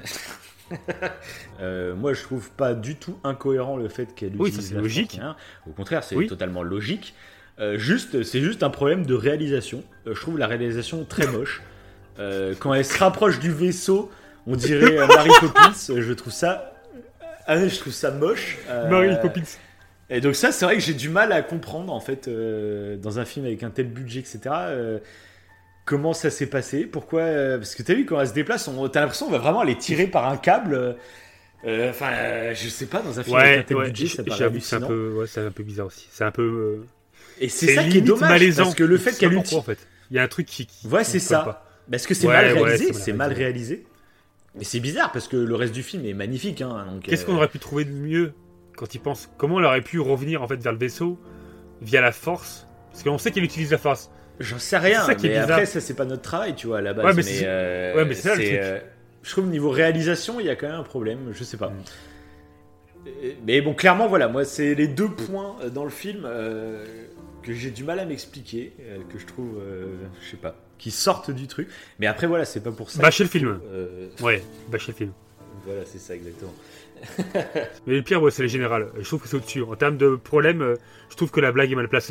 Moi, je trouve pas du tout incohérent le fait qu'elle utilise. Oui, ça c'est logique. Au contraire, c'est totalement logique. C'est juste un problème de réalisation. Je trouve la réalisation très moche. Quand elle se rapproche du vaisseau, on dirait Mary Poppins. Je trouve ça moche. Mary Poppins. Et donc ça, c'est vrai que j'ai du mal à comprendre en fait dans un film avec un tel budget, etc. Comment ça s'est passé. Pourquoi parce que t'as vu quand elle se déplace, t'as l'impression qu'on va vraiment aller tirer par un câble. Je sais pas, dans un film avec un tel budget, ça paraît hallucinant. C'est un peu bizarre aussi. C'est un peu. Et c'est ça qui est dommage, malaisant, parce que le fait qu'elle utilise... en fait. Il y a un truc qui c'est ça. Pas. Parce que c'est mal réalisé, c'est mal réalisé. Mais c'est bizarre, parce que le reste du film est magnifique. Hein, donc, qu'est-ce qu'on aurait pu trouver de mieux quand il pense? Comment elle aurait pu revenir en fait vers le vaisseau via la force? Parce qu'on sait qu'elle utilise la force. J'en sais rien, mais après, ça, c'est pas notre travail, tu vois, à la base. Ouais, mais c'est ça le truc. Je trouve, niveau réalisation, il y a quand même un problème, je sais pas. Mais bon, clairement, voilà, moi, c'est les deux points dans le film... que j'ai du mal à m'expliquer, que je trouve, je sais pas, qui sortent du truc. Mais après, voilà, c'est pas pour ça. Bâcher le film. Bâcher le film. Voilà, c'est ça, exactement. Mais le pire, c'est le général. Je trouve que c'est au-dessus. En termes de problème, je trouve que la blague est mal placée.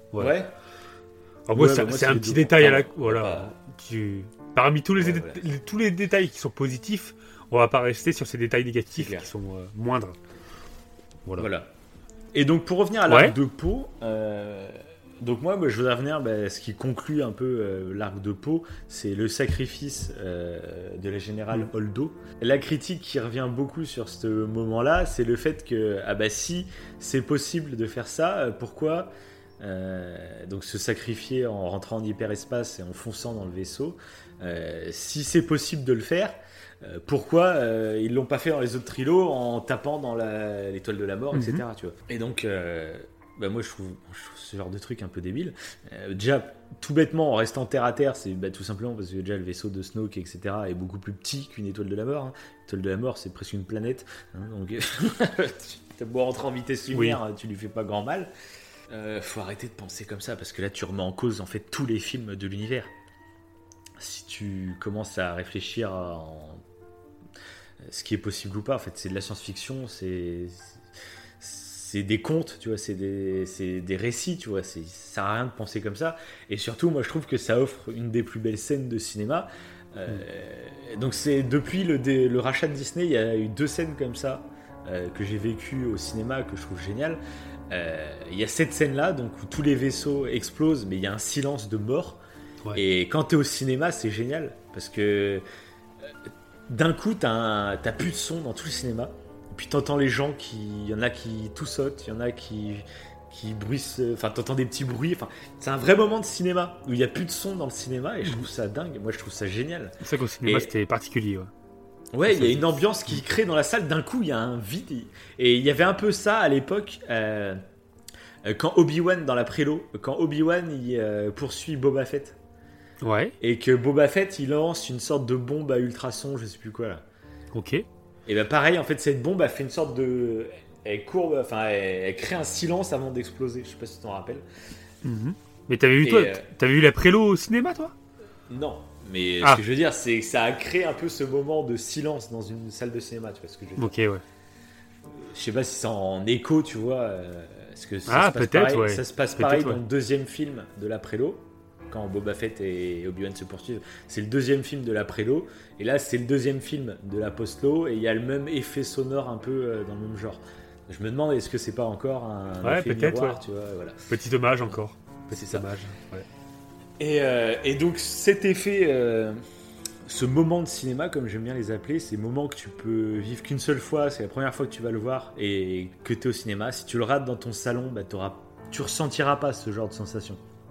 Ouais. En gros, Ouais, c'est bah, moi, c'est un les petit deux détail à la. comprends. Voilà. Parmi tous Ouais, voilà. tous les détails qui sont positifs, on va pas rester sur ces détails négatifs C'est clair. qui sont moindres. Voilà. Et donc pour revenir à l'arc de Poe, donc moi je voudrais revenir, ce qui conclut un peu l'arc de Poe, c'est le sacrifice de la générale Holdo. La critique qui revient beaucoup sur ce moment-là, c'est le fait que si c'est possible de faire ça, pourquoi donc se sacrifier en rentrant en hyperespace et en fonçant dans le vaisseau, si c'est possible de le faire, pourquoi ils l'ont pas fait dans les autres trilos en tapant dans l'étoile de la mort, etc. Tu vois. Et donc, moi je trouve ce genre de truc un peu débile. Déjà, tout bêtement, en restant terre à terre, c'est tout simplement parce que déjà le vaisseau de Snoke, etc., est beaucoup plus petit qu'une étoile de la mort. Hein. L'étoile de la mort, c'est presque une planète. Hein, donc, t'as beau rentrer en vitesse lumière, tu lui fais pas grand mal. Faut arrêter de penser comme ça parce que là, tu remets en cause en fait tous les films de l'univers. Si tu commences à réfléchir ce qui est possible ou pas, en fait, c'est de la science-fiction, c'est des contes, tu vois, c'est des récits, tu vois, ça sert à rien de penser comme ça. Et surtout, moi, je trouve que ça offre une des plus belles scènes de cinéma. Donc, c'est depuis le rachat de Disney, il y a eu 2 scènes comme ça que j'ai vécues au cinéma que je trouve géniales. Il y a cette scène-là, donc où tous les vaisseaux explosent, mais il y a un silence de mort. Ouais. Et quand t'es au cinéma, c'est génial parce que d'un coup, t'as plus de son dans tout le cinéma. Et puis t'entends les gens il y en a qui tout sautent, il y en a qui bruissent, enfin t'entends des petits bruits. Enfin, c'est un vrai moment de cinéma où il y a plus de son dans le cinéma et je trouve ça dingue. Moi, je trouve ça génial. C'est ça qu'au cinéma, c'était particulier. Ouais, il y a une ambiance qui crée dans la salle. D'un coup, il y a un vide. Et il y avait un peu ça à l'époque. Quand Obi-Wan dans la prélo, quand Obi-Wan il poursuit Boba Fett. Ouais. Et que Boba Fett il lance une sorte de bombe à ultrasons, je sais plus quoi là. Ok. Et pareil, en fait, cette bombe a fait une sorte de. Elle courbe, enfin, elle crée un silence avant d'exploser. Je sais pas si tu t'en rappelles. Mais t'avais vu la prélo au cinéma, toi ? Non. Mais ce que je veux dire, c'est que ça a créé un peu ce moment de silence dans une salle de cinéma, tu vois ce que je veux dire. Ok, ouais. Je sais pas si c'est en écho, tu vois. Parce que ça se passe pareil, ouais. Ça se passe pareil dans le deuxième film de la prélo. Quand Boba Fett et Obi-Wan se poursuivent, c'est le deuxième film de la prélo, et là c'est le deuxième film de la post-lo, et il y a le même effet sonore un peu dans le même genre. Je me demande, est-ce que c'est pas encore un effet miroir, tu vois, voilà. Petit hommage encore. Petit hommage. Ouais. Et donc cet effet, ce moment de cinéma, comme j'aime bien les appeler, c'est moments que tu peux vivre qu'une seule fois, c'est la première fois que tu vas le voir, et que tu es au cinéma. Si tu le rates dans ton salon, tu ressentiras pas ce genre de sensation.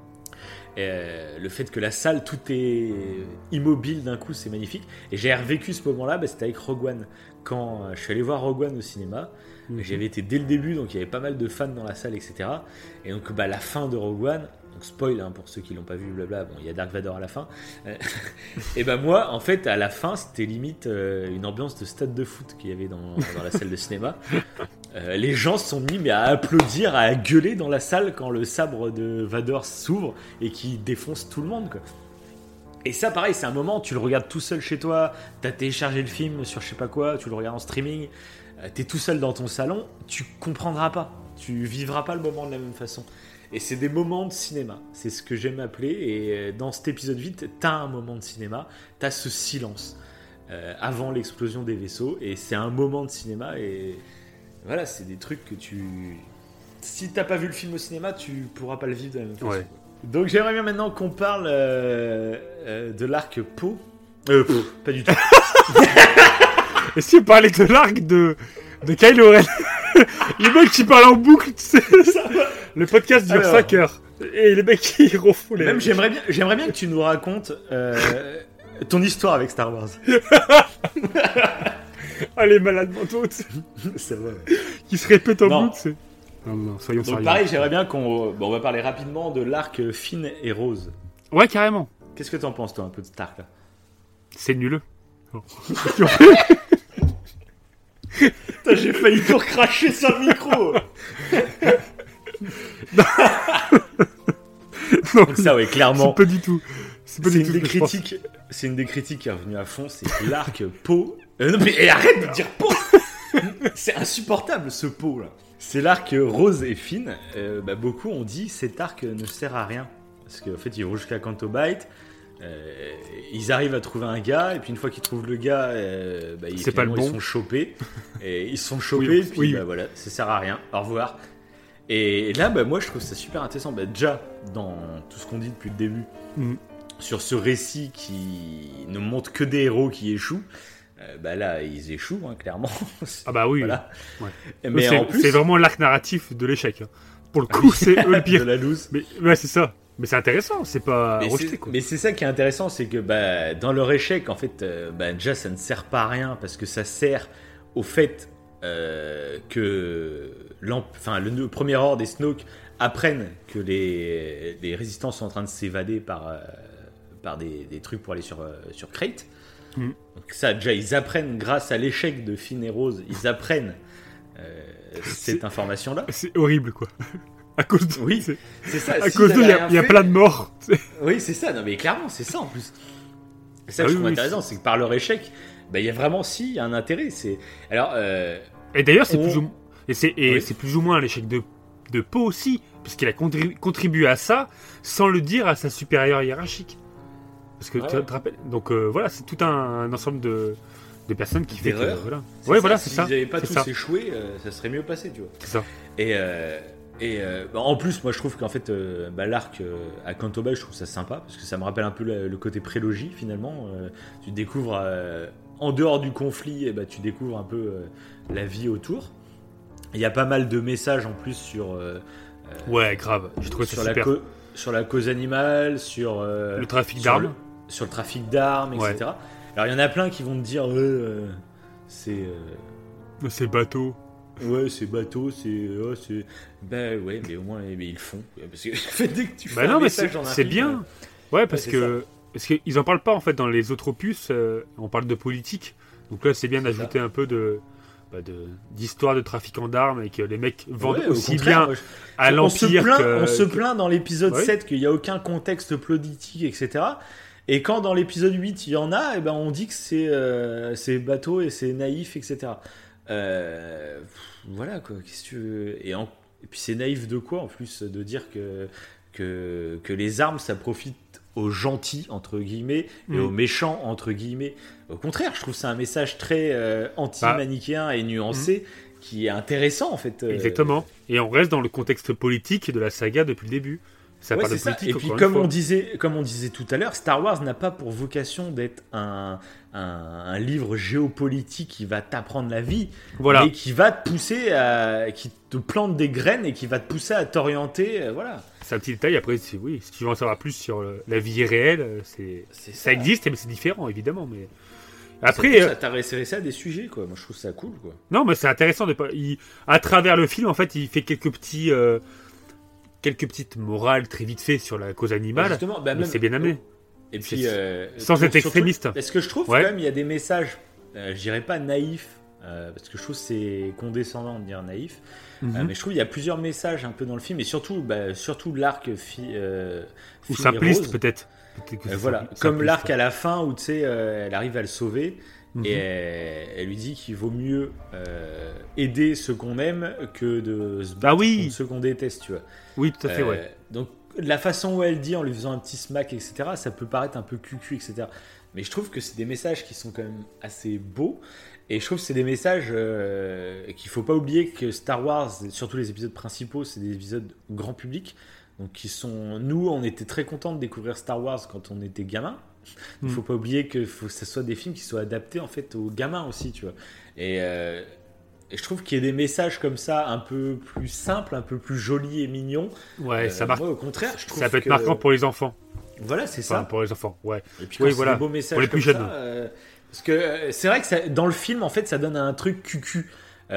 Le fait que la salle, tout est immobile d'un coup, c'est magnifique. Et j'ai revécu ce moment-là, c'était avec Rogue One. Quand je suis allé voir Rogue One au cinéma, j'avais été dès le début, donc il y avait pas mal de fans dans la salle, etc. Et donc la fin de Rogue One, donc spoil pour ceux qui l'ont pas vu, blabla, bon, il y a Dark Vador à la fin. Et moi, en fait, à la fin, c'était limite une ambiance de stade de foot qu'il y avait dans la salle de cinéma. Les gens se sont mis à applaudir, à gueuler dans la salle quand le sabre de Vador s'ouvre et qui défonce tout le monde, quoi. Et ça, pareil, c'est un moment, tu le regardes tout seul chez toi, t'as téléchargé le film sur je sais pas quoi, tu le regardes en streaming, t'es tout seul dans ton salon, tu comprendras pas, tu vivras pas le moment de la même façon. Et c'est des moments de cinéma, c'est ce que j'aime appeler. Et dans cet épisode 8, t'as un moment de cinéma, t'as ce silence avant l'explosion des vaisseaux, et c'est un moment de cinéma. Et voilà, c'est des trucs que si t'as pas vu le film au cinéma, tu pourras pas le vivre de la même façon. Ouais. Donc j'aimerais bien maintenant qu'on parle de l'arc Poe. Pas du tout. Est-ce que tu parlais de l'arc de Kylo Ren? Les mecs qui parlent en boucle, tu sais. Le podcast dure 5 heures. Et les mecs qui refont les... Même j'aimerais bien que tu nous racontes ton histoire avec Star Wars. Ah, les malades mentaux, c'est vrai. Qui se répètent en boucle, c'est... Non, soyons sérieux. Donc pareil, j'aimerais bien on va parler rapidement de l'arc Finn et Rose. Ouais, carrément. Qu'est-ce que t'en penses, toi, un peu de cet arc-là? C'est nul. Putain, j'ai failli tout recracher sur le micro. Non, donc ça, ouais, clairement. C'est pas du tout. C'est une des critiques qui est revenue à fond, c'est que l'arc Poe... non mais arrête de dire Poe. C'est insupportable ce pot là. C'est l'arc Rose et Finn. Beaucoup ont dit cet arc ne sert à rien. Parce qu'en fait, ils vont jusqu'à Canto Bight. Ils arrivent à trouver un gars. Et puis une fois qu'ils trouvent le gars, ils sont chopés. Et ils sont chopés. Voilà, ça sert à rien. Au revoir. Et là, moi je trouve ça super intéressant. Déjà, dans tout ce qu'on dit depuis le début, sur ce récit qui ne montre que des héros qui échouent. Là ils échouent clairement. Ah bah oui, voilà. Ouais. Mais en plus c'est vraiment l'arc narratif de l'échec pour le coup. C'est eux le pire de la loose. Mais c'est ça, mais c'est intéressant, c'est pas rejeté quoi. Mais c'est ça qui est intéressant, c'est que dans leur échec en fait déjà ça ne sert pas à rien parce que ça sert au fait que le premier ordre des Snoke apprennent que les résistants sont en train de s'évader par des trucs pour aller sur Crate. Donc ça déjà ils apprennent grâce à l'échec de Finn et Rose, ils apprennent cette information là. C'est horrible quoi. À cause de... Oui, c'est ça. À cause d'eux il y a plein de morts. Oui c'est ça, non mais clairement c'est ça en plus. C'est ça que je trouve intéressant, c'est que par leur échec il y a vraiment y a un intérêt. Alors et d'ailleurs c'est plus ou moins l'échec de Poe aussi, parce qu'il a contribué à ça sans le dire à sa supérieure hiérarchique. Parce que tu te rappelles. Donc voilà, c'est tout un ensemble de personnes qui fait que voilà. Ouais, voilà, c'est ça. S'ils n'avaient pas tous échoué, ça serait mieux passé, tu vois. C'est ça. Et en plus, moi je trouve qu'en fait, l'arc à Canto Bight, je trouve ça sympa parce que ça me rappelle un peu le côté prélogie finalement. Tu découvres en dehors du conflit, tu découvres un peu la vie autour. Il y a pas mal de messages en plus sur. Ouais, grave. J'ai trouvé ça super. Sur la cause animale, sur le trafic d'armes. Sur le trafic d'armes, etc. Alors il y en a plein qui vont te dire c'est bateau. Ouais, c'est bateau, c'est ouais, mais au moins ils le font parce que dès que tu fais un message dans un c'est film, bien. Ouais, parce qu'ils en parlent pas en fait dans les autres opus, on parle de politique. Donc là, c'est bien d'ajouter un peu d'histoire de trafiquant d'armes et que les mecs vendent aussi bien à l'Empire. On se plaint dans l'épisode 7 qu'il n'y a aucun contexte politique, etc. Et quand dans l'épisode 8 il y en a, on dit que c'est bateau et c'est naïf, etc. Voilà quoi, qu'est-ce que tu veux. Et puis c'est naïf de quoi en plus de dire que les armes ça profite aux gentils entre guillemets et aux méchants entre guillemets. Au contraire, je trouve c'est un message très anti-manichéen et nuancé qui est intéressant en fait. Exactement. Et on reste dans le contexte politique de la saga depuis le début. Ça parle de politique. Et puis comme on disait tout à l'heure, Star Wars n'a pas pour vocation d'être un livre géopolitique qui va t'apprendre la vie, mais qui va te pousser qui te plante des graines et qui va te pousser à t'orienter, voilà. C'est un petit détail. Après, si tu veux en savoir plus sur la vie réelle, ça existe, mais c'est différent évidemment. Mais après, ça t'a resserré ça à des sujets, quoi. Moi, je trouve ça cool, quoi. Non, mais c'est intéressant à travers le film, en fait, il fait quelques petites morales très vite fait sur la cause animale. Justement, mais c'est bien amené. Et puis, sans être extrémiste. Parce que je trouve quand même il y a des messages, je dirais pas naïfs, parce que je trouve que c'est condescendant de dire naïf, mais je trouve qu'il y a plusieurs messages un peu dans le film, et surtout l'arc ou simpliste peut-être. Voilà, comme l'arc à la fin où tu sais, elle arrive à le sauver. Et elle lui dit qu'il vaut mieux aider ceux qu'on aime que de se battre contre ceux qu'on déteste, tu vois. Oui, tout à fait, ouais. Donc, la façon où elle dit, en lui faisant un petit smack, etc., ça peut paraître un peu cucu, etc. Mais je trouve que c'est des messages qui sont quand même assez beaux. Et je trouve que c'est des messages qu'il faut pas oublier que Star Wars, surtout les épisodes principaux, c'est des épisodes grand public. Donc, nous, on était très contents de découvrir Star Wars quand on était gamin. Il faut pas oublier que ça soit des films qui soient adaptés en fait aux gamins aussi, tu vois. Et je trouve qu'il y a des messages comme ça un peu plus simples, un peu plus jolis et mignons. Ouais, ça marque. Moi, au contraire, je trouve ça peut être marquant pour les enfants. Voilà, c'est ça. Pour les enfants, ouais. Et puis quand c'est des beaux messages pour les plus comme jeunes. Ça, parce que c'est vrai que dans le film, en fait, ça donne un truc cucu.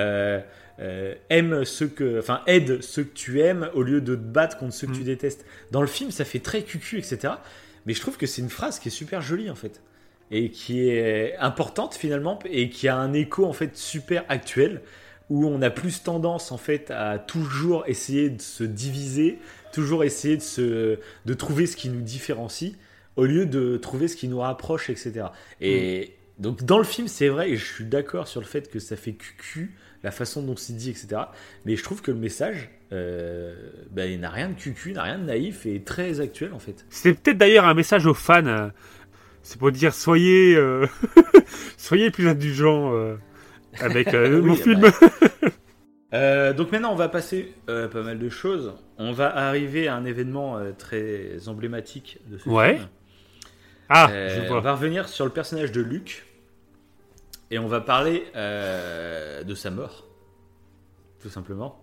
Aide ceux que tu aimes au lieu de te battre contre ceux que tu détestes. Dans le film, ça fait très cucu, etc. Mais je trouve que c'est une phrase qui est super jolie en fait et qui est importante finalement et qui a un écho en fait super actuel où on a plus tendance en fait à toujours essayer de se diviser, toujours essayer de trouver ce qui nous différencie au lieu de trouver ce qui nous rapproche, etc. Et Donc dans le film, c'est vrai, et je suis d'accord sur le fait que ça fait cucu, la façon dont c'est dit, etc. Mais je trouve que le message, il n'a rien de cucu, n'a rien de naïf et est très actuel en fait. C'est peut-être d'ailleurs un message aux fans. C'est pour dire soyez plus indulgents avec mon film. Donc maintenant, on va passer pas mal de choses. On va arriver à un événement très emblématique de ce film. Je vois. On va revenir sur le personnage de Luke et on va parler de sa mort, tout simplement.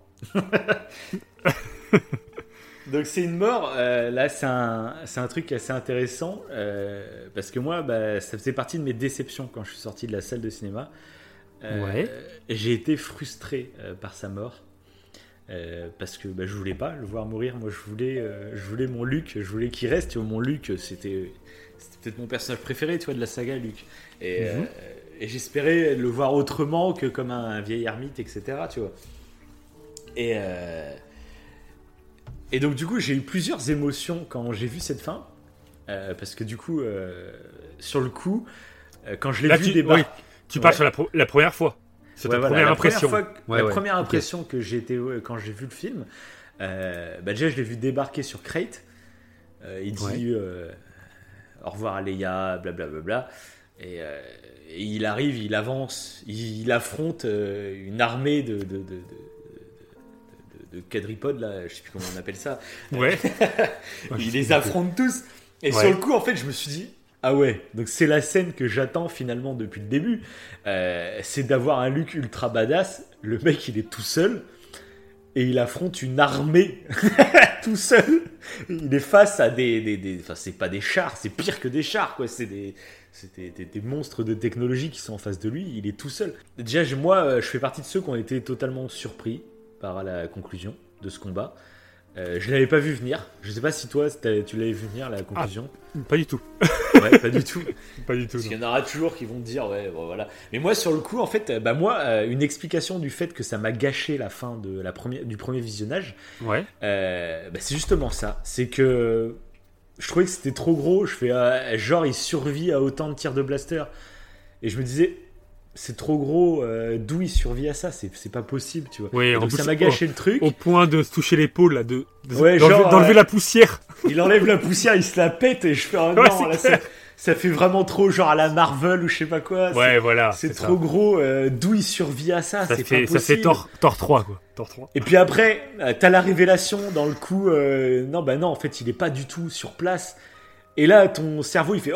Donc c'est une mort. Là, c'est un truc assez intéressant parce que moi, ça faisait partie de mes déceptions quand je suis sorti de la salle de cinéma. J'ai été frustré par sa mort parce que je voulais pas le voir mourir. Moi, je voulais mon Luke, je voulais qu'il reste. Tu vois, mon Luke, c'était peut-être mon personnage préféré, tu vois, de la saga Luke. Et j'espérais le voir autrement que comme un vieil ermite, etc. Tu vois. Et donc du coup, j'ai eu plusieurs émotions quand j'ai vu cette fin parce que du coup, sur le coup, quand je l'ai vu débarquer. Tu parles sur la première fois. C'est ta première impression. La première impression que j'ai été quand j'ai vu le film. Déjà, je l'ai vu débarquer sur Crate. Il dit au revoir à Leia, blablabla. Et il arrive, il avance, il affronte une armée de quadripodes, là, je sais plus comment on appelle ça. Il les affronte tous. Et sur le coup, en fait, je me suis dit. Ah ouais, donc c'est la scène que j'attends finalement depuis le début. C'est d'avoir un Luke ultra badass. Le mec, il est tout seul et il affronte une armée tout seul. Il est face à enfin, c'est pas des chars, c'est pire que des chars, quoi. C'est des monstres de technologie qui sont en face de lui. Il est tout seul. Déjà, moi, je fais partie de ceux qui ont été totalement surpris par la conclusion de ce combat. Je l'avais pas vu venir. Je sais pas si toi, tu l'avais vu venir, la conclusion. Pas du tout. Ouais, pas du tout. Pas du tout. Parce qu'il y en aura toujours qui vont te dire, voilà. Mais moi, sur le coup, en fait, une explication du fait que ça m'a gâché la fin du premier visionnage, c'est justement ça. C'est que je trouvais que c'était trop gros. Je fais, genre, il survit à autant de tirs de blaster. Et je me disais, c'est trop gros, d'où il survit à ça, c'est pas possible, tu vois. Donc ça m'a gâché le truc. Au point de se toucher l'épaule, là, d'enlever la poussière. Il enlève la poussière, il se la pète et je fais ça fait vraiment trop genre à la Marvel ou je sais pas quoi. C'est trop gros, d'où il survit à ça, c'est pas possible. Ça fait Thor 3, quoi. Thor 3. Et puis après, t'as la révélation dans le coup, non, en fait, il est pas du tout sur place. Et là, ton cerveau, il fait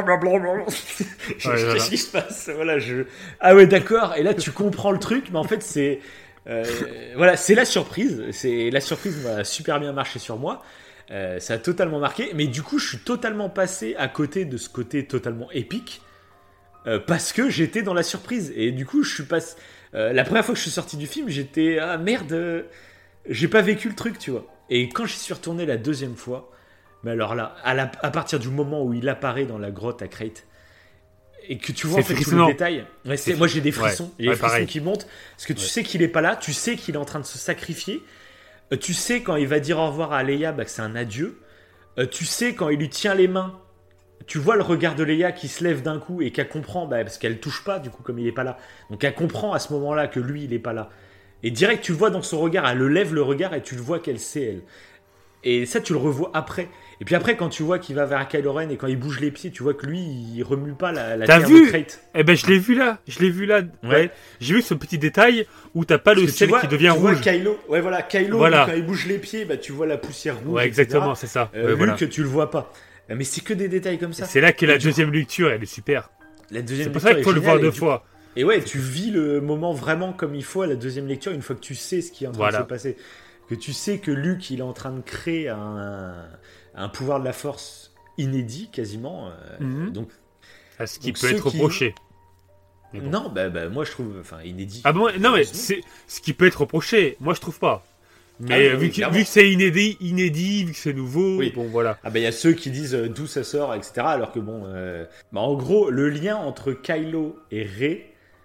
qu'est-ce qui se passe ? Ah ouais, d'accord. Et là, tu comprends le truc, mais en fait, c'est c'est la surprise. La surprise m'a super bien marché sur moi. Ça a totalement marqué. Mais du coup, je suis totalement passé à côté de ce côté totalement épique parce que j'étais dans la surprise. Et du coup, je suis passé. La première fois que je suis sorti du film, j'étais merde, j'ai pas vécu le truc, tu vois. Et quand j'y suis retourné la deuxième fois. Mais alors là, à partir du moment où il apparaît dans la grotte à Crate et que tu vois en fait tous les détails, moi j'ai des frissons, il y a des frissons qui montent parce que tu sais qu'il est pas là, tu sais qu'il est en train de se sacrifier, tu sais quand il va dire au revoir à Leia que c'est un adieu, tu sais quand il lui tient les mains, tu vois le regard de Leia qui se lève d'un coup et qu'elle comprend parce qu'elle touche pas du coup comme il est pas là, donc elle comprend à ce moment-là que lui il est pas là et direct tu le vois dans son regard, elle lève le regard et tu le vois qu'elle sait elle. Et ça, tu le revois après. Et puis après, quand tu vois qu'il va vers Kylo Ren et quand il bouge les pieds, tu vois que lui, il remue pas la terre de Crate. Eh ben, je l'ai vu là. Ouais. J'ai vu ce petit détail où t'as pas le sel qui devient rouge. Kylo, quand il bouge les pieds, tu vois la poussière rouge. Ouais, exactement, c'est ça. Luke, tu le vois pas. Mais c'est que des détails comme ça. C'est là que la deuxième lecture, elle est super. C'est pour ça qu'il faut le voir deux fois. Et ouais, tu vis le moment vraiment comme il faut à la deuxième lecture, une fois que tu sais ce qui est en train de se passer. Que tu sais que Luke, il est en train de créer un pouvoir de la force inédit, quasiment. Donc, ce qui peut être reproché. Bon. Non, moi je trouve, inédit. Ah bon, non mais c'est ce qui peut être reproché. Moi je trouve pas. Mais vu que c'est inédit, vu que c'est nouveau, bon voilà. Il y a ceux qui disent d'où ça sort, etc. Alors que en gros, le lien entre Kylo et Rey,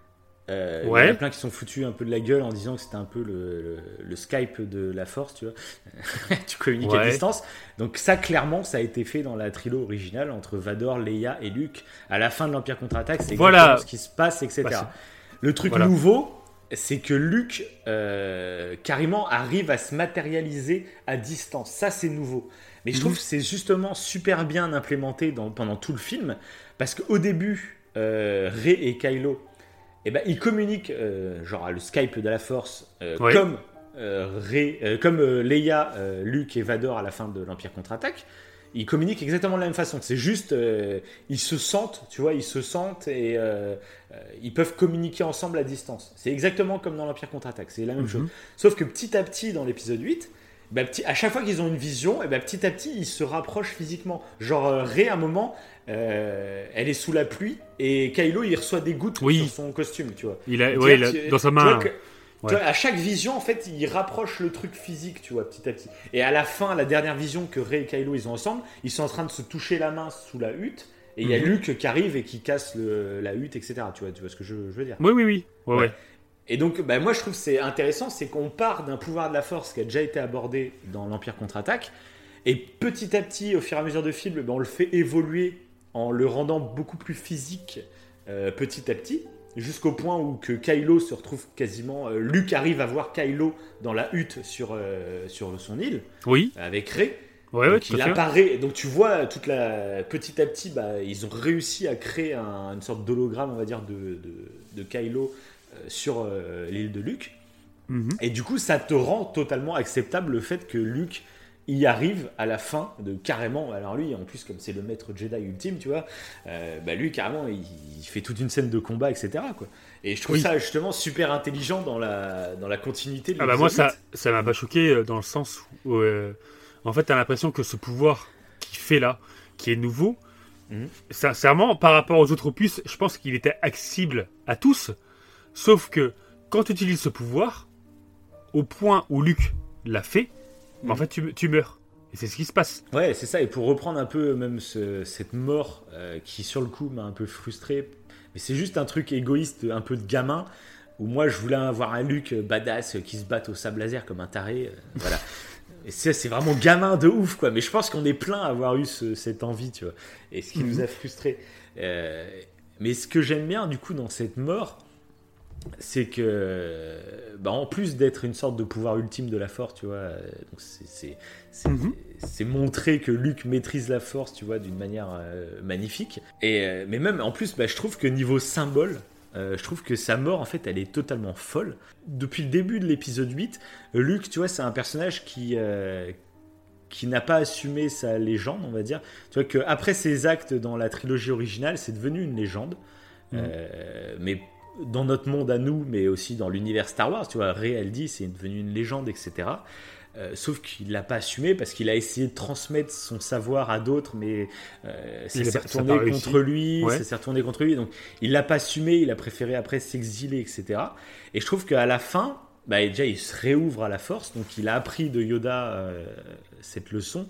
Il y en a plein qui sont foutus un peu de la gueule en disant que c'était un peu le Skype de la Force, tu vois. Tu communiques à distance. Donc ça, clairement, ça a été fait dans la trilogie originale entre Vador, Leia et Luke. À la fin de l'Empire contre-attaque, c'est exactement ce qui se passe, etc. Le truc nouveau, c'est que Luke, carrément, arrive à se matérialiser à distance. Ça, c'est nouveau. Mais je trouve que c'est justement super bien implémenté pendant tout le film. Parce qu'au début, Rey et Kylo, ils communiquent, genre le Skype de la Force, comme Leia, Luke et Vador à la fin de l'Empire contre-attaque. Ils communiquent exactement de la même façon. C'est juste, ils se sentent, tu vois, et ils peuvent communiquer ensemble à distance. C'est exactement comme dans l'Empire contre-attaque. C'est la même chose. Sauf que petit à petit, dans l'épisode 8, à chaque fois qu'ils ont une vision, petit à petit, ils se rapprochent physiquement. Genre, Rey, à un moment, elle est sous la pluie et Kylo, il reçoit des gouttes sur son costume, tu vois. Il a dans sa main. Tu vois, à chaque vision, en fait, il rapproche le truc physique, tu vois, petit à petit. Et à la fin, la dernière vision que Rey et Kylo, ils ont ensemble, ils sont en train de se toucher la main sous la hutte. Et il y a Luke qui arrive et qui casse la hutte, etc. Tu vois ce que je veux dire. Oui. Ouais. Et donc, moi, je trouve que c'est intéressant, c'est qu'on part d'un pouvoir de la Force qui a déjà été abordé dans l'Empire contre-attaque. Et petit à petit, au fur et à mesure du film, on le fait évoluer en le rendant beaucoup plus physique petit à petit. Jusqu'au point où que Kylo se retrouve quasiment... Luke arrive à voir Kylo dans la hutte sur son île. Oui. Avec Rey. Donc il apparaît. Donc tu vois, petit à petit, ils ont réussi à créer une sorte d'hologramme, on va dire, de Kylo sur l'île de Luke. Et du coup, ça te rend totalement acceptable le fait que Luke y arrive à la fin de carrément. Alors lui, en plus, comme c'est le maître Jedi ultime, tu vois, lui carrément, il fait toute une scène de combat, etc. quoi. Et je trouve ça justement super intelligent dans la continuité de l'épisode. Moi, ça m'a pas choqué dans le sens où, en fait, t'as l'impression que ce pouvoir qu'il fait là, qui est nouveau, sincèrement, par rapport aux autres opus, je pense qu'il était accessible à tous. Sauf que quand tu utilises ce pouvoir, au point où Luke l'a fait, en fait, tu meurs. Et c'est ce qui se passe. Ouais, c'est ça. Et pour reprendre un peu même cette mort qui, sur le coup, m'a un peu frustré. Mais c'est juste un truc égoïste, un peu de gamin, où moi, je voulais avoir un Luke badass qui se batte au sable laser comme un taré. Voilà. Et c'est vraiment gamin de ouf, quoi. Mais je pense qu'on est plein à avoir eu cette envie, tu vois. Et ce qui nous a frustrés. Mais ce que j'aime bien, du coup, dans cette mort, c'est que en plus d'être une sorte de pouvoir ultime de la Force, tu vois, donc c'est montrer que Luke maîtrise la Force, tu vois, d'une manière magnifique. Mais même en plus, je trouve que niveau symbole, je trouve que sa mort, en fait, elle est totalement folle. Depuis le début de l'épisode 8, Luke, tu vois, c'est un personnage qui n'a pas assumé sa légende, on va dire. Tu vois qu'après ses actes dans la trilogie originale, c'est devenu une légende. Mais dans notre monde à nous, mais aussi dans l'univers Star Wars, tu vois, Rey, elle dit, c'est devenu une légende, etc. Sauf qu'il l'a pas assumé parce qu'il a essayé de transmettre son savoir à d'autres, mais ça s'est retourné contre lui. Ça s'est retourné contre lui. Donc, il l'a pas assumé. Il a préféré après s'exiler, etc. Et je trouve qu'à la fin, déjà, il se réouvre à la Force. Donc, il a appris de Yoda cette leçon.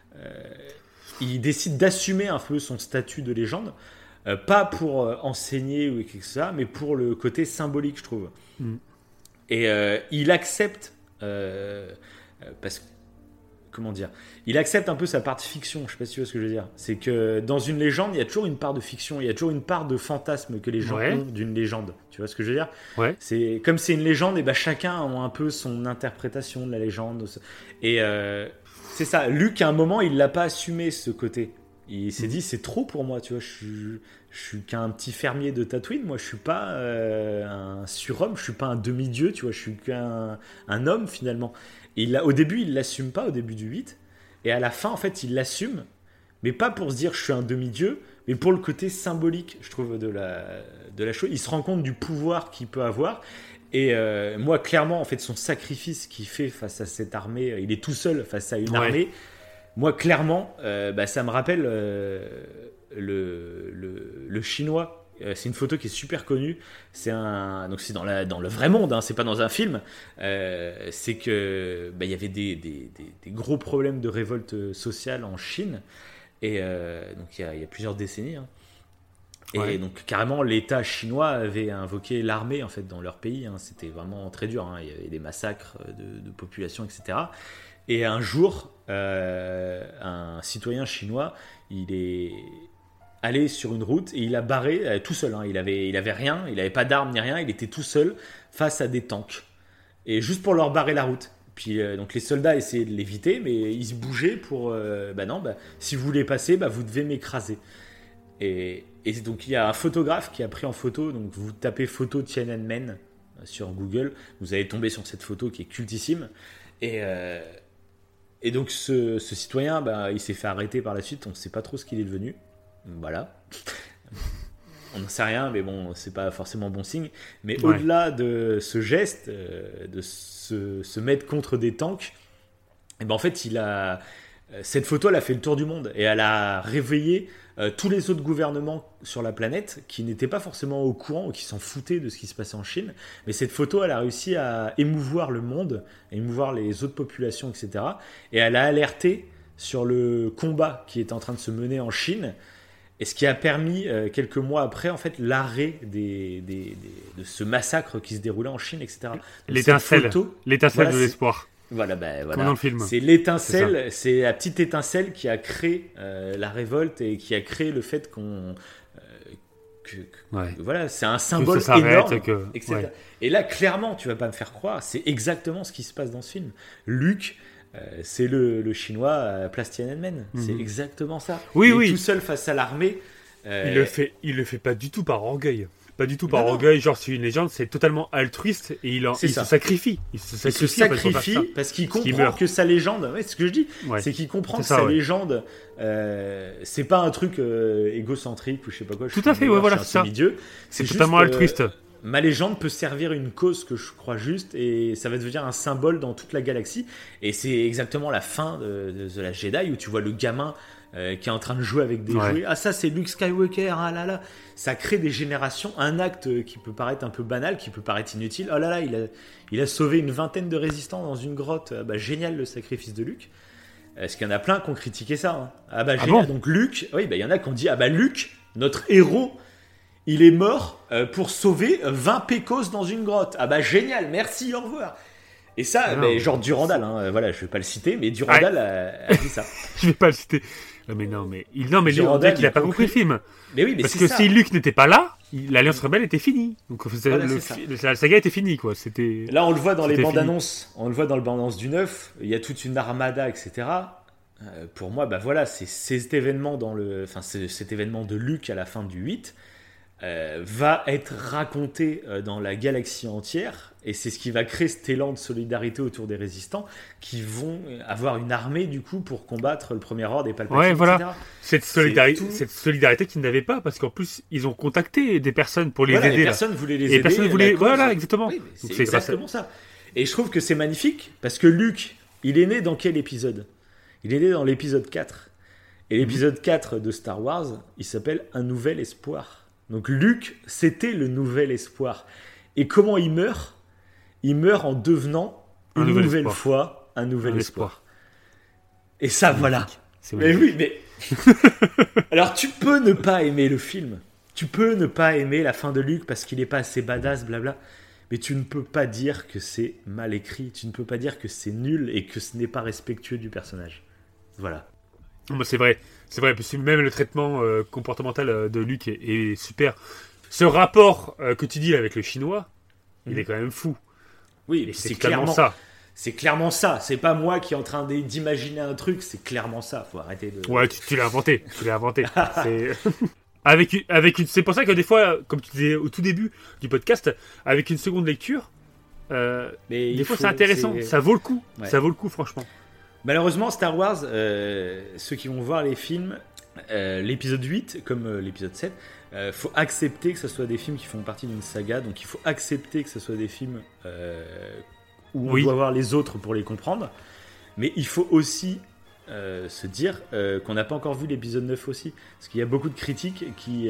Il décide d'assumer un peu son statut de légende. Pas pour enseigner ou quelque chose, mais pour le côté symbolique, je trouve. Et il accepte, parce que, comment dire, il accepte un peu sa part de fiction. Je sais pas si tu vois ce que je veux dire. C'est que dans une légende, il y a toujours une part de fiction, il y a toujours une part de fantasme que les gens ont d'une légende. Tu vois ce que je veux dire ? C'est comme c'est une légende, et chacun a un peu son interprétation de la légende. Et c'est ça. Luke, à un moment, il l'a pas assumé ce côté. Il s'est dit, c'est trop pour moi, tu vois, je suis qu'un petit fermier de Tatooine, moi je suis pas un surhomme, je suis pas un demi-dieu, tu vois, je suis qu'un homme finalement. Et au début, il l'assume pas, au début du 8, et à la fin, en fait, il l'assume, mais pas pour se dire je suis un demi-dieu, mais pour le côté symbolique, je trouve, de la chose. Il se rend compte du pouvoir qu'il peut avoir. Et moi, clairement, en fait, son sacrifice qu'il fait face à cette armée, il est tout seul face à une armée. Moi, clairement, ça me rappelle le chinois. C'est une photo qui est super connue. Donc c'est dans le vrai monde, hein, c'est pas dans un film. C'est que il y avait des gros problèmes de révolte sociale en Chine. Et donc il y a plusieurs décennies. Hein. Et donc carrément l'État chinois avait invoqué l'armée en fait dans leur pays, hein. C'était vraiment très dur, hein. Il y avait des massacres de population, etc. Et un jour, un citoyen chinois, il est allé sur une route et il a barré tout seul, hein. Il avait rien, il n'avait pas d'armes ni rien, il était tout seul face à des tanks. Et juste pour leur barrer la route. Puis donc les soldats essayaient de l'éviter, mais ils se bougeaient pour si vous voulez passer, vous devez m'écraser. Et donc il y a un photographe qui a pris en photo, donc vous tapez photo Tiananmen sur Google, vous allez tomber sur cette photo qui est cultissime. Et donc ce citoyen, il s'est fait arrêter par la suite, on ne sait pas trop ce qu'il est devenu. Voilà. On n'en sait rien, mais bon, c'est pas forcément bon signe. Mais au-delà de ce geste, de se mettre contre des tanks, en fait, cette photo, elle a fait le tour du monde et elle a réveillé tous les autres gouvernements sur la planète qui n'étaient pas forcément au courant ou qui s'en foutaient de ce qui se passait en Chine. Mais cette photo, elle a réussi à émouvoir le monde, à émouvoir les autres populations, etc. Et elle a alerté sur le combat qui est en train de se mener en Chine. Et ce qui a permis, quelques mois après, en fait, l'arrêt de ce massacre qui se déroulait en Chine, etc. Donc, l'étincelle de l'espoir. Voilà, comme dans le film. C'est l'étincelle, c'est la petite étincelle qui a créé la révolte et qui a créé le fait qu'on... Voilà, c'est un symbole énorme, etc. Ouais. Et là, clairement, tu vas pas me faire croire, c'est exactement ce qui se passe dans ce film. Luke... c'est le chinois Place Tiananmen. C'est exactement ça. Il est tout seul face à l'armée. Il le fait pas du tout par orgueil. Pas du tout par orgueil. Genre, c'est une légende, c'est totalement altruiste et il se sacrifie. Il se sacrifie parce qu'il comprend que sa légende. Ouais, c'est ce que je dis. Ouais. C'est qu'il comprend que sa légende, c'est pas un truc égocentrique ou je sais pas quoi. Tout à fait. Voilà, c'est ça. C'est totalement altruiste. Ma légende peut servir une cause que je crois juste et ça va devenir un symbole dans toute la galaxie. Et c'est exactement la fin de The Last Jedi où tu vois le gamin qui est en train de jouer avec des jouets. Ah, ça c'est Luke Skywalker, ah là là. Ça crée des générations, un acte qui peut paraître un peu banal, qui peut paraître inutile. Oh là là, il a sauvé une vingtaine de résistants dans une grotte. Génial le sacrifice de Luke. Parce qu'il y en a plein qui ont critiqué ça. Hein. Génial. Bon donc Luke, il y en a qui ont dit Luke, notre héros, il est mort pour sauver 20 pécos dans une grotte. Génial, merci, au revoir. Et ça, genre Durandal, hein, voilà, je vais pas le citer, mais Durandal a dit ça. Je vais pas le citer. Mais Durandal, il a pas compris le film. Mais oui, mais parce que ça. Si Luke n'était pas là, l'Alliance Rebelle était finie. Donc la saga était finie, quoi. Là, on le voit dans les bandes annonces. On le voit dans le bande annonce du 9. Il y a toute une armada, etc. Pour moi, c'est cet événement cet événement de Luke à la fin du 8. Va être raconté dans la galaxie entière et c'est ce qui va créer cet élan de solidarité autour des résistants qui vont avoir une armée du coup pour combattre le Premier Ordre et Palpatine, etc. Cette solidarité qu'ils n'avaient pas parce qu'en plus ils ont contacté des personnes pour les aider. Les personnes voulaient les aider. Voilà, exactement. Oui, c'est exactement ça. Et je trouve que c'est magnifique parce que Luke, il est né dans quel épisode ? Il est né dans l'épisode 4. Et l'épisode 4 de Star Wars, il s'appelle Un Nouvel Espoir. Donc Luke, c'était le nouvel espoir. Et comment il meurt ? Il meurt en devenant une nouvelle fois un nouvel espoir. Et ça, voilà. Mais oui, mais... Alors tu peux ne pas aimer le film. Tu peux ne pas aimer la fin de Luke parce qu'il n'est pas assez badass, blabla. Mais tu ne peux pas dire que c'est mal écrit. Tu ne peux pas dire que c'est nul et que ce n'est pas respectueux du personnage. Voilà. C'est vrai, parce que même le traitement comportemental de Luke est super. Ce rapport que tu dis avec le chinois, il est quand même fou. Oui, et c'est clairement ça. C'est clairement ça. C'est pas moi qui est en train d'imaginer un truc, c'est clairement ça. Faut arrêter de... Ouais, tu l'as inventé. C'est pour ça que des fois, comme tu disais au tout début du podcast, avec une seconde lecture, des fois c'est intéressant. Ça vaut le coup. Ouais. Ça vaut le coup, franchement. Malheureusement, Star Wars, ceux qui vont voir les films, l'épisode 8, comme l'épisode 7, faut accepter que ce soit des films qui font partie d'une saga, donc il faut accepter que ce soit des films où on doit voir les autres pour les comprendre, mais il faut aussi se dire qu'on n'a pas encore vu l'épisode 9 aussi, parce qu'il y a beaucoup de critiques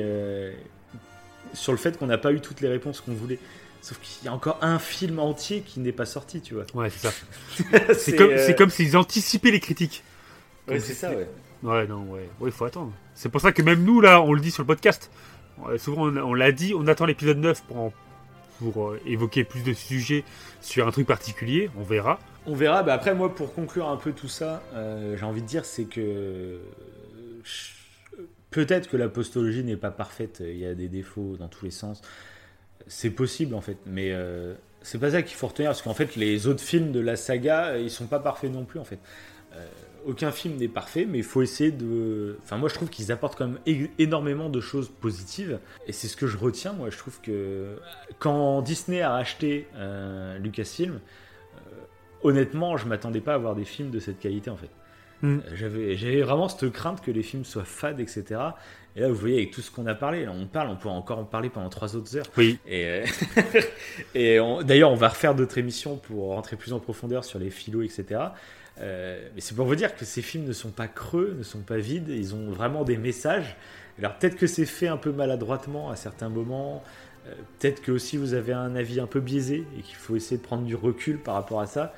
sur le fait qu'on n'a pas eu toutes les réponses qu'on voulait. Sauf qu'il y a encore un film entier qui n'est pas sorti, tu vois. Ouais, c'est ça. c'est comme s'ils anticipaient les critiques. Ouais, c'est ça, ouais. Ouais, il faut attendre. C'est pour ça que même nous, là, on le dit sur le podcast. souvent on l'a dit, on attend l'épisode 9 pour évoquer plus de sujets sur un truc particulier, on verra. On verra. Bah après, moi, pour conclure un peu tout ça, j'ai envie de dire, c'est que peut-être que la postologie n'est pas parfaite. Il y a des défauts dans tous les sens. C'est possible, en fait. Mais c'est pas ça qu'il faut retenir, parce qu'en fait, les autres films de la saga, ils sont pas parfaits non plus, en fait. Aucun film n'est parfait, mais il faut essayer de... Enfin, moi, je trouve qu'ils apportent quand même énormément de choses positives. Et c'est ce que je retiens, moi. Je trouve que quand Disney a racheté Lucasfilm, honnêtement, je m'attendais pas à voir des films de cette qualité, en fait. J'avais vraiment cette crainte que les films soient fades, etc. Et là, vous voyez, avec tout ce qu'on a parlé, là, on pourrait encore en parler pendant 3 autres heures. Oui. Et, d'ailleurs, on va refaire d'autres émissions pour rentrer plus en profondeur sur les philos, etc. Mais c'est pour vous dire que ces films ne sont pas creux, ne sont pas vides, ils ont vraiment des messages. Alors peut-être que c'est fait un peu maladroitement à certains moments, peut-être que aussi vous avez un avis un peu biaisé et qu'il faut essayer de prendre du recul par rapport à ça.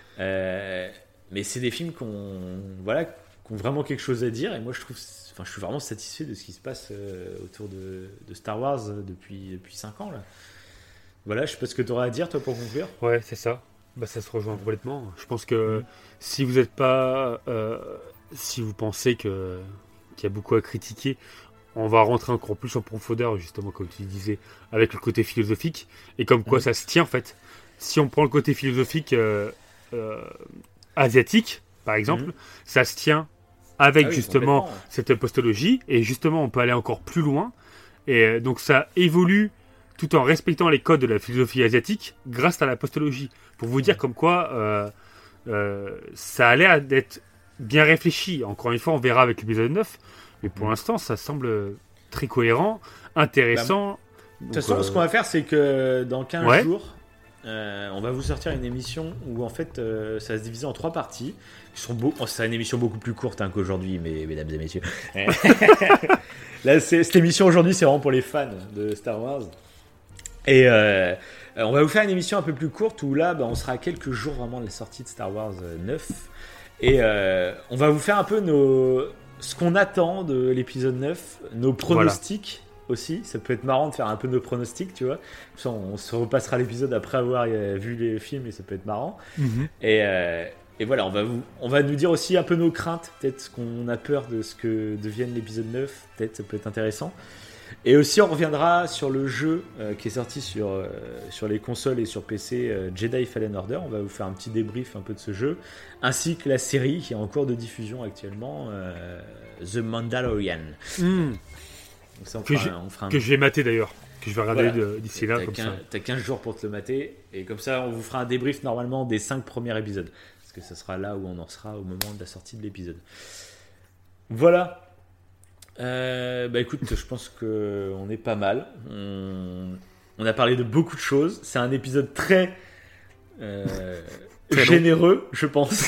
Mais c'est des films qui ont vraiment quelque chose à dire, et moi je suis vraiment satisfait de ce qui se passe autour de Star Wars depuis 5 ans là. Voilà, je sais pas ce que tu auras à dire toi pour conclure. Ouais, c'est ça. Bah, ça se rejoint complètement. Je pense que si vous n'êtes pas, si vous pensez qu'il y a beaucoup à critiquer, on va rentrer encore plus en profondeur, justement, comme tu disais, avec le côté philosophique, et comme quoi ça se tient, en fait. Si on prend le côté philosophique asiatique, par exemple, ça se tient avec justement cette postologie, et justement, on peut aller encore plus loin, et donc ça évolue tout en respectant les codes de la philosophie asiatique grâce à la postologie. Pour vous dire comme quoi ça a l'air d'être bien réfléchi. Encore une fois, on verra avec l'épisode 9, mais pour l'instant, ça semble très cohérent, intéressant. De toute façon, ce qu'on va faire, c'est que dans 15 jours, on va vous sortir une émission où en fait ça va se diviser en 3 parties. C'est une émission beaucoup plus courte qu'aujourd'hui, mesdames et messieurs. Là, cette émission aujourd'hui, c'est vraiment pour les fans de Star Wars. Et on va vous faire une émission un peu plus courte où là, on sera à quelques jours vraiment de la sortie de Star Wars 9. Et on va vous faire un peu ce qu'on attend de l'épisode 9, nos pronostics aussi. Ça peut être marrant de faire un peu nos pronostics, tu vois. Ça, on se repassera l'épisode après avoir vu les films et ça peut être marrant. Et voilà, on va nous dire aussi un peu nos craintes, peut-être ce qu'on a peur de ce que devienne l'épisode 9. Peut-être ça peut être intéressant. Et aussi, on reviendra sur le jeu qui est sorti sur les consoles et sur PC, Jedi Fallen Order. On va vous faire un petit débrief un peu de ce jeu, ainsi que la série qui est en cours de diffusion actuellement, The Mandalorian. Donc ça, que je vais mater d'ailleurs, que je vais regarder d'ici là. T'as 15 jours pour te le mater, et comme ça, on vous fera un débrief normalement des 5 premiers épisodes, parce que ça sera là où on en sera au moment de la sortie de l'épisode. Voilà. Écoute, je pense qu'on est pas mal. On a parlé de beaucoup de choses. C'est un épisode très généreux, je pense.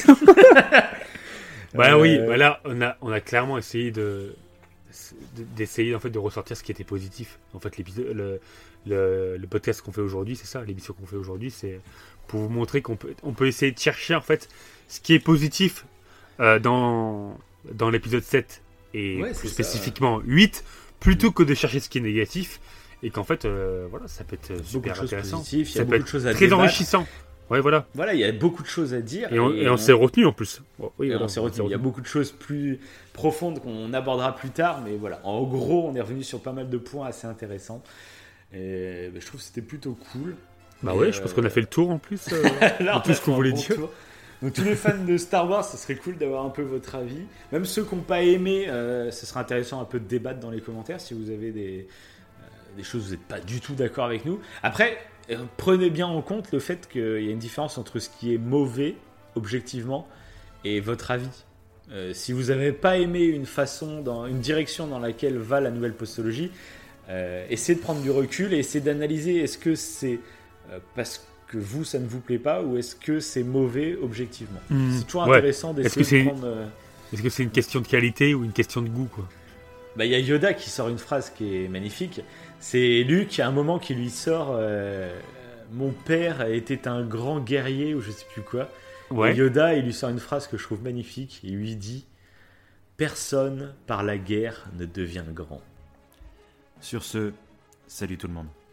Oui, là on a clairement essayé d'essayer en fait de ressortir ce qui était positif. En fait, l'épisode, le podcast qu'on fait aujourd'hui, c'est ça. L'émission qu'on fait aujourd'hui, c'est pour vous montrer qu'on peut essayer de chercher en fait ce qui est positif dans l'épisode 7. Et plus spécifiquement 8, plutôt que de chercher ce qui est négatif, et qu'en fait ça peut être super intéressant, ça peut être très débattre. Enrichissant. Voilà, il y a beaucoup de choses à dire, et on s'est retenu en plus. On s'est retenu. Il y a beaucoup de choses plus profondes qu'on abordera plus tard, mais voilà, en gros on est revenu sur pas mal de points assez intéressants, et je trouve que c'était plutôt cool. Je pense qu'on a fait le tour en plus là, de tout ce qu'on voulait dire. Donc tous les fans de Star Wars, ce serait cool d'avoir un peu votre avis. Même ceux qui n'ont pas aimé, ce serait intéressant un peu de débattre dans les commentaires si vous avez des choses où vous n'êtes pas du tout d'accord avec nous. Après, prenez bien en compte le fait qu'il y a une différence entre ce qui est mauvais, objectivement, et votre avis. Si vous n'avez pas aimé une direction dans laquelle va la nouvelle postologie, essayez de prendre du recul et essayez d'analyser, est-ce que c'est parce que vous, ça ne vous plaît pas, ou est-ce que c'est mauvais objectivement. C'est toujours intéressant d'essayer de prendre... Est-ce que c'est une question de qualité ou une question de goût, quoi? Y a Yoda qui sort une phrase qui est magnifique. C'est Luke, à un moment, qui lui sort mon père était un grand guerrier, ou je sais plus quoi. Et Yoda, il lui sort une phrase que je trouve magnifique. Il lui dit: personne par la guerre ne devient grand. Sur ce, salut tout le monde.